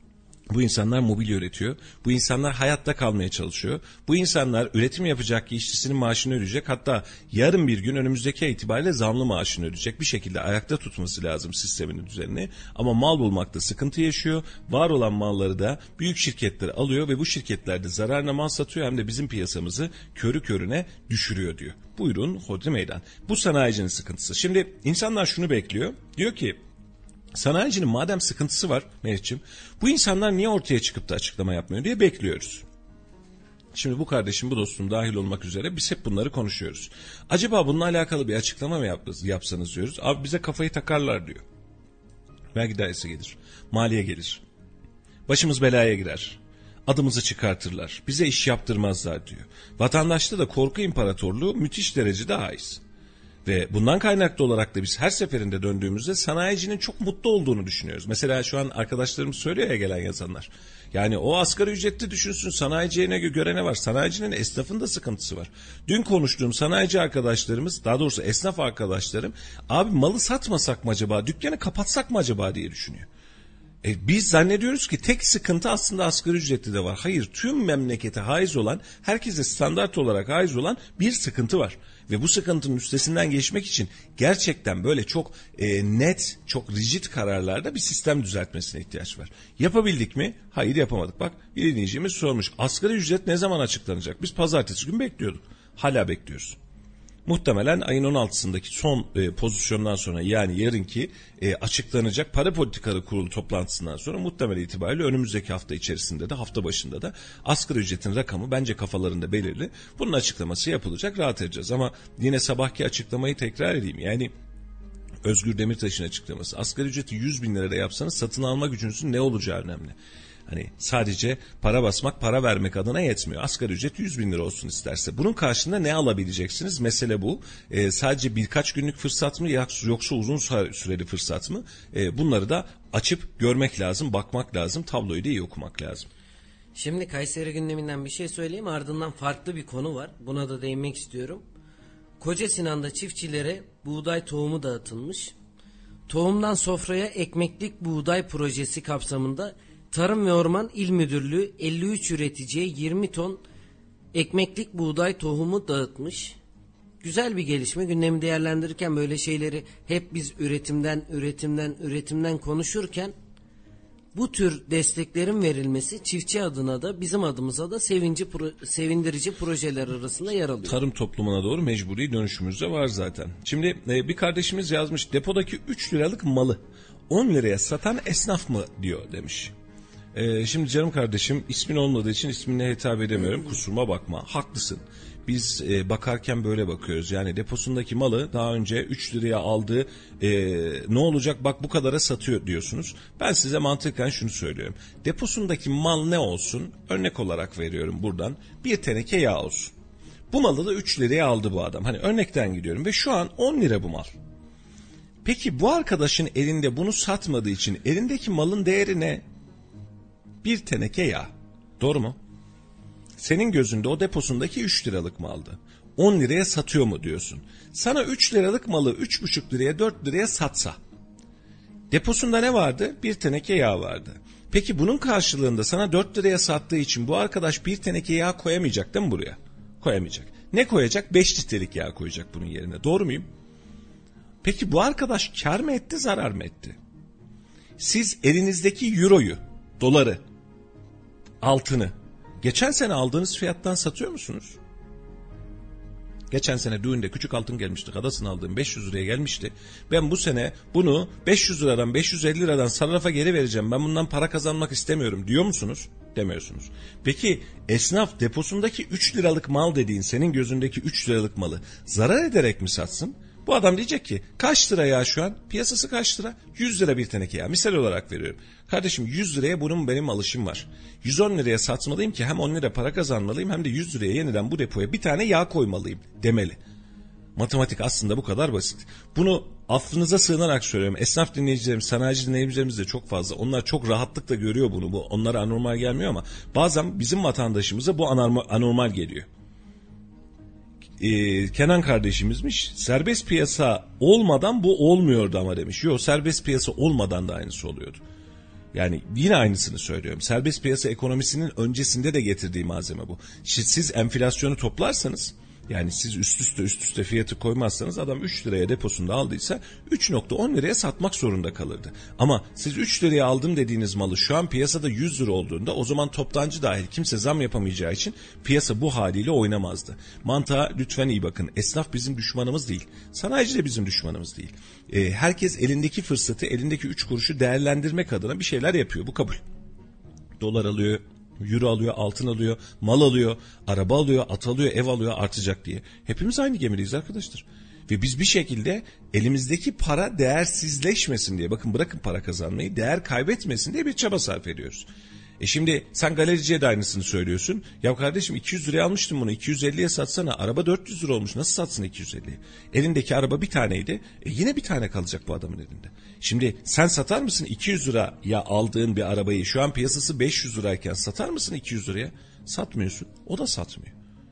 S1: Bu insanlar mobilya üretiyor. Bu insanlar hayatta kalmaya çalışıyor. Bu insanlar üretim yapacak ki işçisinin maaşını ödeyecek. Hatta yarın bir gün önümüzdeki ay itibariyle zamlı maaşını ödeyecek. Bir şekilde ayakta tutması lazım sistemin düzenini. Ama mal bulmakta sıkıntı yaşıyor. Var olan malları da büyük şirketler alıyor ve bu şirketler de zararına mal satıyor. Hem de bizim piyasamızı körü körüne düşürüyor diyor. Buyurun hodri meydan. Bu sanayicinin sıkıntısı. Şimdi insanlar şunu bekliyor. Diyor ki sanayicinin madem sıkıntısı var Mehmetciğim, bu insanlar niye ortaya çıkıp da açıklama yapmıyor diye bekliyoruz. Şimdi bu kardeşim, bu dostum dahil olmak üzere biz hep bunları konuşuyoruz. Acaba bununla alakalı bir açıklama mı yapsanız diyoruz. Abi bize kafayı takarlar diyor. Vergi dairesi gelir, maliye gelir, başımız belaya girer, adımızı çıkartırlar, bize iş yaptırmazlar diyor. Vatandaşta da korku imparatorluğu müthiş derecede haiz. Ve bundan kaynaklı olarak da biz her seferinde döndüğümüzde sanayicinin çok mutlu olduğunu düşünüyoruz. Mesela şu an arkadaşlarımız söylüyor ya, gelen yazanlar. Yani o asgari ücretli düşünsün, sanayiciye göre ne var? Sanayicinin, esnafın da sıkıntısı var. Dün konuştuğum sanayici arkadaşlarımız, daha doğrusu esnaf arkadaşlarım, abi malı satmasak mı acaba, dükkanı kapatsak mı acaba diye düşünüyor. E biz zannediyoruz ki tek sıkıntı aslında asgari ücretli de var. Hayır, tüm memlekete haiz olan, herkese standart olarak haiz olan bir sıkıntı var. Ve bu sıkıntının üstesinden geçmek için gerçekten böyle çok e, net, çok rigid kararlarda bir sistem düzeltmesine ihtiyaç var. Yapabildik mi? Hayır, yapamadık. Bak, bir dinleyicimiz sormuş. Asgari ücret ne zaman açıklanacak? Biz pazartesi gün bekliyorduk. Hala bekliyoruz. Muhtemelen ayın on altısındaki son e, pozisyondan sonra, yani yarınki e, açıklanacak para politikaları kurulu toplantısından sonra muhtemel itibariyle önümüzdeki hafta içerisinde de, hafta başında da asgari ücretin rakamı bence kafalarında belirli. Bunun açıklaması yapılacak, rahat edeceğiz. Ama yine sabahki açıklamayı tekrar edeyim. Yani Özgür Demirtaş'ın açıklaması. Asgari ücreti yüz bin liraya yapsanız satın alma gücünüzün ne olacağı önemli. Hani sadece para basmak, para vermek adına yetmiyor. Asgari ücret yüz bin lira olsun isterse. Bunun karşılığında ne alabileceksiniz? Mesele bu. Ee, sadece birkaç günlük fırsat mı, yoksa uzun süreli fırsat mı? Ee, bunları da açıp görmek lazım, bakmak lazım. Tabloyu da iyi okumak lazım.
S2: Şimdi Kayseri gündeminden bir şey söyleyeyim, ardından farklı bir konu var. Buna da değinmek istiyorum. Koca Sinan'da çiftçilere buğday tohumu dağıtılmış. Tohumdan Sofraya Ekmeklik Buğday Projesi kapsamında Tarım ve Orman İl Müdürlüğü elli üç üreticiye yirmi ton ekmeklik buğday tohumu dağıtmış. Güzel bir gelişme. Gündemi değerlendirirken böyle şeyleri hep biz üretimden, üretimden, üretimden konuşurken bu tür desteklerin verilmesi çiftçi adına da bizim adımıza da sevinci, sevindirici projeler arasında yer alıyor.
S1: Tarım toplumuna doğru mecburi dönüşümüz de var zaten. Şimdi bir kardeşimiz yazmış, depodaki üç liralık malı on liraya satan esnaf mı diyor demiş. Ee, şimdi canım kardeşim, ismin olmadığı için isminle hitap edemiyorum, kusuruma bakma, haklısın. Biz e, bakarken böyle bakıyoruz. Yani deposundaki malı daha önce üç liraya aldığı e, ne olacak bak bu kadara satıyor diyorsunuz. Ben size mantıken şunu söylüyorum. Deposundaki mal ne olsun? Örnek olarak veriyorum buradan. Bir teneke yağ olsun. Bu malı da üç liraya aldı bu adam. Hani örnekten gidiyorum ve şu an on lira bu mal. Peki bu arkadaşın elinde bunu satmadığı için elindeki malın değeri ne? Bir teneke yağ. Doğru mu? Senin gözünde o deposundaki üç liralık maldı. on liraya satıyor mu diyorsun. Sana üç liralık malı üç buçuk liraya dört liraya satsa. Deposunda ne vardı? Bir teneke yağ vardı. Peki bunun karşılığında sana dört liraya sattığı için bu arkadaş bir teneke yağ koyamayacak değil mi buraya? Koyamayacak. Ne koyacak? beş litrelik yağ koyacak bunun yerine. Doğru muyum? Peki bu arkadaş kar mı etti, zarar mı etti? Siz elinizdeki euroyu, doları, altını geçen sene aldığınız fiyattan satıyor musunuz? Geçen sene düğünde küçük altın gelmişti. Kadasını aldığım beş yüz liraya gelmişti. Ben bu sene bunu beş yüz liradan beş yüz elli liradan sarrafa geri vereceğim. Ben bundan para kazanmak istemiyorum diyor musunuz? Demiyorsunuz. Peki esnaf deposundaki üç liralık mal dediğin, senin gözündeki üç liralık malı zarar ederek mi satsın? Bu adam diyecek ki kaç lira ya şu an? Piyasası kaç lira? yüz lira bir teneke ya. Misal olarak veriyorum. Kardeşim yüz liraya bunun benim alışım var. yüz on liraya satmalıyım ki hem on lira para kazanmalıyım hem de yüz liraya yeniden bu depoya bir tane yağ koymalıyım demeli. Matematik aslında bu kadar basit. Bunu affınıza sığınarak söylüyorum. Esnaf dinleyicilerim, sanayici dinleyicilerimiz de çok fazla. Onlar çok rahatlıkla görüyor bunu. Bu onlara anormal gelmiyor ama bazen bizim vatandaşımıza bu anormal, anormal geliyor. Ee, Kenan kardeşimizmiş, serbest piyasa olmadan bu olmuyordu ama demiş. Yok, serbest piyasa olmadan da aynısı oluyordu. Yani yine aynısını söylüyorum. Serbest piyasa ekonomisinin öncesinde de getirdiği malzeme bu. Siz enflasyonu toplarsanız, yani siz üst üste üst üste fiyatı koymazsanız adam üç liraya deposunda aldıysa üç nokta on liraya satmak zorunda kalırdı. Ama siz üç liraya aldım dediğiniz malı şu an piyasada yüz lira olduğunda o zaman toptancı dahil kimse zam yapamayacağı için piyasa bu haliyle oynamazdı. Mantığa lütfen iyi bakın. Esnaf bizim düşmanımız değil. Sanayici de bizim düşmanımız değil. Ee, herkes elindeki fırsatı, elindeki üç kuruşu değerlendirmek adına bir şeyler yapıyor. Bu kabul. Dolar alıyor, euro alıyor, altın alıyor, mal alıyor, araba alıyor, at alıyor, ev alıyor, artacak diye. Hepimiz aynı gemideyiz arkadaşlar. Ve biz bir şekilde elimizdeki para değersizleşmesin diye, bakın bırakın para kazanmayı, değer kaybetmesin diye bir çaba sarf ediyoruz. E şimdi sen galericiye de aynısını söylüyorsun. Ya kardeşim iki yüz liraya almıştım bunu, iki yüz elliye satsana. Araba dört yüz lira olmuş, nasıl satsın iki yüz elliye? Elindeki araba bir taneydi. E yine bir tane kalacak bu adamın elinde. Şimdi sen satar mısın iki yüz liraya aldığın bir arabayı, şu an piyasası beş yüz lirayken satar mısın iki yüz liraya? Satmıyorsun. O da satmıyor.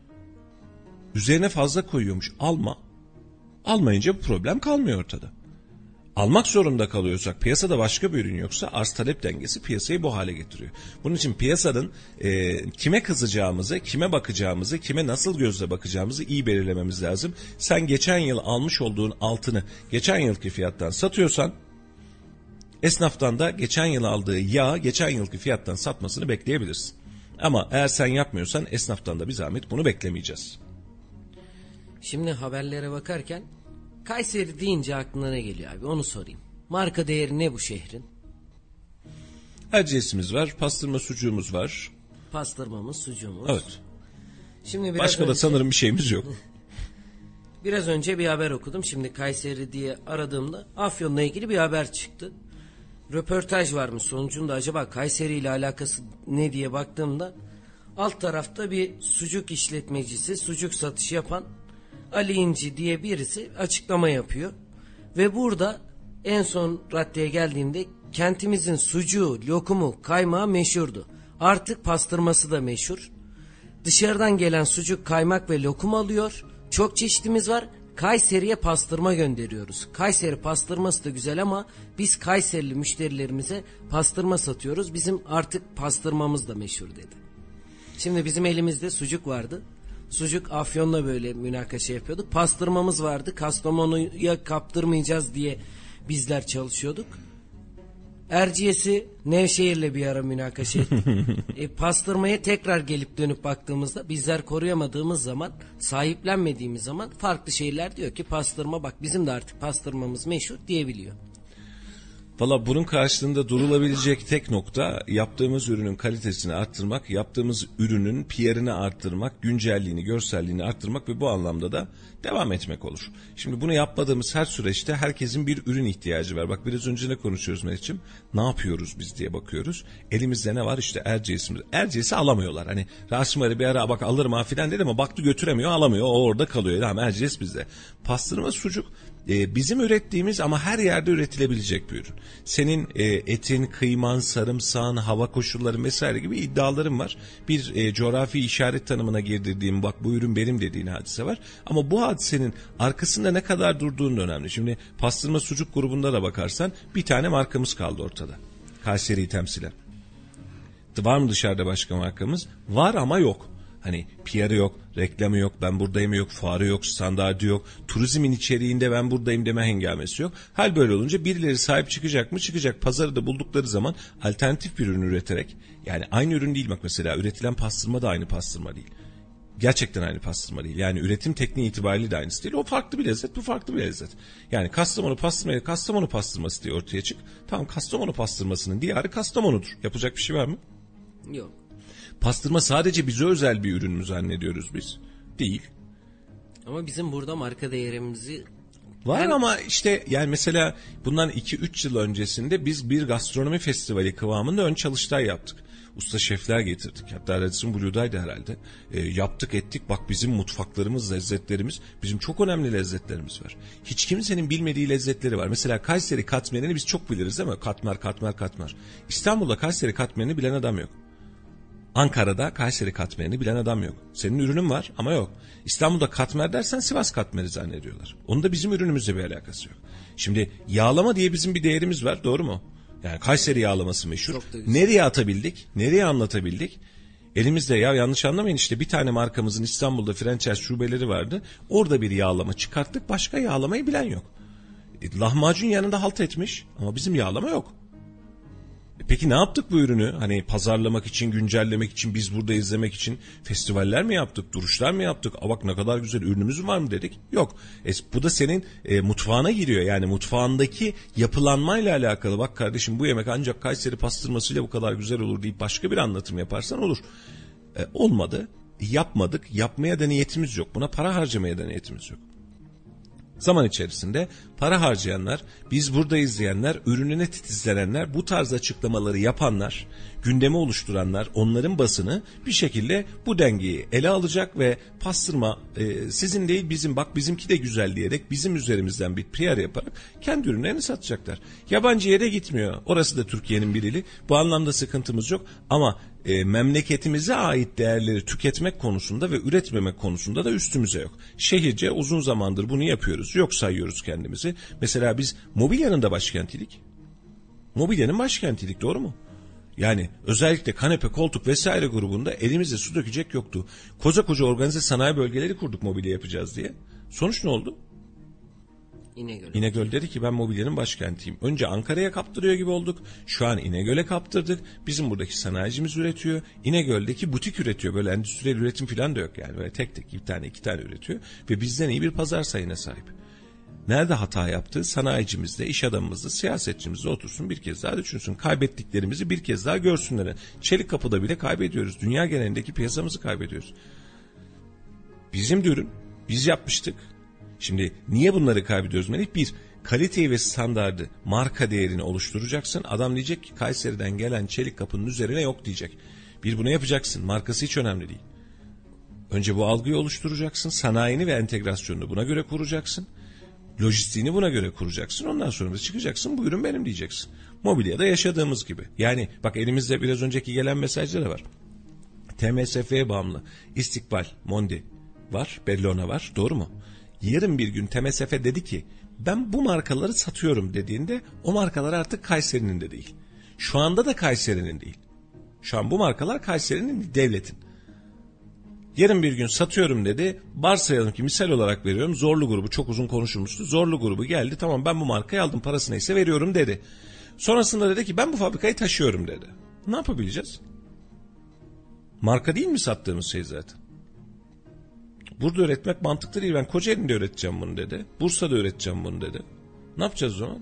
S1: Üzerine fazla koyuyormuş. Alma. Almayınca bu problem kalmıyor ortada. Almak zorunda kalıyorsak, piyasada başka bir ürün yoksa arz talep dengesi piyasayı bu hale getiriyor. Bunun için piyasanın e, kime kızacağımızı, kime bakacağımızı, kime nasıl gözle bakacağımızı iyi belirlememiz lazım. Sen geçen yıl almış olduğun altını geçen yılki fiyattan satıyorsan, esnaftan da geçen yıl aldığı yağı geçen yılki fiyattan satmasını bekleyebilirsin. Ama eğer sen yapmıyorsan esnaftan da bir zahmet bunu beklemeyeceğiz.
S2: Şimdi haberlere bakarken Kayseri deyince aklına ne geliyor abi, onu sorayım. Marka değeri ne bu şehrin?
S1: Erciyes'imiz var, pastırma sucuğumuz var.
S2: Pastırmamız, sucuğumuz.
S1: Evet.
S2: Şimdi biraz
S1: Başka
S2: önce,
S1: da sanırım bir şeyimiz yok.
S2: Biraz önce bir haber okudum. Şimdi Kayseri diye aradığımda Afyon'la ilgili bir haber çıktı. Röportaj varmış sonucunda, acaba Kayseri ile alakası ne diye baktığımda alt tarafta bir sucuk işletmecisi, sucuk satışı yapan Ali İnci diye birisi açıklama yapıyor. Ve burada en son raddeye geldiğimde kentimizin sucuğu, lokumu, kaymağı meşhurdu. Artık pastırması da meşhur. Dışarıdan gelen sucuk, kaymak ve lokum alıyor. Çok çeşitimiz var. Kayseri'ye pastırma gönderiyoruz. Kayseri pastırması da güzel ama biz Kayserili müşterilerimize pastırma satıyoruz. Bizim artık pastırmamız da meşhur dedi. Şimdi bizim elimizde sucuk vardı. Sucuk Afyon'la böyle münakaşa yapıyorduk. Pastırmamız vardı. Kastamonu'ya kaptırmayacağız diye bizler çalışıyorduk. Erciyes'i Nevşehir'le bir ara münakaşa ettik. e, pastırmaya tekrar gelip dönüp baktığımızda bizler koruyamadığımız zaman, sahiplenmediğimiz zaman farklı şehirler diyor ki pastırma bak bizim de artık pastırmamız meşhur diyebiliyor.
S1: Valla bunun karşılığında durulabilecek tek nokta yaptığımız ürünün kalitesini arttırmak, yaptığımız ürünün P R'ini arttırmak, güncelliğini, görselliğini arttırmak ve bu anlamda da devam etmek olur. Şimdi bunu yapmadığımız her süreçte herkesin bir ürün ihtiyacı var. Bak biraz önce ne konuşuyoruz Mehmetciğim? Ne yapıyoruz biz diye bakıyoruz. Elimizde ne var? İşte Erciyes'imiz. Erciyes'i alamıyorlar. Hani Rasim Ali bir ara bak alırım ha filan dedi ama baktı götüremiyor, alamıyor. O orada kalıyor. Tamam Erciyes bizde. Pastırma, sucuk e, bizim ürettiğimiz ama her yerde üretilebilecek bir ürün. Senin e, etin, kıyman, sarımsağın, hava koşulları vesaire gibi iddiaların var. Bir e, coğrafi işaret tanımına girdirdiğim bak bu ürün benim dediğin hadise var. Ama bu hadisenin arkasında ne kadar durduğunun önemli. Şimdi pastırma sucuk grubunda da bakarsan bir tane markamız kaldı ortada. Kayseri'yi temsilen. Var mı dışarıda başka markamız? Var ama yok. Hani P R'ı yok, reklamı yok, ben buradayım yok, fuarı yok, standardı yok, turizmin içeriğinde ben buradayım deme hengamesi yok. Hal böyle olunca birileri sahip çıkacak mı? Çıkacak. Pazarı da buldukları zaman alternatif bir ürün üreterek, yani aynı ürün değil bak mesela üretilen pastırma da aynı pastırma değil. Gerçekten aynı pastırma değil. Yani üretim tekniği itibariyle de aynısı değil. O farklı bir lezzet, bu farklı bir lezzet. Yani Kastamonu pastırmaya Kastamonu pastırması diye ortaya çık. Tamam Kastamonu pastırmasının diyarı Kastamonu'dur. Yapacak bir şey var mı?
S2: Yok.
S1: Pastırma sadece bize özel bir ürün mü zannediyoruz biz? Değil.
S2: Ama bizim burada marka değerimizi...
S1: Var
S2: ben...
S1: ama işte yani mesela bundan iki üç yıl öncesinde biz bir gastronomi festivali kıvamında ön çalıştay yaptık. Usta şefler getirdik. Hatta Radisson Blue'daydı herhalde. E, yaptık ettik. Bak bizim mutfaklarımız, lezzetlerimiz, bizim çok önemli lezzetlerimiz var. Hiç kimsenin bilmediği lezzetleri var. Mesela Kayseri katmerini biz çok biliriz değil mi? Katmer, katmer, katmer. İstanbul'da Kayseri katmerini bilen adam yok. Ankara'da Kayseri katmerini bilen adam yok. Senin ürünün var ama yok. İstanbul'da katmer dersen Sivas katmeri zannediyorlar. Onun da bizim ürünümüzle bir alakası yok. Şimdi yağlama diye bizim bir değerimiz var, doğru mu? Yani Kayseri yağlaması meşhur. Nereye atabildik? Nereye anlatabildik? Elimizde ya yanlış anlamayın işte bir tane markamızın İstanbul'da franchise şubeleri vardı. Orada bir yağlama çıkarttık. Başka yağlamayı bilen yok. E, lahmacun yanında halt etmiş ama bizim yağlama yok. Peki ne yaptık bu ürünü? Hani pazarlamak için, güncellemek için, biz burada izlemek için festivaller mi yaptık, duruşlar mı yaptık? Aa bak ne kadar güzel ürünümüz var mı dedik? Yok. E, bu da senin e, mutfağına giriyor. Yani mutfağındaki yapılanmayla alakalı. Bak kardeşim bu yemek ancak Kayseri pastırmasıyla bu kadar güzel olur deyip başka bir anlatım yaparsan olur. E, olmadı, yapmadık, yapmaya da niyetimiz yok. Buna para harcamaya da niyetimiz yok. Zaman içerisinde para harcayanlar, biz burada izleyenler, ürününe titizlenenler, bu tarz açıklamaları yapanlar, gündemi oluşturanlar, onların basını bir şekilde bu dengeyi ele alacak ve pastırma e, sizin değil bizim bak bizimki de güzel diyerek bizim üzerimizden bir P R yaparak kendi ürünlerini satacaklar. Yabancı yere gitmiyor. Orası da Türkiye'nin bir ili. Bu anlamda sıkıntımız yok ama e, memleketimize ait değerleri tüketmek konusunda ve üretmemek konusunda da üstümüze yok. Şehirce uzun zamandır bunu yapıyoruz. Yok sayıyoruz kendimizi. Mesela biz mobilyanın da başkentiydik. Mobilyanın başkentiydik, doğru mu? Yani özellikle kanepe, koltuk vesaire grubunda elimizde su dökecek yoktu. Koca koca organize sanayi bölgeleri kurduk mobilya yapacağız diye. Sonuç ne oldu?
S2: İnegöl.
S1: İnegöl dedi ki ben mobilyanın başkentiyim. Önce Ankara'ya kaptırıyor gibi olduk. Şu an İnegöl'e kaptırdık. Bizim buradaki sanayicimiz üretiyor. İnegöl'deki butik üretiyor. Böyle endüstriyel üretim falan da yok yani. Böyle tek tek bir tane iki tane üretiyor. Ve bizden iyi bir pazar sayına sahip. Nerede hata yaptı? Sanayicimizde, iş adamımızda, siyasetçimizde otursun bir kez daha düşünsün. Kaybettiklerimizi bir kez daha görsünler. Çelik Kapı'da bile kaybediyoruz. Dünya genelindeki piyasamızı kaybediyoruz. Bizim de ürün. Biz yapmıştık. Şimdi niye bunları kaybediyoruz Melih? Bir, kaliteyi ve standardı, marka değerini oluşturacaksın. Adam diyecek ki Kayseri'den gelen Çelik Kapı'nın üzerine yok diyecek. Bir, bunu yapacaksın. Markası hiç önemli değil. Önce bu algıyı oluşturacaksın. Sanayini ve entegrasyonunu buna göre kuracaksın. Lojistiğini buna göre kuracaksın. Ondan sonra da çıkacaksın. Bu ürün benim diyeceksin. Mobilyada yaşadığımız gibi. Yani bak elimizde biraz önceki gelen mesajlar da var. T M S F'ye bağımlı İstikbal, Mondi var. Bellona var. Doğru mu? Yarın bir gün T M S F dedi ki ben bu markaları satıyorum dediğinde o markalar artık Kayseri'nin de değil. Şu anda da Kayseri'nin değil. Şu an bu markalar Kayseri'nin, devletin. Yarın bir gün satıyorum dedi. Varsayalım ki, misal olarak veriyorum, Zorlu grubu, çok uzun konuşulmuştu. Zorlu grubu geldi, tamam ben bu markayı aldım, parası neyse veriyorum dedi. Sonrasında dedi ki ben bu fabrikayı taşıyorum dedi. Ne yapabileceğiz? Marka değil mi sattığımız şey zaten? Burada üretmek mantıklı değil. Ben Kocaeli'nde üreteceğim bunu dedi. Bursa'da üreteceğim bunu dedi. Ne yapacağız o zaman?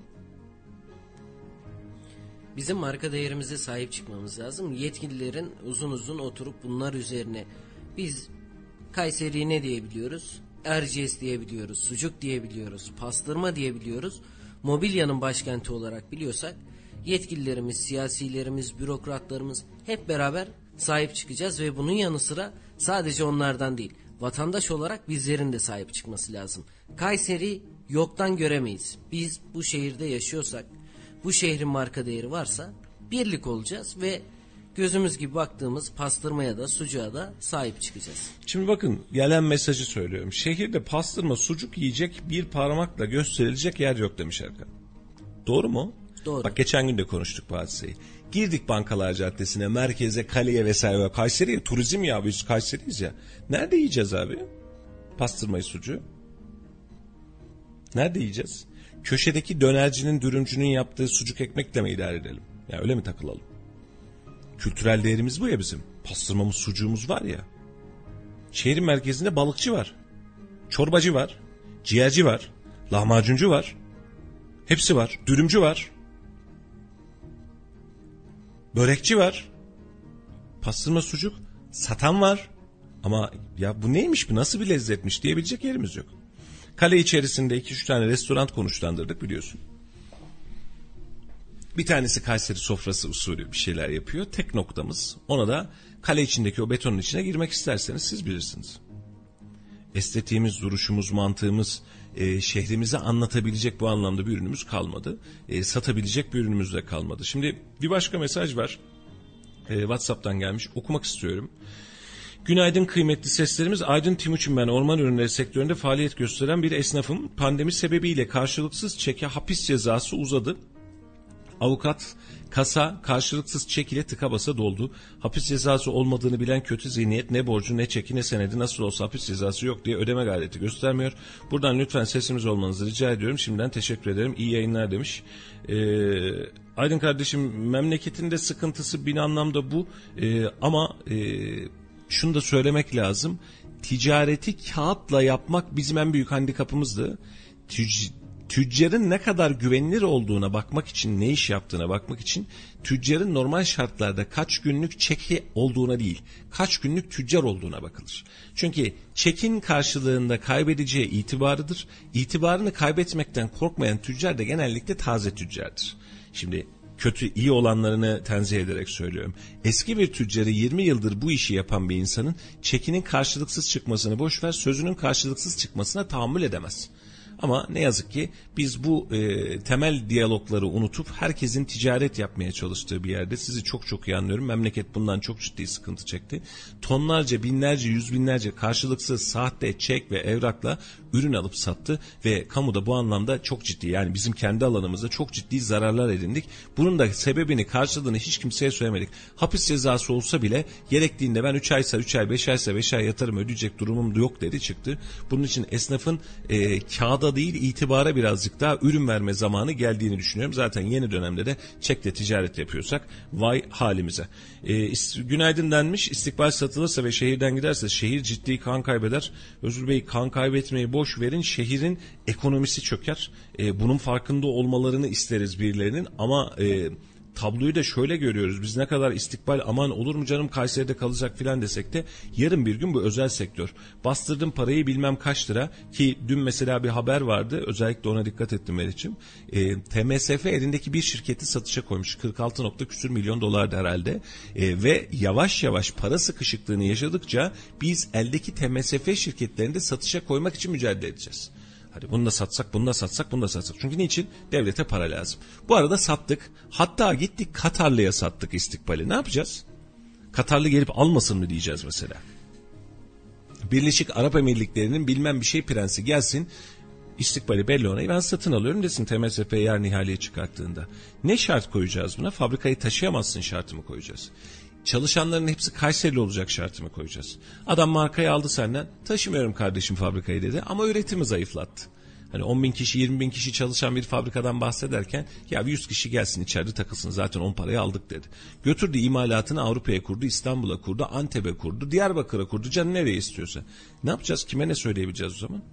S2: Bizim marka değerimize sahip çıkmamız lazım. Yetkililerin uzun uzun oturup bunlar üzerine, biz Kayseri'yi ne diyebiliyoruz? Erciyes diyebiliyoruz, sucuk diyebiliyoruz, pastırma diyebiliyoruz. Mobilyanın başkenti olarak biliyorsak yetkililerimiz, siyasilerimiz, bürokratlarımız hep beraber sahip çıkacağız ve bunun yanı sıra sadece onlardan değil, vatandaş olarak bizlerin de sahip çıkması lazım. Kayseri yoktan göremeyiz. Biz bu şehirde yaşıyorsak, bu şehrin marka değeri varsa birlik olacağız ve gözümüz gibi baktığımız pastırmaya da sucuğa da sahip çıkacağız.
S1: Şimdi bakın, gelen mesajı söylüyorum. Şehirde pastırma, sucuk yiyecek bir parmakla gösterilecek yer yok demiş Erkan. Doğru mu?
S2: Doğru.
S1: Bak geçen gün de konuştuk bu hadiseyi. Girdik Bankalar Caddesi'ne, merkeze, kaleye vesaire. Kayseri'ye turizm ya, biz Kayseri'yiz ya. Nerede yiyeceğiz abi pastırmayı, sucuğu? Nerede yiyeceğiz? Köşedeki dönercinin, dürümcünün yaptığı sucuk ekmekle mi idare edelim? Ya öyle mi takılalım? Kültürel değerimiz bu ya bizim. Pastırmamız, sucuğumuz var ya. Şehrin merkezinde balıkçı var. Çorbacı var. Ciğerci var. Lahmacuncu var. Hepsi var. Dürümcü var. Börekçi var. Pastırma, sucuk satan var. Ama ya bu neymiş, bu nasıl bir lezzetmiş diyebilecek yerimiz yok. Kale içerisinde iki üç tane restoran konuşlandırdık biliyorsun. Bir tanesi Kayseri sofrası usulü bir şeyler yapıyor. Tek noktamız, ona da kale içindeki o betonun içine girmek isterseniz siz bilirsiniz. Estetiğimiz, duruşumuz, mantığımız, e, şehrimize anlatabilecek bu anlamda bir ürünümüz kalmadı. E, satabilecek bir ürünümüz de kalmadı. Şimdi bir başka mesaj var. E, WhatsApp'tan gelmiş, okumak istiyorum. Günaydın kıymetli seslerimiz. Aydın Timuçin ben. Orman ürünleri sektöründe faaliyet gösteren bir esnafım. Pandemi sebebiyle karşılıksız çeke hapis cezası uzadı. Avukat, kasa karşılıksız çek ile tıka basa doldu. Hapis cezası olmadığını bilen kötü zihniyet ne borcu ne çeki ne senedi, nasıl olsa hapis cezası yok diye ödeme gayreti göstermiyor. Buradan lütfen sesimiz olmanızı rica ediyorum. Şimdiden teşekkür ederim. İyi yayınlar demiş. Ee, Aydın kardeşim, memleketinde sıkıntısı bir anlamda bu. Ee, ama e, şunu da söylemek lazım. Ticareti kağıtla yapmak bizim en büyük handikapımızdı. Tüc- Tüccarın ne kadar güvenilir olduğuna bakmak için, ne iş yaptığına bakmak için tüccarın normal şartlarda kaç günlük çeki olduğuna değil, kaç günlük tüccar olduğuna bakılır. Çünkü çekin karşılığında kaybedeceği itibarıdır. İtibarını kaybetmekten korkmayan tüccar da genellikle taze tüccardır. Şimdi kötü, iyi olanlarını tenzih ederek söylüyorum. Eski bir tüccarı yirmi yıldır bu işi yapan bir insanın çekinin karşılıksız çıkmasını boşver, sözünün karşılıksız çıkmasına tahammül edemez. Ama ne yazık ki biz bu e, temel diyalogları unutup herkesin ticaret yapmaya çalıştığı bir yerde, sizi çok çok iyi anlıyorum. Memleket bundan çok ciddi sıkıntı çekti. Tonlarca, binlerce, yüz binlerce karşılıksız sahte çek ve evrakla ürün alıp sattı ve kamuda bu anlamda çok ciddi, yani bizim kendi alanımızda çok ciddi zararlar edindik. Bunun da sebebini, karşılığını hiç kimseye söylemedik. Hapis cezası olsa bile gerektiğinde ben üç aysa üç ay, beş aysa beş ay yatarım, ödeyecek durumum yok dedi, çıktı. Bunun için esnafın e, kağıda değil itibara birazcık daha ürün verme zamanı geldiğini düşünüyorum. Zaten yeni dönemde de çekle ticaret yapıyorsak vay halimize. E, günaydın denmiş. İstikbal satılırsa ve şehirden giderse şehir ciddi kan kaybeder. Özgür Bey, kan kaybetmeyi boş verin, şehrin ekonomisi çöker. E, bunun farkında olmalarını isteriz birilerinin ama e, tabloyu da şöyle görüyoruz. Biz ne kadar istikbal, aman olur mu canım Kayseri'de kalacak filan desek de yarın bir gün bu özel sektör. Bastırdım parayı bilmem kaç lira, ki dün mesela bir haber vardı, özellikle ona dikkat ettim Melih'ciğim. E, T M S F elindeki bir şirketi satışa koymuş. kırk altı nokta küsür milyon dolardı herhalde. E, ve yavaş yavaş para sıkışıklığını yaşadıkça biz eldeki T M S F şirketlerini de satışa koymak için mücadele edeceğiz. Hadi bunu da satsak, bunu da satsak, bunu da satsak. Çünkü niçin? Devlete para lazım. Bu arada sattık. Hatta gittik Katarlı'ya sattık istikbali. Ne yapacağız? Katarlı gelip almasın mı diyeceğiz mesela. Birleşik Arap Emirlikleri'nin bilmem bir şey prensi gelsin, İstikbali Bellona'yı ben satın alıyorum desin T M S F yarın ihaleye çıkarttığında. Ne şart koyacağız buna? Fabrikayı taşıyamazsın şartı mı koyacağız? Çalışanların hepsi Kayserili olacak şartı mı koyacağız? Adam markayı aldı senden, taşımıyorum kardeşim fabrikayı dedi ama üretimi zayıflattı. Hani on bin kişi, yirmi bin kişi çalışan bir fabrikadan bahsederken ya yüz kişi gelsin içeride takılsın zaten on parayı aldık dedi. Götürdü imalatını Avrupa'ya kurdu, İstanbul'a kurdu, Antep'e kurdu, Diyarbakır'a kurdu, canı nereye istiyorsa. Ne yapacağız? Kime ne söyleyebileceğiz o zaman?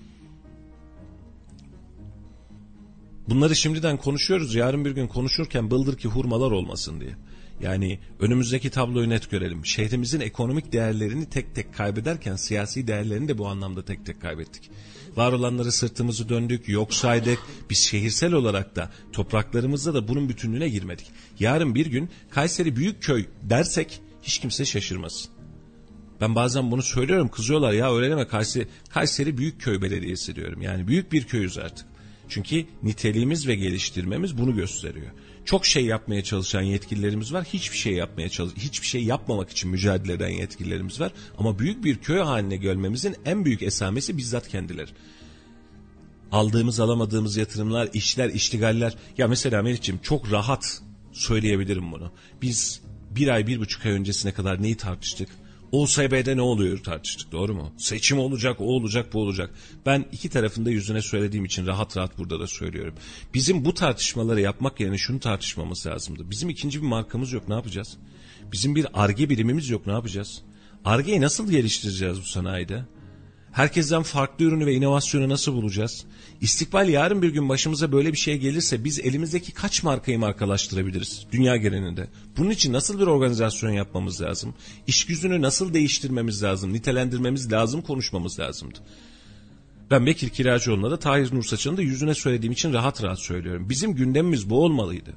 S1: Bunları şimdiden konuşuyoruz. Yarın bir gün konuşurken bıldır ki hurmalar olmasın diye. Yani önümüzdeki tabloyu net görelim. Şehrimizin ekonomik değerlerini tek tek kaybederken siyasi değerlerini de bu anlamda tek tek kaybettik. Var olanları sırtımızı döndük, yok saydık. Biz şehirsel olarak da topraklarımızda da bunun bütünlüğüne girmedik. Yarın bir gün Kayseri Büyükköy dersek hiç kimse şaşırmasın. Ben bazen bunu söylüyorum, kızıyorlar ya öyle deme Kayseri, Kayseri Büyükköy Belediyesi diyorum. Yani büyük bir köyüz artık. Çünkü niteliğimiz ve geliştirmemiz bunu gösteriyor. Çok şey yapmaya çalışan yetkililerimiz var. Hiçbir şey yapmaya çalış, hiçbir şey yapmamak için mücadele eden yetkililerimiz var. Ama büyük bir köy haline gelmemizin en büyük esamesi bizzat kendileri. Aldığımız, alamadığımız yatırımlar, işler, iştigaller. Ya mesela Melih'ciğim çok rahat söyleyebilirim bunu. Biz bir ay, bir buçuk ay öncesine kadar neyi tartıştık? O S B'de ne oluyor tartıştık, doğru mu? Seçim olacak, o olacak, bu olacak. Ben iki tarafında yüzüne söylediğim için rahat rahat burada da söylüyorum. Bizim bu tartışmaları yapmak yerine şunu tartışmamız lazımdı. Bizim ikinci bir markamız yok, ne yapacağız? Bizim bir Ar-Ge birimimiz yok, ne yapacağız? Ar-Ge'yi nasıl geliştireceğiz bu sanayide? Herkesten farklı ürünü ve inovasyonu nasıl bulacağız? İstikbal yarın bir gün başımıza böyle bir şey gelirse biz elimizdeki kaç markayı markalaştırabiliriz dünya genelinde? Bunun için nasıl bir organizasyon yapmamız lazım? İş gücünü nasıl değiştirmemiz lazım? Nitelendirmemiz lazım, konuşmamız lazımdı. Ben Bekir Kiracıoğlu'na da Tahir Nursaç'ın da yüzüne söylediğim için rahat rahat söylüyorum. Bizim gündemimiz bu olmalıydı.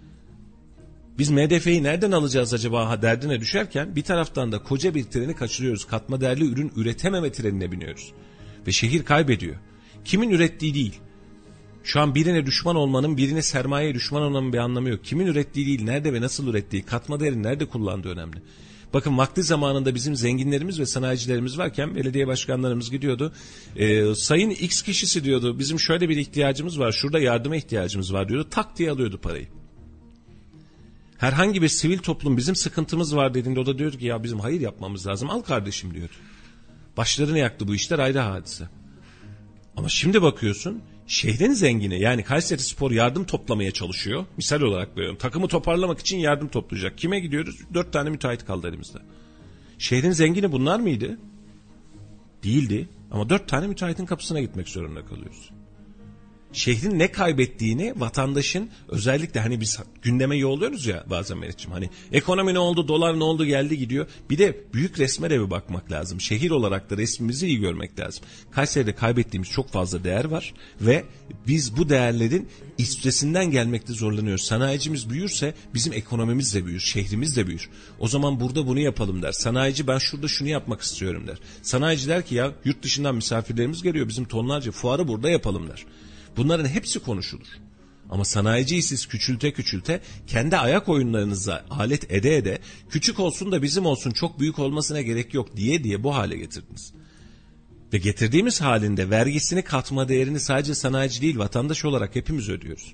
S1: Biz M D F'yi nereden alacağız acaba derdine düşerken bir taraftan da koca bir treni kaçırıyoruz. Katma değerli ürün üretememe trenine biniyoruz. Ve şehir kaybediyor. Kimin ürettiği değil. Şu an birine düşman olmanın, birine sermayeye düşman olmanın bir anlamı yok. Kimin ürettiği değil, nerede ve nasıl ürettiği, katma değeri nerede kullandığı önemli. Bakın vakti zamanında bizim zenginlerimiz ve sanayicilerimiz varken belediye başkanlarımız gidiyordu. E, sayın X kişisi diyordu, bizim şöyle bir ihtiyacımız var, şurada yardıma ihtiyacımız var diyordu. Tak diye alıyordu parayı. Herhangi bir sivil toplum bizim sıkıntımız var dediğinde o da diyor ki ya bizim hayır yapmamız lazım, al kardeşim diyor. Başlarını yaktı bu işler, ayrı hadise. Ama şimdi bakıyorsun şehrin zengini, yani Kayserispor yardım toplamaya çalışıyor. Misal olarak veriyorum, takımı toparlamak için yardım toplayacak. Kime gidiyoruz? Dört tane müteahhit kaldı elimizde. Şehrin zengini bunlar mıydı? Değildi. Ama dört tane müteahhitin kapısına gitmek zorunda kalıyoruz. Şehrin ne kaybettiğini vatandaşın, özellikle hani biz gündeme yolluyoruz ya bazen Meriç'ciğim, hani ekonomi ne oldu, dolar ne oldu, geldi gidiyor. Bir de büyük resme de bir bakmak lazım. Şehir olarak da resmimizi iyi görmek lazım. Kayseri'de kaybettiğimiz çok fazla değer var ve biz bu değerlerin üstesinden gelmekte zorlanıyoruz. Sanayicimiz büyürse bizim ekonomimiz de büyür, şehrimiz de büyür. O zaman burada bunu yapalım der. Sanayici ben şurada şunu yapmak istiyorum der. Sanayici der ki ya yurt dışından misafirlerimiz geliyor, bizim tonlarca fuarı burada yapalım der. Bunların hepsi konuşulur. Ama sanayiciyi siz küçülte küçülte, kendi ayak oyunlarınıza alet ede ede, küçük olsun da bizim olsun, çok büyük olmasına gerek yok diye diye bu hale getirdiniz. Ve getirdiğimiz halinde vergisini, katma değerini sadece sanayici değil vatandaş olarak hepimiz ödüyoruz.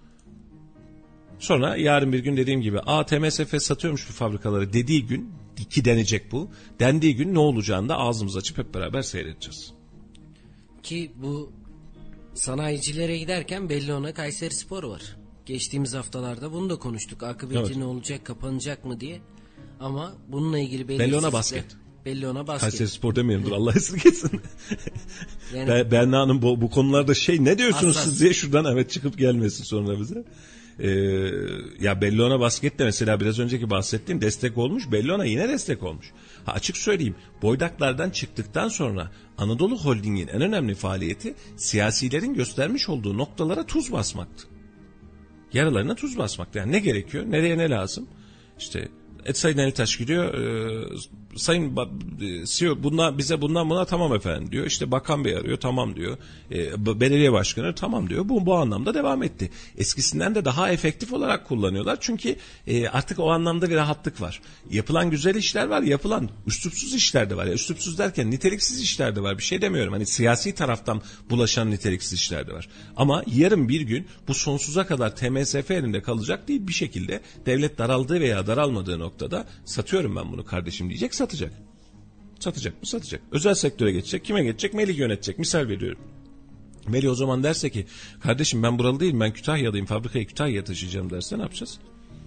S1: Sonra yarın bir gün dediğim gibi a T M S F satıyormuş bu fabrikaları dediği gün, ki denecek bu, dendiği gün ne olacağını da ağzımızı açıp hep beraber seyredeceğiz.
S2: Ki bu sanayicilere giderken Bellona Kayserispor var. Geçtiğimiz haftalarda bunu da konuştuk. Akıbeti evet. Ne olacak, kapanacak mı diye. Ama bununla ilgili
S1: Bellona basket.
S2: Bellona basket.
S1: Kayserispor demeyelim dur Allah esirgesin. Yani, Berna Hanım bu, bu konularda şey ne diyorsunuz hassas. Siz diye şuradan evet çıkıp gelmesin sonra bize. Ee, ya Bellona basket de mesela biraz önceki bahsettiğim destek olmuş. Bellona yine destek olmuş. Ha, açık söyleyeyim, Boydaklardan çıktıktan sonra Anadolu Holding'in en önemli faaliyeti siyasilerin göstermiş olduğu noktalara tuz basmaktı. Yaralarına tuz basmaktı. Yani ne gerekiyor? Nereye ne lazım? İşte Sayın Elitaş gidiyor, e, sayın C E O bundan, bize bundan buna tamam efendim diyor. İşte bakan bey arıyor, tamam diyor. E, belediye başkanı tamam diyor. Bu bu anlamda devam etti. Eskisinden de daha efektif olarak kullanıyorlar. Çünkü e, artık o anlamda bir rahatlık var. Yapılan güzel işler var, yapılan üslupsuz işler de var. Ya, üslupsuz derken niteliksiz işler de var. Bir şey demiyorum. Hani siyasi taraftan bulaşan niteliksiz işler de var. Ama yarın bir gün bu sonsuza kadar T M S F elinde kalacak değil, bir şekilde devlet daraldığı veya daralmadığı noktada satıyorum ben bunu kardeşim diyecek, satacak. Satacak mı? Satacak. Özel sektöre geçecek. Kime geçecek? Melih yönetecek. Misal veriyorum. Melih o zaman derse ki kardeşim ben buralı değilim, ben Kütahya'dayım, fabrikayı Kütahya'ya taşıyacağım derse ne yapacağız?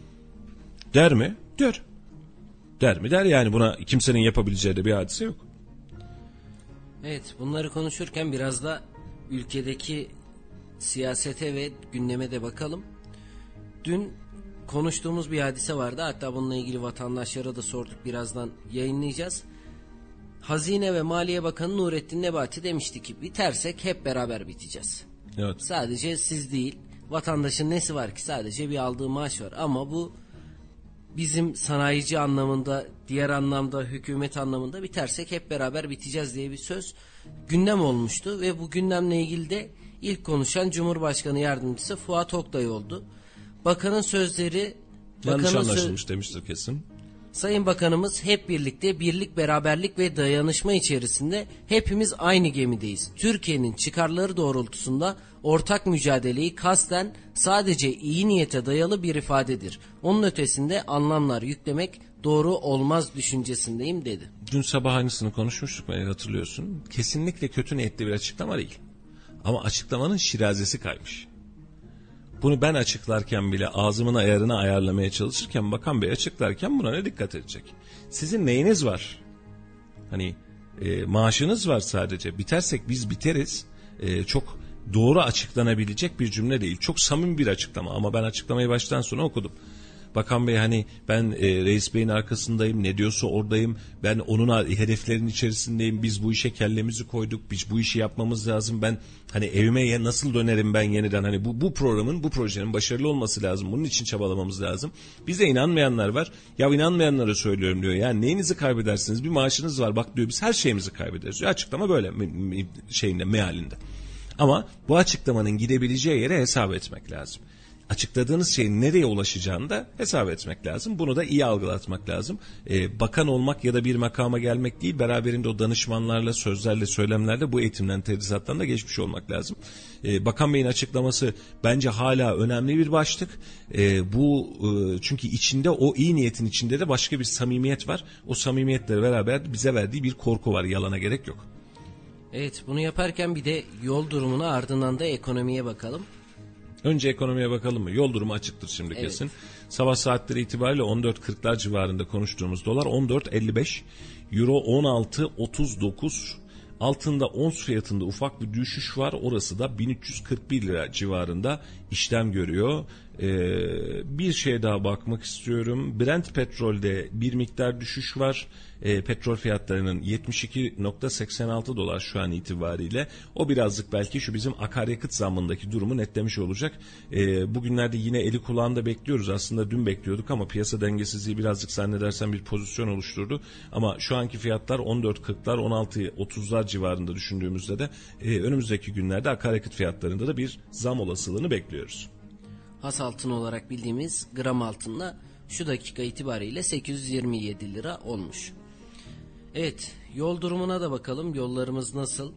S1: Der mi? Der. Der mi? Der yani, buna kimsenin yapabileceği de bir hadise yok.
S2: Evet, bunları konuşurken biraz da ülkedeki siyasete ve gündeme de bakalım. Dün konuştuğumuz bir hadise vardı. Hatta bununla ilgili vatandaşlara da sorduk. Birazdan yayınlayacağız. Hazine ve Maliye Bakanı Nurettin Nebati demişti ki bitersek hep beraber biteceğiz.
S1: Evet.
S2: Sadece siz değil, vatandaşın nesi var ki, sadece bir aldığı maaş var. Ama bu bizim sanayici anlamında, diğer anlamda hükümet anlamında bitersek hep beraber biteceğiz diye bir söz gündem olmuştu. Ve bu gündemle ilgili de ilk konuşan Cumhurbaşkanı Yardımcısı Fuat Oktay oldu. Bakanın sözleri...
S1: Yanlış
S2: bakanın
S1: anlaşılmış
S2: söz...
S1: demiştir kesin.
S2: Sayın Bakanımız hep birlikte birlik, beraberlik ve dayanışma içerisinde hepimiz aynı gemideyiz. Türkiye'nin çıkarları doğrultusunda ortak mücadeleyi kasten sadece iyi niyete dayalı bir ifadedir. Onun ötesinde anlamlar yüklemek doğru olmaz düşüncesindeyim dedi.
S1: Dün sabah aynısını konuşmuştuk, beni hatırlıyorsun. Kesinlikle kötü niyetli bir açıklama değil. Ama açıklamanın şirazesi kaymış. Bunu ben açıklarken bile ağzımın ayarını ayarlamaya çalışırken Bakan Bey açıklarken buna ne dikkat edecek? Sizin neyiniz var? Hani e, maaşınız var sadece. Bitersek biz biteriz. E, çok doğru açıklanabilecek bir cümle değil. Çok samimi bir açıklama ama ben açıklamayı baştan sona okudum. Bakan Bey hani ben e, Reis Bey'in arkasındayım, ne diyorsa oradayım, ben onun hedeflerinin içerisindeyim, biz bu işe kellemizi koyduk, biz bu işi yapmamız lazım, ben hani evime nasıl dönerim ben yeniden, hani bu, bu programın, bu projenin başarılı olması lazım, bunun için çabalamamız lazım. Bize inanmayanlar var, ya inanmayanlara söylüyorum diyor, yani neyinizi kaybedersiniz, bir maaşınız var bak diyor, biz her şeyimizi kaybederiz diyor. Açıklama böyle şeyinde, mealinde. Ama bu açıklamanın gidebileceği yere hesap etmek lazım. Açıkladığınız şeyin nereye ulaşacağını da hesap etmek lazım. Bunu da iyi algılatmak lazım. Ee, bakan olmak ya da bir makama gelmek değil, beraberinde o danışmanlarla, sözlerle, söylemlerle bu eğitimden, tedrisattan da geçmiş olmak lazım. Ee, Bakan Bey'in açıklaması bence hala önemli bir başlık. Ee, bu e, çünkü içinde, o iyi niyetin içinde de başka bir samimiyet var. O samimiyetle beraber bize verdiği bir korku var. Yalana gerek yok.
S2: Evet, bunu yaparken bir de yol durumuna, ardından da ekonomiye bakalım.
S1: Önce ekonomiye bakalım mı? Yol durumu açıktır şimdi
S2: evet.
S1: kesin. Sabah saatleri itibariyle on dört kırklar civarında konuştuğumuz dolar on dört elli beş, euro on altı otuz dokuz, altında ons fiyatında ufak bir düşüş var. Orası da bin üç yüz kırk bir lira civarında işlem görüyor. Ee, bir şeye daha bakmak istiyorum. Brent petrolde bir miktar düşüş var. E, petrol fiyatlarının yetmiş iki virgül seksen altı dolar şu an itibariyle. O birazcık belki şu bizim akaryakıt zammındaki durumu netlemiş olacak. E, bugünlerde yine eli kulağında bekliyoruz. Aslında dün bekliyorduk ama piyasa dengesizliği birazcık zannedersem bir pozisyon oluşturdu. Ama şu anki fiyatlar on dört kırklar on altı otuzlar civarında düşündüğümüzde de e, önümüzdeki günlerde akaryakıt fiyatlarında da bir zam olasılığını bekliyoruz.
S2: Has altın olarak bildiğimiz gram altınla şu dakika itibariyle sekiz yüz yirmi yedi lira olmuş. Evet, yol durumuna da bakalım. Yollarımız nasıl?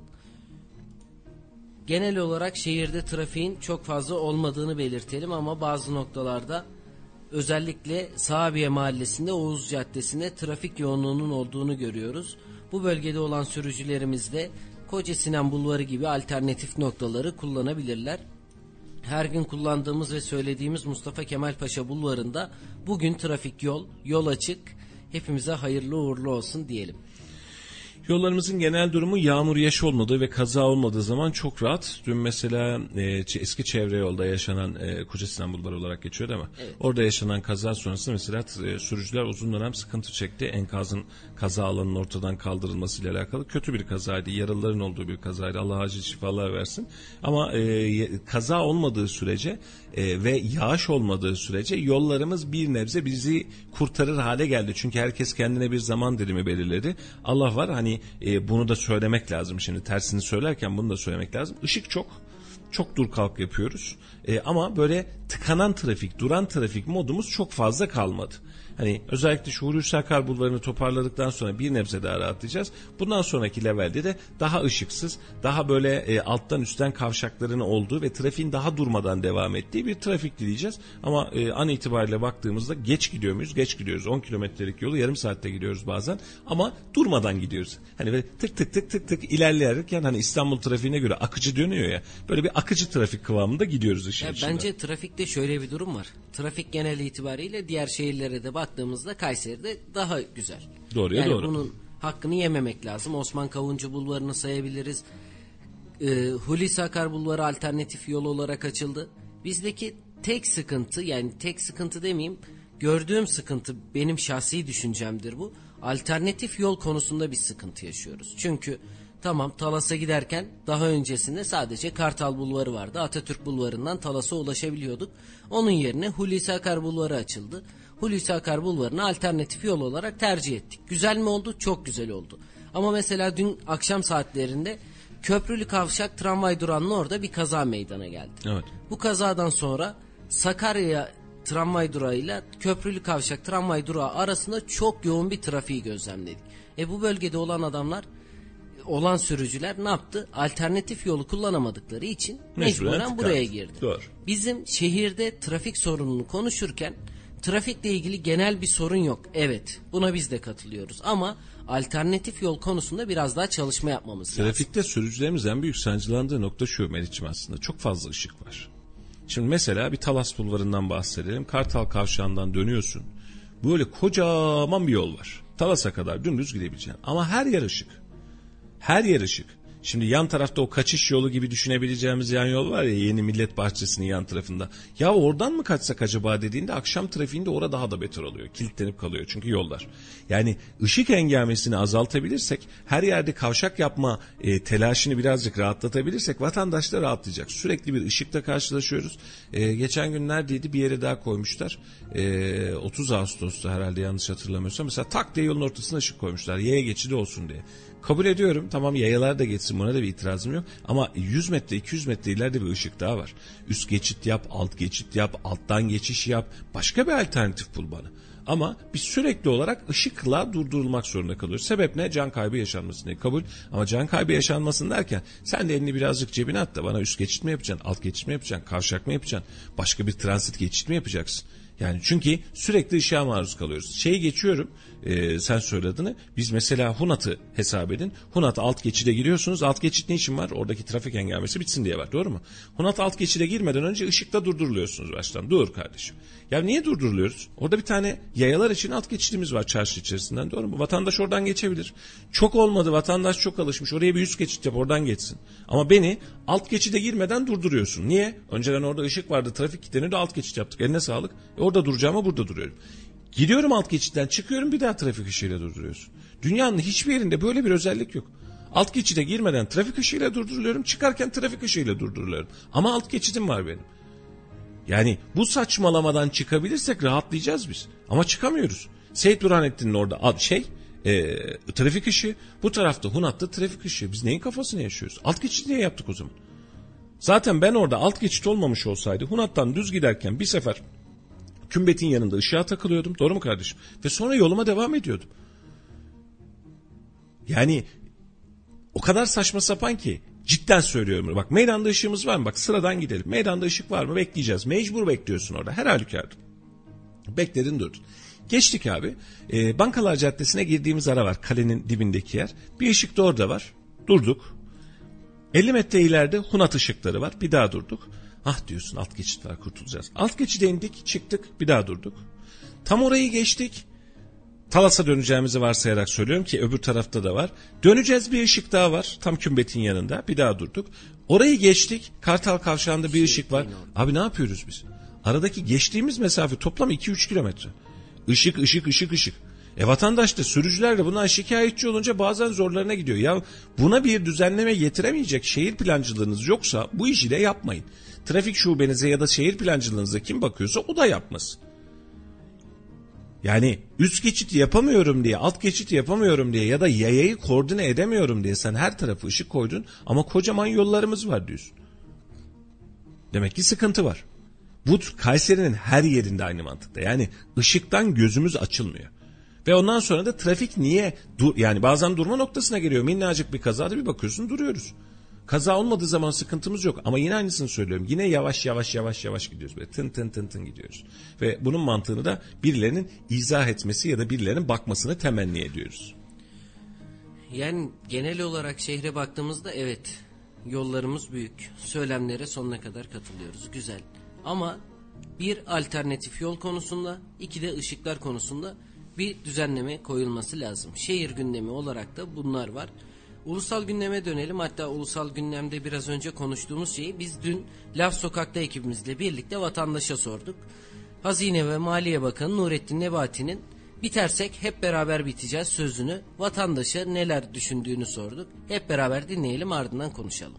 S2: Genel olarak şehirde trafiğin çok fazla olmadığını belirtelim ama bazı noktalarda, özellikle Sahabiye Mahallesi'nde, Oğuz Caddesi'nde trafik yoğunluğunun olduğunu görüyoruz. Bu bölgede olan sürücülerimiz de Koca Sinan Bulvarı gibi alternatif noktaları kullanabilirler. Her gün kullandığımız ve söylediğimiz Mustafa Kemal Paşa Bulvarı'nda bugün trafik yol, yol açık. Hepimize hayırlı uğurlu olsun diyelim.
S1: Yollarımızın genel durumu yağmur yaş olmadığı ve kaza olmadığı zaman çok rahat. Dün mesela e, eski çevre yolda yaşanan e, Koca Sinan Bulvarı olarak geçiyor değil mi?
S2: Evet.
S1: Orada yaşanan kaza sonrasında mesela e, sürücüler uzun dönem sıkıntı çekti. Enkazın kaza alanının ortadan kaldırılmasıyla alakalı kötü bir kazaydı. Yaralıların olduğu bir kazaydı. Allah acil şifalar versin. Ama e, kaza olmadığı sürece e, ve yağış olmadığı sürece yollarımız bir nebze bizi kurtarır hale geldi. Çünkü herkes kendine bir zaman dilimi belirledi. Allah var hani e, bunu da söylemek lazım. Şimdi tersini söylerken bunu da söylemek lazım. Işık çok. Çok dur kalk yapıyoruz. E, ama böyle tıkanan trafik, duran trafik modumuz çok fazla kalmadı. Hani özellikle şu Hulusi Akar bulvarını toparladıktan sonra bir nebze daha rahatlayacağız. Bundan sonraki levelde de daha ışıksız, daha böyle e, alttan üstten kavşakların olduğu ve trafiğin daha durmadan devam ettiği bir trafik dileyeceğiz. Ama e, an itibariyle baktığımızda geç gidiyor muyuz? Geç gidiyoruz. on kilometrelik yolu yarım saatte gidiyoruz bazen. Ama durmadan gidiyoruz. Hani böyle tık tık tık tık tık ilerleyerek yani İstanbul trafiğine göre akıcı dönüyor ya. Böyle bir akıcı trafik kıvamında gidiyoruz işin
S2: ya
S1: içinde.
S2: bence trafikte şöyle bir durum var. Trafik genel itibariyle diğer şehirlere de baktığımızda Kayseri'de daha güzel.
S1: Doğruya
S2: yani
S1: doğru.
S2: bunun hakkını yememek lazım. Osman Kavuncu Bulvarı'nı sayabiliriz. Ee, Hulusi Akar Bulvarı alternatif yol olarak açıldı. Bizdeki tek sıkıntı, yani tek sıkıntı demeyeyim, gördüğüm sıkıntı, benim şahsi düşüncemdir bu. Alternatif yol konusunda bir sıkıntı yaşıyoruz. Çünkü tamam, Talas'a giderken daha öncesinde sadece Kartal Bulvarı vardı. Atatürk Bulvarı'ndan Talas'a ulaşabiliyorduk. Onun yerine Hulusi Akar Bulvarı açıldı. Hulusi Akar Bulvarı'nı alternatif yol olarak tercih ettik. Güzel mi oldu? Çok güzel oldu. Ama mesela dün akşam saatlerinde Köprülü Kavşak tramvay durağının orada bir kaza meydana geldi.
S1: Evet.
S2: Bu kazadan sonra Sakarya tramvay durağıyla Köprülü Kavşak tramvay durağı arasında çok yoğun bir trafiği gözlemledik. E bu bölgede olan adamlar, olan sürücüler ne yaptı? Alternatif yolu kullanamadıkları için mecburen
S1: tıkandı.
S2: buraya girdi.
S1: Doğru.
S2: Bizim şehirde trafik sorununu konuşurken trafikle ilgili genel bir sorun yok. Evet, buna biz de katılıyoruz ama alternatif yol konusunda biraz daha çalışma yapmamız lazım.
S1: Trafikte sürücülerimizin en büyük sancılandığı nokta şu Meriç'im aslında. Çok fazla ışık var. Şimdi mesela bir Talas Bulvarı'ndan bahsedelim. Kartal Kavşağı'ndan dönüyorsun. Böyle kocaman bir yol var. Talas'a kadar dümdüz gidebileceğin. Ama her yer ışık. Her yer ışık. Şimdi yan tarafta o kaçış yolu gibi düşünebileceğimiz yan yol var ya, Yeni Millet Bahçesi'nin yan tarafında. Ya oradan mı kaçsak acaba dediğinde akşam trafiğinde orada daha da beter oluyor. Kilitlenip kalıyor çünkü yollar. Yani ışık engelmesini azaltabilirsek, her yerde kavşak yapma e, telaşını birazcık rahatlatabilirsek vatandaş da rahatlayacak. Sürekli bir ışıkla karşılaşıyoruz. E, geçen gün neredeydi, bir yere daha koymuşlar. E, otuz Ağustos'ta herhalde, yanlış hatırlamıyorsam. Mesela tak diye yolun ortasına ışık koymuşlar. Yaya geçidi olsun diye. Kabul ediyorum, tamam, yayalar da geçsin, buna da bir itirazım yok. Ama yüz metre iki yüz metre ileride bir ışık daha var. Üst geçit yap, alt geçit yap, alttan geçiş yap. Başka bir alternatif bul bana. Ama biz sürekli olarak ışıkla durdurulmak zorunda kalıyoruz. Sebep ne? Can kaybı yaşanmasın diye kabul. Ama can kaybı yaşanmasın derken sen de elini birazcık cebine at da bana üst geçit mi yapacaksın, alt geçit mi yapacaksın, kavşak mı yapacaksın, başka bir transit geçit mi yapacaksın? Yani çünkü sürekli ışığa maruz kalıyoruz. Şeyi geçiyorum, e, sen söylediğini. Biz mesela Hunat'ı hesap edin. Hunat alt geçide giriyorsunuz. Alt geçit ne için var? Oradaki trafik engelmesi bitsin diye var. Doğru mu? Hunat alt geçide girmeden önce ışıkta durduruluyorsunuz baştan. Dur kardeşim. Ya niye durduruluyoruz? Orada bir tane yayalar için alt geçidimiz var çarşı içerisinden. Doğru mu? Vatandaş oradan geçebilir. Çok olmadı. Vatandaş çok alışmış. Oraya bir üst geçit yap, oradan geçsin. Ama beni alt geçide girmeden durduruyorsun. Niye? Önceden orada ışık vardı. Trafik kilitleniyordu. Alt geçit yaptık. Eline sağlık. E orada duracağıma burada duruyorum. Gidiyorum alt geçitten, çıkıyorum, bir daha trafik ışığıyla durduruyorsun. Dünyanın hiçbir yerinde böyle bir özellik yok. Alt geçide girmeden trafik ışığıyla durduruluyorum, çıkarken trafik ışığıyla durduruluyorum. Ama alt geçidim var benim. Yani bu saçmalamadan çıkabilirsek rahatlayacağız biz. Ama çıkamıyoruz. Seyit Burhanettin'in orada şey, e, trafik ışığı, bu tarafta Hunat'ta trafik ışığı. Biz neyin kafasını yaşıyoruz? Alt geçit niye yaptık o zaman? Zaten ben orada alt geçit olmamış olsaydı Hunat'tan düz giderken bir sefer Kümbet'in yanında ışığa takılıyordum. Doğru mu kardeşim? Ve sonra yoluma devam ediyordum. Yani o kadar saçma sapan ki, cidden söylüyorum. Bak, meydanda ışığımız var mı? Bak, sıradan gidelim. Meydanda ışık var mı? Bekleyeceğiz. Mecbur bekliyorsun orada. Her halükarda. Bekledin durdun. Geçtik abi. Ee, Bankalar Caddesi'ne girdiğimiz ara var. Kalenin dibindeki yer. Bir ışık da orada var. Durduk. elli metre ileride Hunat ışıkları var. Bir daha durduk. Ah diyorsun, alt geçit var, kurtulacağız. Alt geçide indik, çıktık, bir daha durduk. Tam orayı geçtik. Talas'a döneceğimizi varsayarak söylüyorum ki öbür tarafta da var. Döneceğiz, bir ışık daha var. Tam kümbetin yanında. Bir daha durduk. Orayı geçtik. Kartal Kavşağı'nda bir ışık var. Abi ne yapıyoruz biz? Aradaki geçtiğimiz mesafe toplam iki üç kilometre. Işık, ışık, ışık, ışık. E vatandaş da, sürücüler de buna şikayetçi olunca bazen zorlarına gidiyor. Ya buna bir düzenleme getiremeyecek şehir plancılığınız yoksa bu işi de yapmayın. Trafik şubenize ya da şehir plancılığınıza kim bakıyorsa o da yapmasın. Yani üst geçit yapamıyorum diye, alt geçit yapamıyorum diye ya da yayayı koordine edemiyorum diye sen her tarafı ışık koydun ama kocaman yollarımız var diyorsun. Demek ki sıkıntı var. Bu Kayseri'nin her yerinde aynı mantıkta. Yani ışıktan gözümüz açılmıyor. Ve ondan sonra da trafik niye dur, yani bazen durma noktasına geliyor. Minnacık bir kazada bir bakıyorsun duruyoruz. Kaza olmadığı zaman sıkıntımız yok ama yine aynısını söylüyorum. Yine yavaş yavaş yavaş yavaş gidiyoruz. Böyle tın tın tın tın gidiyoruz. Ve bunun mantığını da birilerinin izah etmesi ya da birilerinin bakmasını temenni ediyoruz.
S2: Yani genel olarak şehre baktığımızda evet, yollarımız büyük. Söylemlere sonuna kadar katılıyoruz. Güzel. Ama bir alternatif yol konusunda, iki de ışıklar konusunda bir düzenleme koyulması lazım. Şehir gündemi olarak da bunlar var. Ulusal gündeme dönelim. Hatta ulusal gündemde biraz önce konuştuğumuz şeyi biz dün Laf Sokak'ta ekibimizle birlikte vatandaşa sorduk. Hazine ve Maliye Bakanı Nurettin Nebati'nin bitersek hep beraber biteceğiz sözünü vatandaşa neler düşündüğünü sorduk. Hep beraber dinleyelim, ardından konuşalım.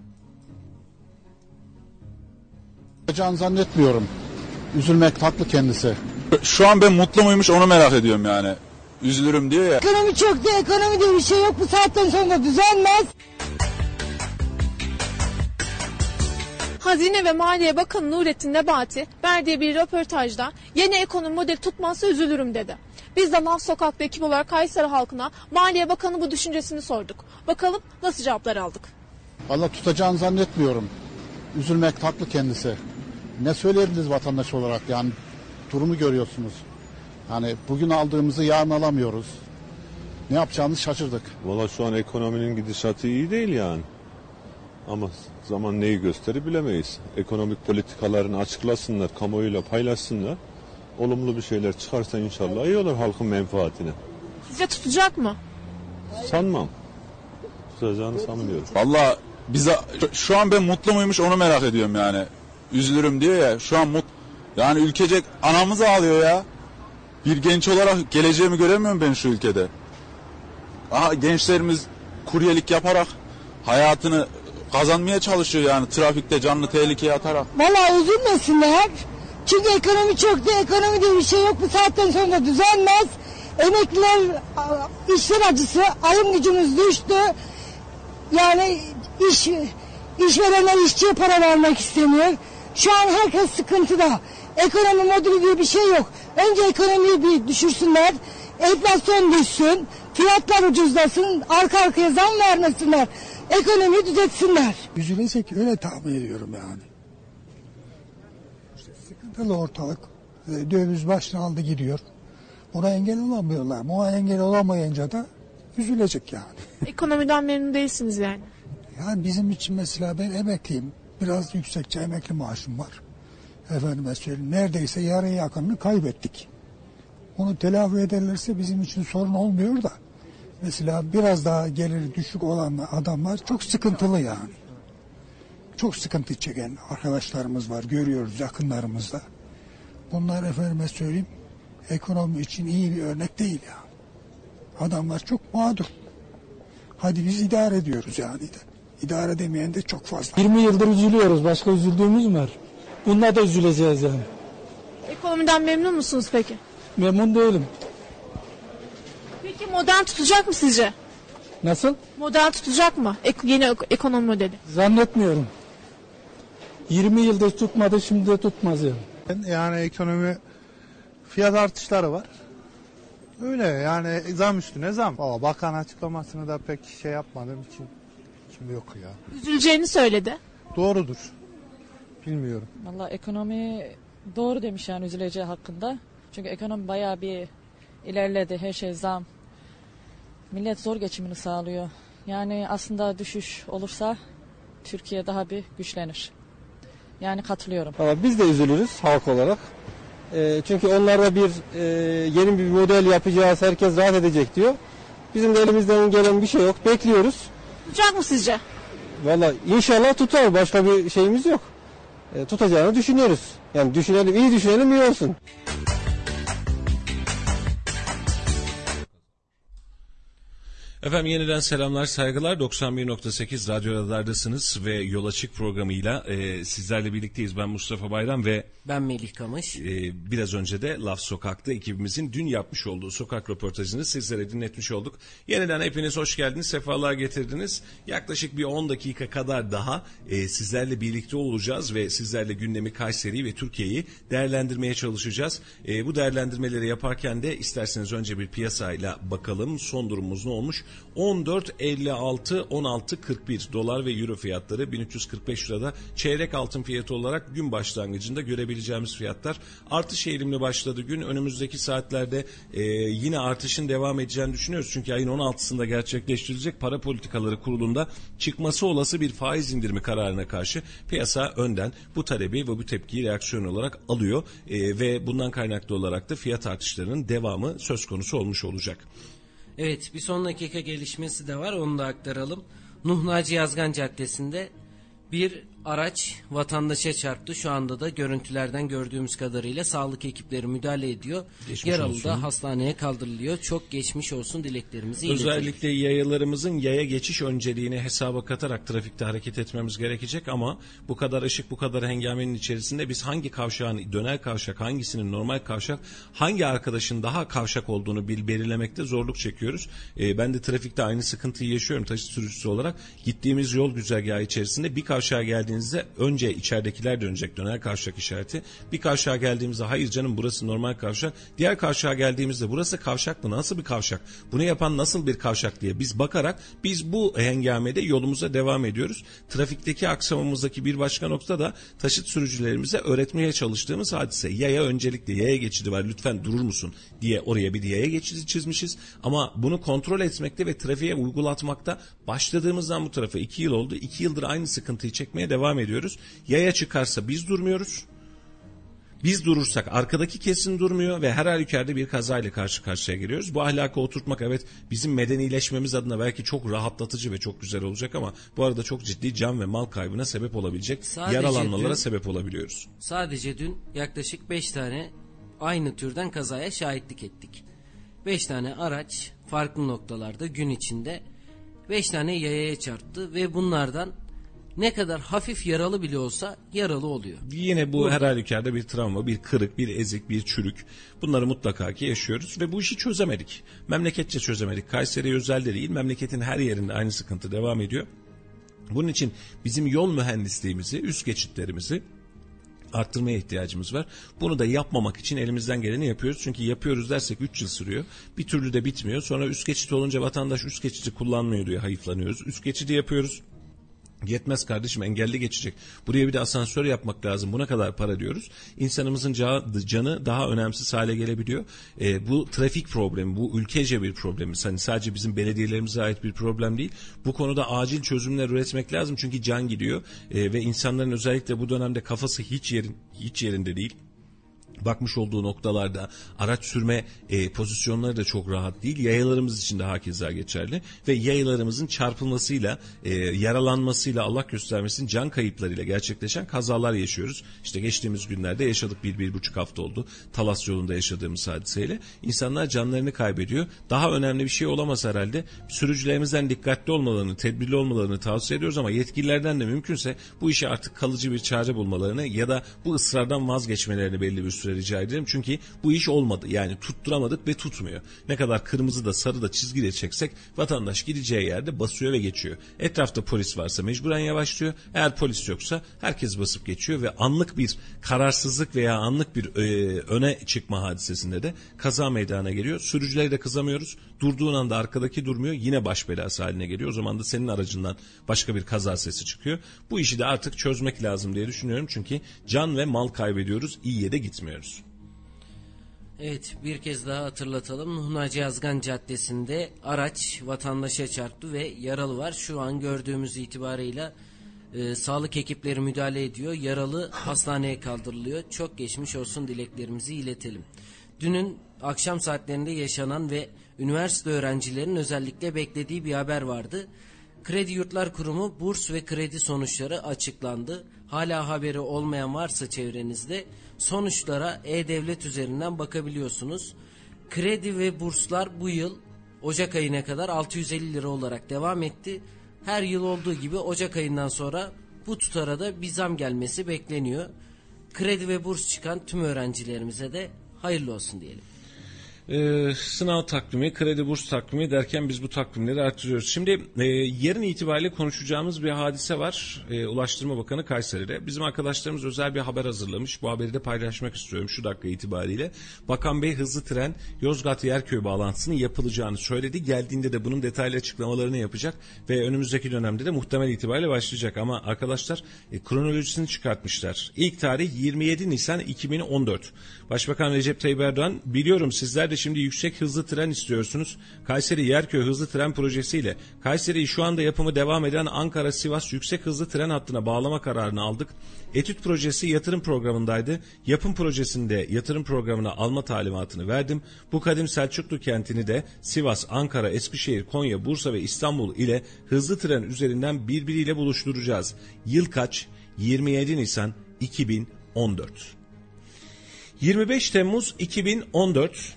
S3: Can zannetmiyorum. Üzülmek haklı kendisi.
S4: Şu an ben mutlu muymuş onu merak ediyorum yani. Üzülürüm diyor ya.
S5: Ekonomi çok diye, ekonomi diye bir şey yok, bu saatten sonra düzelmez.
S6: Hazine ve Maliye Bakanı Nurettin Nebati verdiği bir röportajda yeni ekonomi modeli tutmazsa üzülürüm dedi. Biz de Laf Sokak'ta ekip olarak Kayseri halkına Maliye Bakanı bu düşüncesini sorduk. Bakalım nasıl cevaplar aldık.
S3: Allah tutacağını zannetmiyorum. Üzülmek haklı kendisi. Ne söyleyebiliriz vatandaş olarak, yani durumu görüyorsunuz. Yani bugün aldığımızı yarın alamıyoruz. Ne yapacağımızı şaşırdık.
S7: Valla şu an ekonominin gidişatı iyi değil yani. Ama zaman neyi gösterir bilemeyiz. Ekonomik politikalarını açıklasınlar, kamuoyuyla paylaşsınlar. Olumlu bir şeyler çıkarsa inşallah iyi olur halkın menfaatine.
S6: Sizce tutacak mı?
S7: Sanmam. Tutacağını sanmıyorum.
S4: Valla bize şu an ben mutlu muymuş onu merak ediyorum yani. Üzülürüm diyor ya. Şu an mut yani ülkecek anamız ağlıyor ya. Bir genç olarak geleceğimi göremiyorum ben şu ülkede. Aha, gençlerimiz kuryelik yaparak hayatını kazanmaya çalışıyor yani, trafikte canını tehlikeye atarak.
S5: Vallahi üzülmesinler. Çünkü ekonomi çok diye, ekonomi diye bir şey yok, bu saatten sonra düzelmez. Emekliler işler acısı, alım gücümüz düştü. Yani iş işverenler işçiye para vermek istemiyor. Şu an herkes sıkıntıda. Ekonomi modülü diye bir şey yok. Önce ekonomiyi bir düşürsünler, enflasyon düşsün, fiyatlar ucuzlasın, arka arkaya zam vermesinler, ekonomiyi düzeltsinler.
S8: Üzülecek, öyle tahmin ediyorum yani. İşte sıkıntılı ortalık, döviz başını aldı gidiyor. Buna engel olamıyorlar. Buna engel olamayınca da üzülecek yani.
S6: Ekonomiden memnun değilsiniz yani.
S8: Yani bizim için mesela ben emekliyim. Biraz yüksekçe emekli maaşım var. Efendime söyleyeyim, neredeyse yarıya yakınını kaybettik. Onu telafi ederlerse bizim için sorun olmuyor da. Mesela biraz daha geliri düşük olan adamlar çok sıkıntılı yani. Çok sıkıntı çeken arkadaşlarımız var, görüyoruz yakınlarımızda. Bunlar efendime söyleyeyim ekonomi için iyi bir örnek değil yani. Adamlar çok mağdur. Hadi biz idare ediyoruz yani de. İdare edemeyen de çok fazla.
S9: yirmi yıldır üzülüyoruz. Başka üzüldüğümüz mü var? Bunlar da üzüleceğiz yani.
S6: Ekonomiden memnun musunuz peki?
S9: Memnun değilim.
S6: Peki model tutacak mı sizce?
S9: Nasıl?
S6: Model tutacak mı? Ek- yeni ek- ekonomi modeli.
S9: Zannetmiyorum. yirmi yıldır tutmadı, şimdi de tutmaz yani.
S10: Yani ekonomi fiyat artışları var. Öyle yani, zam üstüne zam. Ama bakan açıklamasını da pek şey yapmadığım için kim yok ya.
S6: Üzüleceğini söyledi.
S10: Doğrudur. Bilmiyorum.
S11: Vallahi ekonomi doğru demiş yani, üzüleceği hakkında. Çünkü ekonomi bayağı bir ilerledi. Her şey zam. Millet zor geçimini sağlıyor. Yani aslında düşüş olursa Türkiye daha bir güçlenir. Yani katılıyorum.
S9: Ama biz de üzülürüz halk olarak.
S12: E, çünkü onlarda bir e, yeni bir model yapacağız, herkes rahat edecek diyor. Bizim de elimizden gelen bir şey yok. Bekliyoruz.
S6: Tutacak mı sizce?
S12: Valla inşallah tutar. Başka bir şeyimiz yok. E, tutacağını düşünüyoruz. Yani düşünelim, iyi düşünelim, iyi olsun.
S1: Efendim yeniden selamlar, saygılar. doksan bir nokta sekiz Radyo Radar'dasınız ve Yol Açık programıyla e, sizlerle birlikteyiz. Ben Mustafa Bayram ve
S2: ben Melih Kamış.
S1: E, biraz önce de Laf Sokak'ta ekibimizin dün yapmış olduğu sokak röportajını sizlere dinletmiş olduk. Yeniden hepiniz hoş geldiniz, sefalar getirdiniz. Yaklaşık bir on dakika kadar daha e, sizlerle birlikte olacağız ve sizlerle gündemi, Kayseri ve Türkiye'yi değerlendirmeye çalışacağız. E, bu değerlendirmeleri yaparken de isterseniz önce bir piyasayla bakalım. Son durumumuz ne olmuş? on dört elli altı on altı kırk bir dolar ve euro fiyatları, bin üç yüz kırk beş lirada çeyrek altın fiyatı olarak gün başlangıcında görebileceğimiz fiyatlar. Artış eğilimli başladı gün. Önümüzdeki saatlerde e, yine artışın devam edeceğini düşünüyoruz. Çünkü ayın on altısında gerçekleştirilecek Para Politikaları Kurulu'nda çıkması olası bir faiz indirimi kararına karşı piyasa önden bu talebi ve bu tepkiyi reaksiyon olarak alıyor e, ve bundan kaynaklı olarak da fiyat artışlarının devamı söz konusu olmuş olacak.
S2: Evet, bir son dakika gelişmesi de var, onu da aktaralım. Nuh Naci Yazgan Caddesi'nde bir araç vatandaşa çarptı. Şu anda da görüntülerden gördüğümüz kadarıyla sağlık ekipleri müdahale ediyor. Geçmiş Yaralı olsun. Da hastaneye kaldırılıyor. Çok geçmiş olsun dileklerimizi iletiyoruz.
S1: Özellikle yayalarımızın yaya geçiş önceliğini hesaba katarak trafikte hareket etmemiz gerekecek ama bu kadar ışık, bu kadar hengamenin içerisinde biz hangi kavşağın döner kavşak, hangisinin normal kavşak, hangi arkadaşın daha kavşak olduğunu bil, belirlemekte zorluk çekiyoruz. Ee, ben de trafikte aynı sıkıntıyı yaşıyorum taşıt sürücüsü olarak. Gittiğimiz yol güzergahı içerisinde bir kavşağa geldiğinizde önce içeridekiler dönecek, döner kavşak işareti. Bir kavşağa geldiğimizde hayır canım burası normal kavşak. Diğer kavşağa geldiğimizde burası kavşak mı? Nasıl bir kavşak? Bunu yapan nasıl bir kavşak diye biz bakarak biz bu hengamede yolumuza devam ediyoruz. Trafikteki aksamımızdaki bir başka nokta da taşıt sürücülerimize öğretmeye çalıştığımız hadise. Yaya öncelikle, yaya geçidi var, lütfen durur musun diye oraya bir yaya geçidi çizmişiz. Ama bunu kontrol etmekte ve trafiğe uygulatmakta başladığımızdan bu tarafa iki yıl oldu. iki yıldır aynı sıkıntıyı çekmeye devam ediyoruz. Yaya çıkarsa biz durmuyoruz. Biz durursak arkadaki kesin durmuyor ve her halükarda bir kazayla karşı karşıya geliyoruz. Bu ahlakı oturtmak evet bizim medenileşmemiz adına belki çok rahatlatıcı ve çok güzel olacak ama bu arada çok ciddi can ve mal kaybına sebep olabilecek, sadece yaralanmalara dün, sebep olabiliyoruz.
S2: Sadece dün yaklaşık beş tane aynı türden kazaya şahitlik ettik. beş tane araç farklı noktalarda gün içinde beş tane yayaya çarptı ve bunlardan ne kadar hafif yaralı bile olsa yaralı oluyor.
S1: Yine bu Burada. her halükarda bir travma, bir kırık, bir ezik, bir çürük. Bunları mutlaka ki yaşıyoruz ve bu işi çözemedik. Memleketçe çözemedik. Kayseri özel de değil, memleketin her yerinde aynı sıkıntı devam ediyor. Bunun için bizim yol mühendisliğimizi, üst geçitlerimizi arttırmaya ihtiyacımız var. Bunu da yapmamak için elimizden geleni yapıyoruz. Çünkü yapıyoruz dersek üç yıl sürüyor. Bir türlü de bitmiyor. Sonra üst geçit olunca vatandaş üst geçiti kullanmıyor diye hayıflanıyoruz. Üst geçidi yapıyoruz. Yetmez kardeşim, engelli geçecek. Buraya bir de asansör yapmak lazım. Buna kadar para diyoruz. İnsanımızın canı daha önemsiz hale gelebiliyor. E, bu trafik problemi, bu ülkece bir problem. Hani sadece bizim belediyelerimize ait bir problem değil. Bu konuda acil çözümler üretmek lazım. Çünkü can gidiyor. E, ve insanların özellikle bu dönemde kafası hiç yerin hiç yerinde değil. Bakmış olduğu noktalarda araç sürme e, pozisyonları da çok rahat değil. Yayalarımız için de hakeza geçerli. Ve yayalarımızın çarpılmasıyla, e, yaralanmasıyla, Allah göstermesin can kayıplarıyla gerçekleşen kazalar yaşıyoruz. İşte geçtiğimiz günlerde yaşadık, bir, bir buçuk hafta oldu. Talas yolunda yaşadığımız hadiseyle. İnsanlar canlarını kaybediyor. Daha önemli bir şey olamaz herhalde. Sürücülerimizden dikkatli olmalarını, tedbirli olmalarını tavsiye ediyoruz ama yetkililerden de mümkünse bu işe artık kalıcı bir çare bulmalarını ya da bu ısrardan vazgeçmelerini belli bir süre rica ederim. Çünkü bu iş olmadı. Yani tutturamadık ve tutmuyor. Ne kadar kırmızı da sarı da çizgiyle çeksek vatandaş gideceği yerde basıyor ve geçiyor. Etrafta polis varsa mecburen yavaşlıyor. Eğer polis yoksa herkes basıp geçiyor ve anlık bir kararsızlık veya anlık bir e, öne çıkma hadisesinde de kaza meydana geliyor. Sürücülere de kızamıyoruz. Durduğun anda arkadaki durmuyor. Yine baş belası haline geliyor. O zaman da senin aracından başka bir kaza sesi çıkıyor. Bu işi de artık çözmek lazım diye düşünüyorum. Çünkü can ve mal kaybediyoruz. İyiye de gitmiyoruz.
S2: Evet, bir kez daha hatırlatalım. Nuh Naci Yazgan Caddesi'nde araç vatandaşa çarptı ve yaralı var. Şu an gördüğümüz itibarıyla Ee, sağlık ekipleri müdahale ediyor. Yaralı hastaneye kaldırılıyor. Çok geçmiş olsun dileklerimizi iletelim. Dünün akşam saatlerinde yaşanan ve üniversite öğrencilerinin özellikle beklediği bir haber vardı. Kredi Yurtlar Kurumu burs ve kredi sonuçları açıklandı. Hala haberi olmayan varsa çevrenizde sonuçlara E-Devlet üzerinden bakabiliyorsunuz. Kredi ve burslar bu yıl Ocak ayına kadar altı yüz elli lira olarak devam etti. Her yıl olduğu gibi Ocak ayından sonra bu tutara da bir zam gelmesi bekleniyor. Kredi ve burs çıkan tüm öğrencilerimize de hayırlı olsun diyelim.
S1: Ee, sınav takvimi, kredi burs takvimi derken biz bu takvimleri artırıyoruz. Şimdi e, yarın itibariyle konuşacağımız bir hadise var. E, Ulaştırma Bakanı Kayseri'de. Bizim arkadaşlarımız özel bir haber hazırlamış. Bu haberi de paylaşmak istiyorum şu dakika itibariyle. Bakan Bey hızlı tren Yozgat-Yerköy bağlantısının yapılacağını söyledi. Geldiğinde de bunun detaylı açıklamalarını yapacak ve önümüzdeki dönemde de muhtemel itibariyle başlayacak. Ama arkadaşlar e, kronolojisini çıkartmışlar. İlk tarih yirmi yedi Nisan iki bin on dört. Başbakan Recep Tayyip Erdoğan, biliyorum sizler de şimdi yüksek hızlı tren istiyorsunuz. Kayseri Yerköy hızlı tren projesiyle Kayseri'yi şu anda yapımı devam eden Ankara-Sivas yüksek hızlı tren hattına bağlama kararını aldık. Etüt projesi yatırım programındaydı. Yapım projesinde yatırım programına alma talimatını verdim. Bu kadim Selçuklu kentini de Sivas, Ankara, Eskişehir, Konya, Bursa ve İstanbul ile hızlı tren üzerinden birbiriyle buluşturacağız. Yıl kaç? yirmi yedi Nisan iki bin on dört. yirmi beş Temmuz iki bin on dört.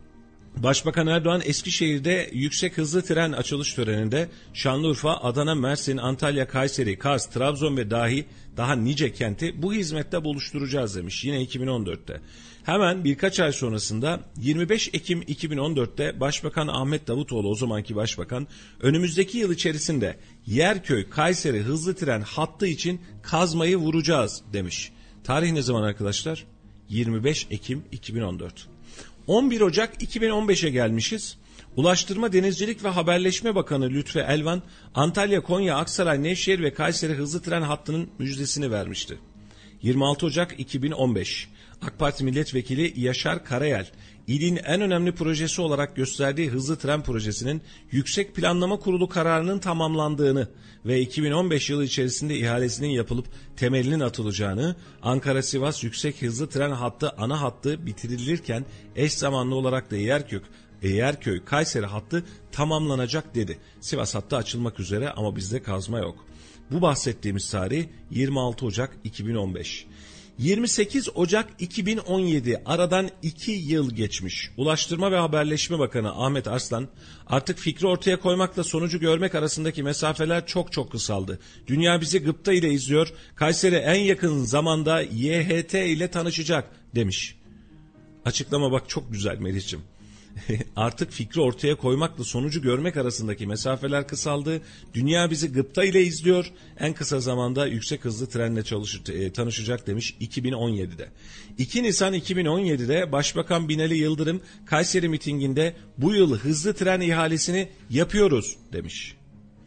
S1: Başbakan Erdoğan Eskişehir'de yüksek hızlı tren açılış töreninde Şanlıurfa, Adana, Mersin, Antalya, Kayseri, Kars, Trabzon ve dahi daha nice kenti bu hizmette buluşturacağız demiş yine iki bin on dörtte. Hemen birkaç ay sonrasında yirmi beş Ekim iki bin on dörtte Başbakan Ahmet Davutoğlu, o zamanki başbakan, önümüzdeki yıl içerisinde Yerköy Kayseri hızlı tren hattı için kazmayı vuracağız demiş. Tarih ne zaman arkadaşlar? yirmi beş Ekim iki bin on dört. on bir Ocak iki bin on beşe gelmişiz. Ulaştırma, Denizcilik ve Haberleşme Bakanı Lütfü Elvan, Antalya, Konya, Aksaray, Nevşehir ve Kayseri hızlı tren hattının müjdesini vermişti. yirmi altı Ocak iki bin on beş. AK Parti Milletvekili Yaşar Karayel, ilin en önemli projesi olarak gösterdiği hızlı tren projesinin Yüksek Planlama Kurulu kararının tamamlandığını ve iki bin on beş yılı içerisinde ihalesinin yapılıp temelinin atılacağını, Ankara-Sivas yüksek hızlı tren hattı ana hattı bitirilirken eş zamanlı olarak da Yerköy, Yerköy Kayseri hattı tamamlanacak dedi. Sivas hattı açılmak üzere ama bizde kazma yok. Bu bahsettiğimiz tarih yirmi altı Ocak iki bin on beş. yirmi sekiz Ocak iki bin on yedi, aradan iki yıl geçmiş. Ulaştırma ve Haberleşme Bakanı Ahmet Arslan, artık fikri ortaya koymakla sonucu görmek arasındaki mesafeler çok çok kısaldı. Dünya bizi gıpta ile izliyor, Kayseri en yakın zamanda Y H T ile tanışacak demiş. Açıklama bak çok güzel Melih'ciğim. Artık fikri ortaya koymakla sonucu görmek arasındaki mesafeler kısaldı. Dünya bizi gıpta ile izliyor. En kısa zamanda yüksek hızlı trenle çalışır, e, tanışacak demiş iki bin on yedide. iki Nisan iki bin on yedide Başbakan Binali Yıldırım Kayseri mitinginde bu yıl hızlı tren ihalesini yapıyoruz demiş.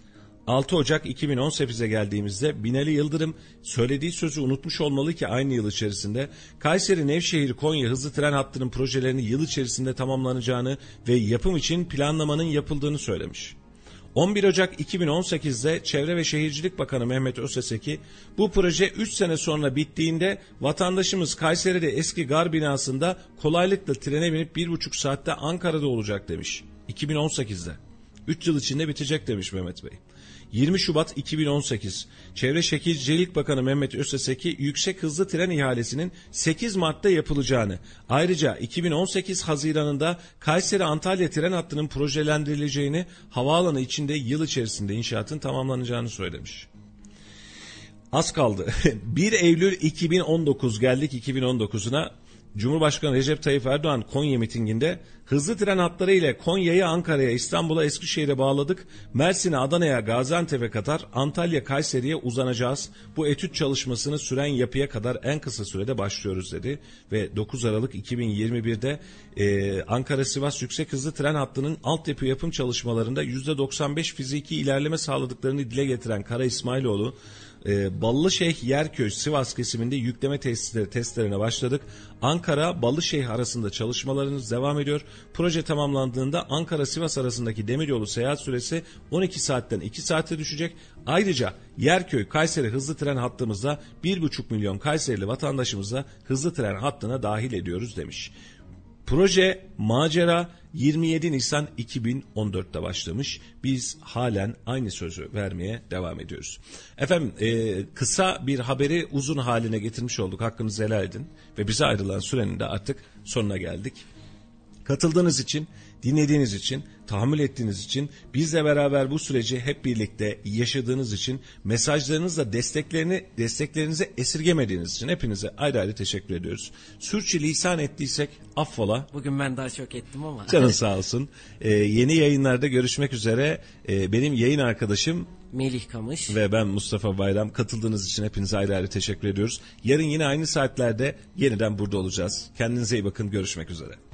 S1: altı Ocak iki bin on sekize geldiğimizde Binali Yıldırım söylediği sözü unutmuş olmalı ki aynı yıl içerisinde Kayseri, Nevşehir, Konya hızlı tren hattının projelerinin yıl içerisinde tamamlanacağını ve yapım için planlamanın yapıldığını söylemiş. on bir Ocak iki bin on sekizde Çevre ve Şehircilik Bakanı Mehmet Özeseki, bu proje üç sene sonra bittiğinde vatandaşımız Kayseri'de eski gar binasında kolaylıkla trene binip bir buçuk saatte Ankara'da olacak demiş. iki bin on sekizde. üç yıl içinde bitecek demiş Mehmet Bey. yirmi Şubat iki bin on sekiz, Çevre Şehircilik Bakanı Mehmet Özeseki, yüksek hızlı tren ihalesinin sekiz Mart'ta yapılacağını, ayrıca iki bin on sekiz Haziran'ında Kayseri-Antalya tren hattının projelendirileceğini, havaalanı içinde yıl içerisinde inşaatın tamamlanacağını söylemiş. Az kaldı. bir Eylül iki bin on dokuz, geldik iki bin on dokuzuna. Cumhurbaşkanı Recep Tayyip Erdoğan Konya mitinginde hızlı tren hatları ile Konya'yı Ankara'ya, İstanbul'a, Eskişehir'e bağladık. Mersin'e, Adana'ya, Gaziantep'e kadar Antalya, Kayseri'ye uzanacağız. Bu etüt çalışmasını süren yapıya kadar en kısa sürede başlıyoruz dedi. Ve dokuz Aralık iki bin yirmi birde e, Ankara-Sivas yüksek hızlı tren hattının altyapı yapım çalışmalarında yüzde doksan beş fiziki ilerleme sağladıklarını dile getiren Kara İsmailoğlu, E, Ballışehir Yerköy Sivas kesiminde yükleme tesisleri testlerine başladık. Ankara Ballışehir arasında çalışmalarımız devam ediyor. Proje tamamlandığında Ankara Sivas arasındaki demiryolu seyahat süresi on iki saatten iki saate düşecek. Ayrıca Yerköy Kayseri hızlı tren hattımızda bir buçuk milyon Kayserili vatandaşımıza hızlı tren hattına dahil ediyoruz demiş. Proje macera yirmi yedi Nisan iki bin on dörtte başlamış. Biz halen aynı sözü vermeye devam ediyoruz. Efendim e, kısa bir haberi uzun haline getirmiş olduk. Hakkınızı helal edin. Ve bize ayrılan sürenin de artık sonuna geldik. Katıldığınız için, dinlediğiniz için, tahammül ettiğiniz için, bizle beraber bu süreci hep birlikte yaşadığınız için, mesajlarınızla desteklerini, desteklerinizi esirgemediğiniz için hepinize ayrı ayrı teşekkür ediyoruz. Sürçülisan ettiysek affola.
S2: Bugün ben daha çok ettim ama.
S1: Canın sağ olsun. Ee, yeni yayınlarda görüşmek üzere. Ee, benim yayın arkadaşım
S2: Melih Kamış
S1: ve ben Mustafa Bayram. Katıldığınız için hepinize ayrı ayrı teşekkür ediyoruz. Yarın yine aynı saatlerde yeniden burada olacağız. Kendinize iyi bakın. Görüşmek üzere.